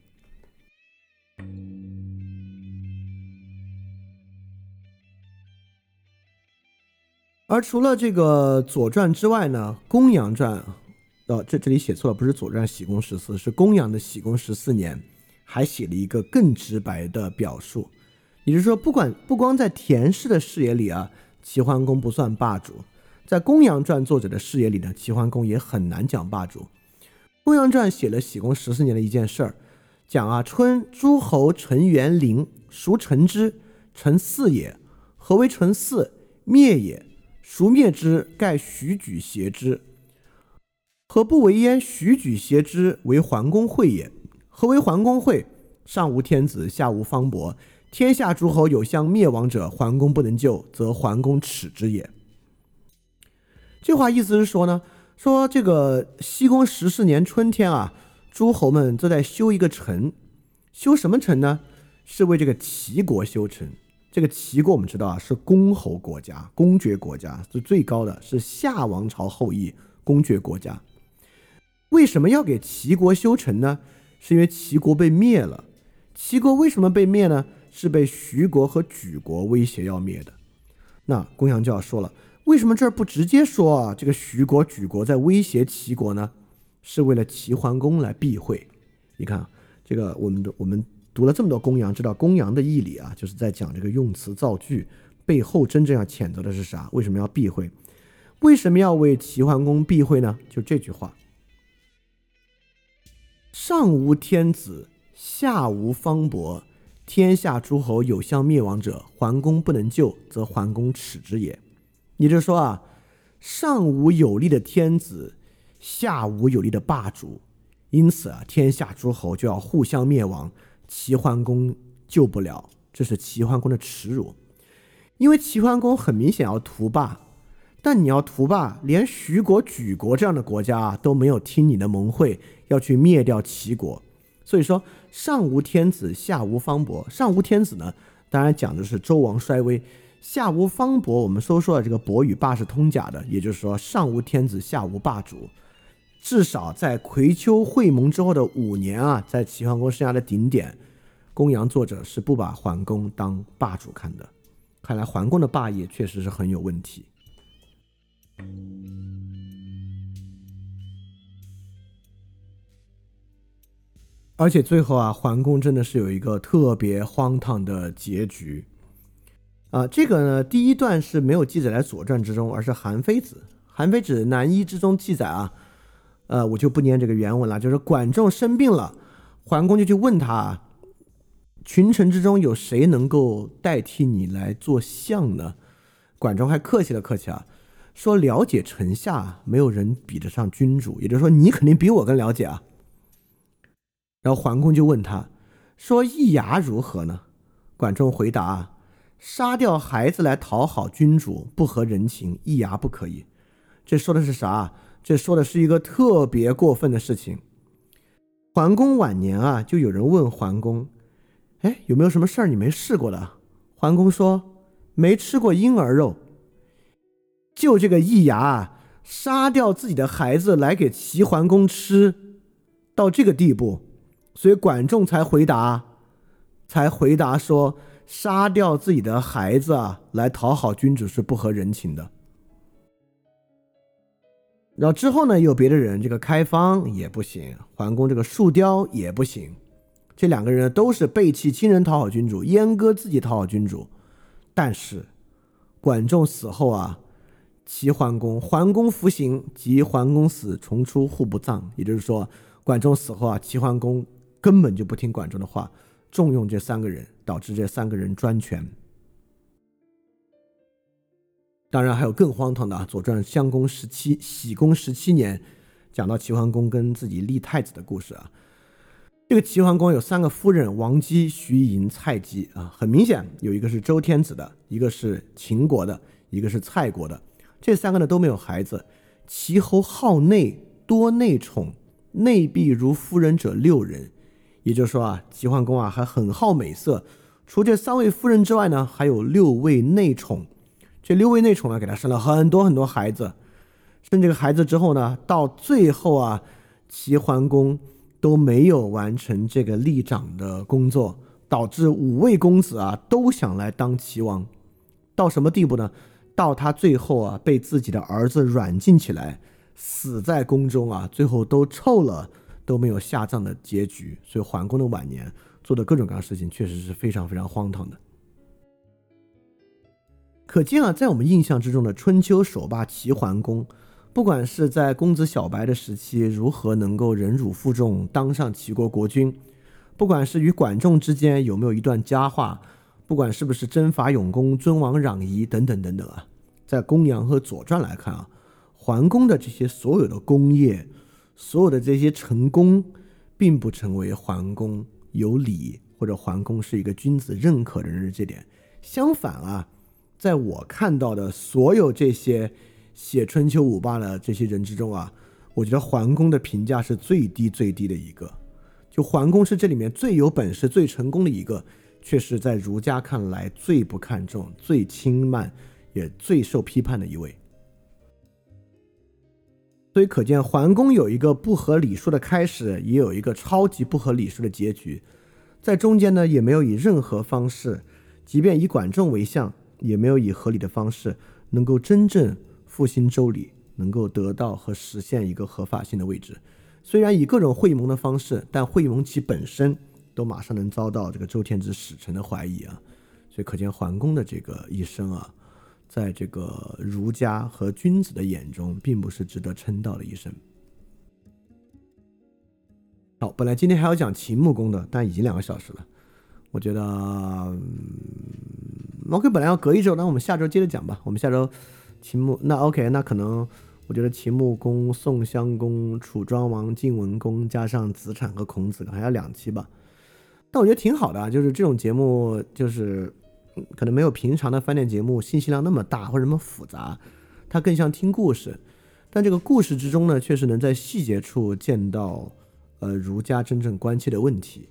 而除了这个《左传》之外呢，《公羊传》这里写错了，不是《左传》喜公14，是公羊的喜公14年，还写了一个更直白的表述。也就是说，不光在田氏的视野里啊，齐桓公不算霸主，在《公羊传》作者的视野里呢，齐桓公也很难讲霸主。《公羊传》写了喜公14年的一件事儿，讲啊，春诸侯成元陵，孰成之？成嗣也。何为成嗣？灭也。孰灭之？盖许举挟之。何不为焉？许举挟之，为桓公会也。何为桓公会？上无天子，下无方伯，天下诸侯有相灭亡者，桓公不能救，则桓公耻之也。这话意思是说呢，说这个西公14年春天啊，诸侯们都在修一个城，修什么城呢？是为这个齐国修城。这个齐国我们知道啊，是公侯国家，公爵国家，是最高的，是夏王朝后裔公爵国家。为什么要给齐国修城呢？是因为齐国被灭了。齐国为什么被灭呢？是被徐国和莒国威胁要灭的。那公羊就要说了，为什么这儿不直接说啊，这个徐国、莒国在威胁齐国呢？是为了齐桓公来避讳。你看这个我们读了这么多公羊，知道公羊的义理啊，就是在讲这个用词造句背后真正要谴责的是啥？为什么要避讳？为什么要为齐桓公避讳呢？就这句话：上无天子，下无方伯，天下诸侯有相灭亡者，桓公不能救，则桓公耻之也。也就是说啊，上无有力的天子，下无有力的霸主，因此啊，天下诸侯就要互相灭亡，齐桓公救不了，这是齐桓公的耻辱。因为齐桓公很明显要图霸，但你要图霸，连徐国、莒国这样的国家啊都没有听你的盟会，要去灭掉齐国。所以说，上无天子，下无方伯。上无天子呢，当然讲的是周王衰微；下无方伯，我们说了这个伯与霸是通假的，也就是说，上无天子，下无霸主。至少在葵丘会盟之后的5年啊，在齐桓公生涯的顶点，公羊作者是不把桓公当霸主看的。看来桓公的霸业确实是很有问题。而且最后啊，桓公真的是有一个特别荒唐的结局啊。这个呢，第一段是没有记载在《左传》之中，而是韩非子南一之中记载啊。我就不念这个原文了，就是管仲生病了，桓公就去问他，群臣之中有谁能够代替你来做相呢？管仲还客气了啊，说了解臣下，没有人比得上君主，也就是说你肯定比我更了解啊。然后桓公就问他说，易牙如何呢？管仲回答，杀掉孩子来讨好君主，不合人情，易牙不可以。这说的是啥？这说的是一个特别过分的事情。桓公晚年啊，就有人问桓公，有没有什么事儿你没试过的？桓公说，没吃过婴儿肉。就这个易牙啊，杀掉自己的孩子来给齐桓公吃，到这个地步，所以管仲才回答说，杀掉自己的孩子啊，来讨好君主是不合人情的。然后之后呢，有别的人，这个开方也不行，桓公这个树雕也不行，这两个人都是背弃亲人讨好君主，阉割自己讨好君主。但是管仲死后啊，齐桓公服刑，及桓公死，重出户部葬。也就是说，管仲死后啊，齐桓公根本就不听管仲的话，重用这3个人，导致这3个人专权。当然还有更荒唐的啊，《左传》喜公17年讲到齐桓公跟自己立太子的故事啊。这个齐桓公有3个夫人，王姬、徐寅、蔡姬啊。很明显有一个是周天子的，一个是秦国的，一个是蔡国的。 这3个呢都没有孩子。齐侯好内，多内宠，内婢如夫人者6人。也就是说啊，齐桓公啊还很好美色，除这3位夫人之外呢，还有6位内宠。这6位内宠呢，给他生了很多很多孩子。生这个孩子之后呢，到最后啊，齐桓公都没有完成这个立长的工作，导致5位公子啊都想来当齐王。到什么地步呢？到他最后啊被自己的儿子软禁起来，死在宫中啊，最后都臭了都没有下葬的结局。所以桓公的晚年做的各种各样的事情确实是非常非常荒唐的。可见啊，在我们印象之中的春秋首霸齐桓公，不管是在公子小白的时期如何能够忍辱负重当上齐国国君，不管是与管仲之间有没有一段佳话，不管是不是征伐永公、尊王攘夷等等等等啊，在公羊和左传来看啊，桓公的这些所有的功业，所有的这些成功，并不成为桓公有礼或者桓公是一个君子认可的人的这点。相反啊，在我看到的所有这些写春秋五霸的这些人之中啊，我觉得桓公的评价是最低最低的一个。就桓公是这里面最有本事、最成功的一个，却是在儒家看来最不看重、最轻慢，也最受批判的一位。所以可见桓公有一个不合理数的开始，也有一个超级不合理数的结局。在中间呢，也没有以任何方式，即便以管仲为相，也没有以合理的方式能够真正复兴周礼，能够得到和实现一个合法性的位置。虽然以各种会盟的方式，但会盟其本身都马上能遭到这个周天子使臣的怀疑啊。所以可见桓公的这个一生啊，在这个儒家和君子的眼中，并不是值得称道的一生。好，本来今天还要讲秦穆公的，但已经2个小时了。我觉得OK， 本来要隔一周，那我们下周接着讲吧。我们下周秦穆，那 OK， 那可能我觉得秦穆公、宋襄公、楚庄王、晋文公加上子产和孔子，还要2期吧。但我觉得挺好的啊，就是这种节目，就是可能没有平常的饭店节目信息量那么大或者那么复杂，它更像听故事。但这个故事之中呢，确实能在细节处见到儒家真正关切的问题。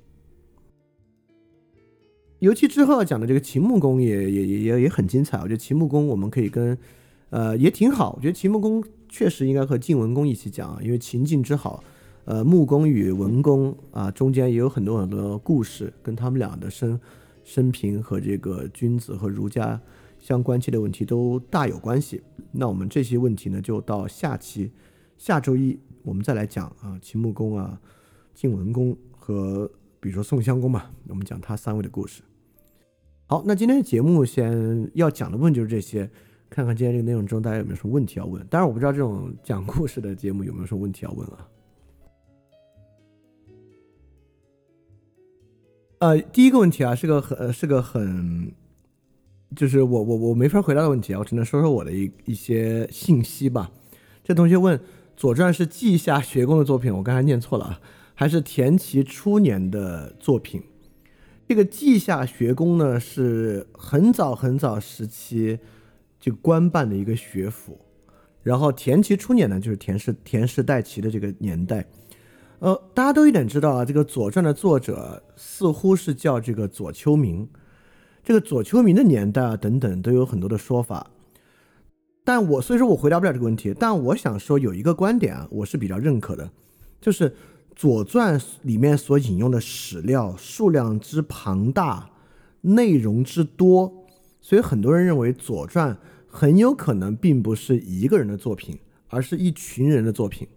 尤其之后要讲的这个秦穆公也很精彩。我觉得秦穆公我们可以跟也挺好。我觉得秦穆公确实应该和晋文公一起讲，因为秦晋之好，穆公与文公啊中间也有很多很多故事，跟他们俩的生平和这个君子和儒家相关切的问题都大有关系。那我们这些问题呢，就到下周一我们再来讲啊，秦穆公啊、晋文公和比如说宋襄公嘛，我们讲他3位的故事。好，那今天的节目先要讲的部分就是这些，看看今天这个内容中大家有没有什么问题要问。当然我不知道这种讲故事的节目有没有什么问题要问啊。第一个问题啊，是个很就是我没法回答的问题啊，我只能说说我的一些信息吧。这同学问，《左传》是稷下学宫的作品，我刚才念错了啊，还是田齐初年的作品？这个稷下学宫呢，是很早很早时期这个官办的一个学府，然后田齐初年呢，就是田氏代齐的这个年代。大家都有点知道啊，这个《左传》的作者似乎是叫这个左丘明，这个左丘明的年代啊等等都有很多的说法。所以说我回答不了这个问题，但我想说有一个观点啊，我是比较认可的，就是《左传》里面所引用的史料数量之庞大，内容之多，所以很多人认为《左传》很有可能并不是一个人的作品，而是一群人的作品。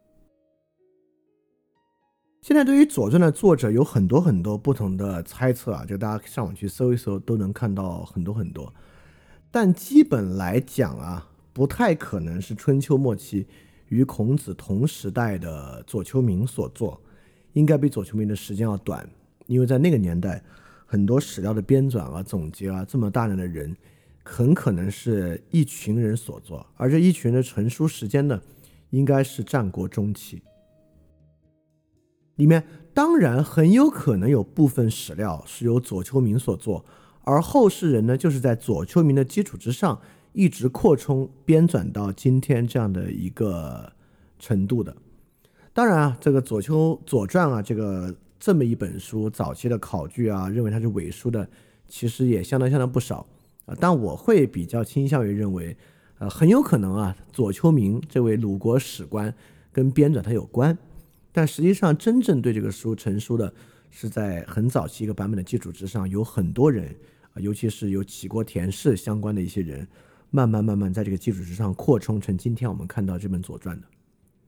现在对于《左传》的作者有很多很多不同的猜测啊，就大家上网去搜一搜都能看到很多很多。但基本来讲啊，不太可能是春秋末期与孔子同时代的左丘明所作，应该比左丘明的时间要短，因为在那个年代，很多史料的编纂啊、总结啊，这么大量的人，很可能是一群人所作，而这一群人的成书时间呢，应该是战国中期。里面当然很有可能有部分史料是由左丘明所作，而后世人呢，就是在左丘明的基础之上一直扩充编纂到今天这样的一个程度的。当然啊，这个左传啊，这么一本书，早期的考据啊，认为它是伪书的，其实也相当不少但我会比较倾向于认为，很有可能啊，左丘明这位鲁国史官跟编纂它有关，但实际上真正对这个书成书的是在很早期一个版本的基础之上，有很多人尤其是有齐国田氏相关的一些人，慢慢在这个基础之上扩充成今天我们看到这本左传的。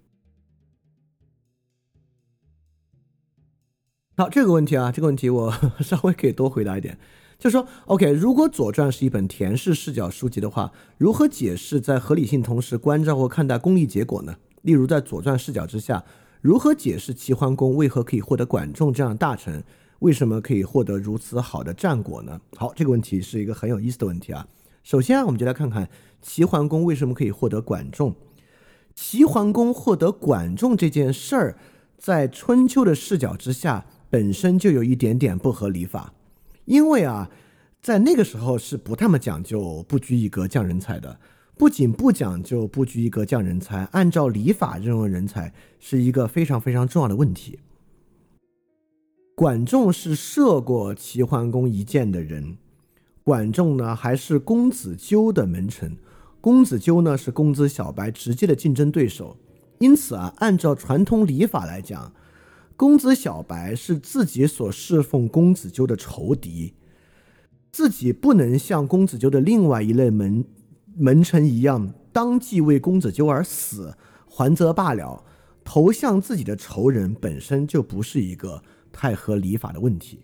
好，这个问题我稍微可以多回答一点，就是说 OK， 如果左传是一本田氏视角书籍的话，如何解释在合理性同时关照或看待功利结果呢？例如在左传视角之下，如何解释齐桓公为何可以获得管仲这样的大臣，为什么可以获得如此好的战果呢？好，这个问题是一个很有意思的问题啊。首先我们就来看看齐桓公为什么可以获得管仲。齐桓公获得管仲这件事儿，在春秋的视角之下本身就有一点点不合理法，因为啊，在那个时候是不那么讲究不拘一格降人才的，不仅不讲究不拘一格降人才，按照礼法任用人才是一个非常重要的问题。管仲是射过齐桓公一箭的人，管仲呢还是公子纠的门臣，公子纠呢是公子小白直接的竞争对手，因此啊，按照传统礼法来讲，公子小白是自己所侍奉公子纠的仇敌，自己不能像公子纠的另外一类门臣一样当即为公子纠而死，还则罢了，投向自己的仇人本身就不是一个太合礼法的问题。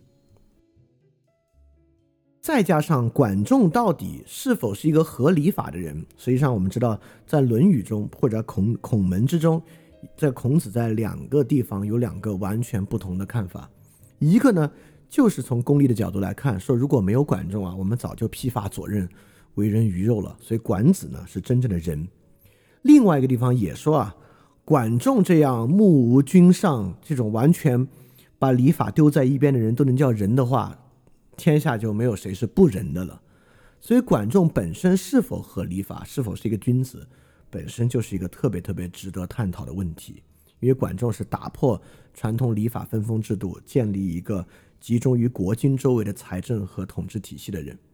再加上管仲到底是否是一个合礼法的人，实际上我们知道在论语中或者孔门之中，在孔子在两个地方有两个完全不同的看法。一个呢就是从功利的角度来看，说如果没有管仲啊，我们早就披发左衽为人鱼肉了，所以管子呢是真正的人。另外一个地方也说啊，管仲这样目无君上，这种完全把礼法丢在一边的人都能叫人的话，天下就没有谁是不仁的了。所以管仲本身是否合礼法，是否是一个君子，本身就是一个特别值得探讨的问题。因为管仲是打破传统礼法分封制度，建立一个集中于国君周围的财政和统治体系的人。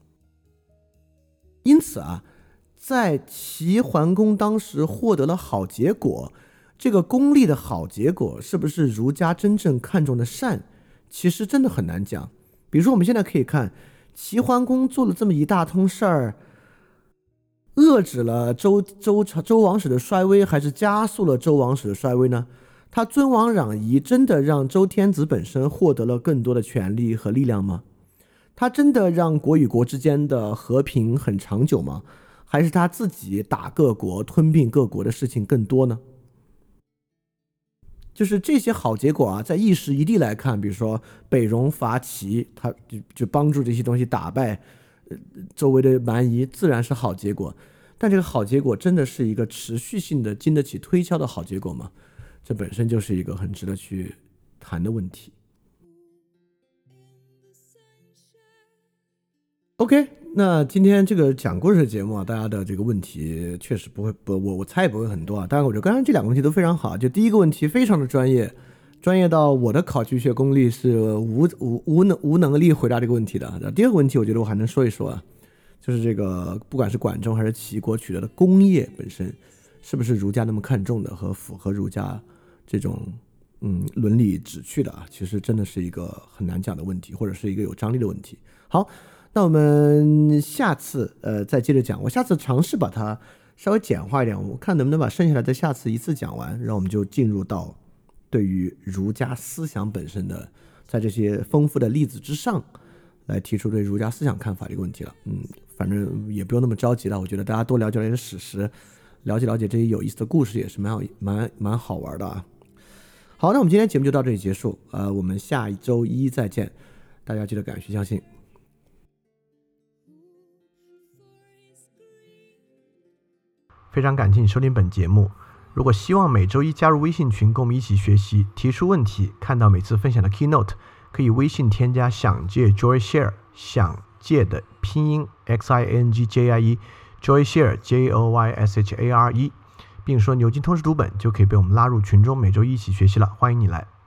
因此啊，在齐桓公当时获得了好结果，这个功利的好结果是不是儒家真正看重的善，其实真的很难讲。比如说我们现在可以看齐桓公做了这么一大通事儿，遏制了周王室的衰微，还是加速了周王室的衰微呢？他尊王攘夷真的让周天子本身获得了更多的权力和力量吗？他真的让国与国之间的和平很长久吗？还是他自己打各国吞并各国的事情更多呢？就是这些好结果啊，在一时一地来看，比如说北戎伐齐，他就帮助这些东西打败周围的蛮夷，自然是好结果。但这个好结果真的是一个持续性的经得起推敲的好结果吗？这本身就是一个很值得去谈的问题。OK， 那今天这个讲故事的节目啊，大家的这个问题确实我猜也不会很多啊。当然，我觉得刚才这两个问题都非常好。就第一个问题非常的专业到我的考据学功力是无能力回答这个问题的。第二个问题，我觉得我还能说一说啊，就是这个不管是管仲还是齐国取得的功业本身，是不是儒家那么看重的和符合儒家这种伦理旨趣的啊？其实真的是一个很难讲的问题，或者是一个有张力的问题。好。那我们下次再接着讲，我下次尝试把它稍微简化一点，我看能不能把剩下的在下次一次讲完，然后我们就进入到对于儒家思想本身的，在这些丰富的例子之上来提出对儒家思想看法这个问题了。反正也不用那么着急了，我觉得大家多了解点史实，了解这些有意思的故事也是蛮好玩的啊。好，那我们今天节目就到这里结束，我们下一周一再见，大家记得敢于相信。非常感谢你收听本节目。如果希望每周一加入微信群，跟我们一起学习，提出问题，看到每次分享的 keynote， 可以微信添加想借 Joy Share， 想借的拼音 XINGJIE， Joyshare JOYSHARE， 并说牛津通识读本，就可以被我们拉入群中，每周一起学习了。欢迎你来。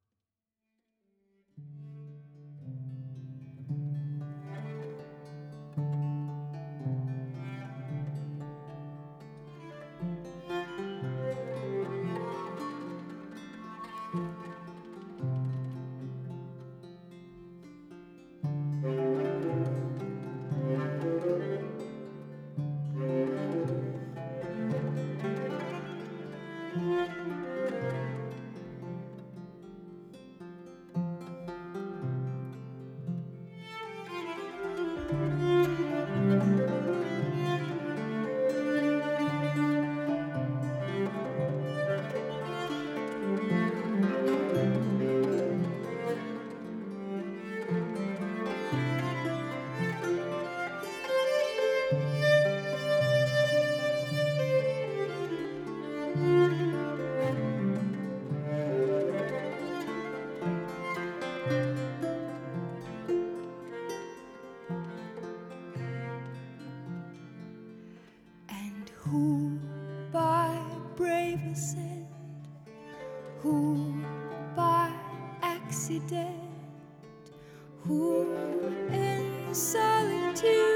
Who by brave ascent, who by accident, who in solitude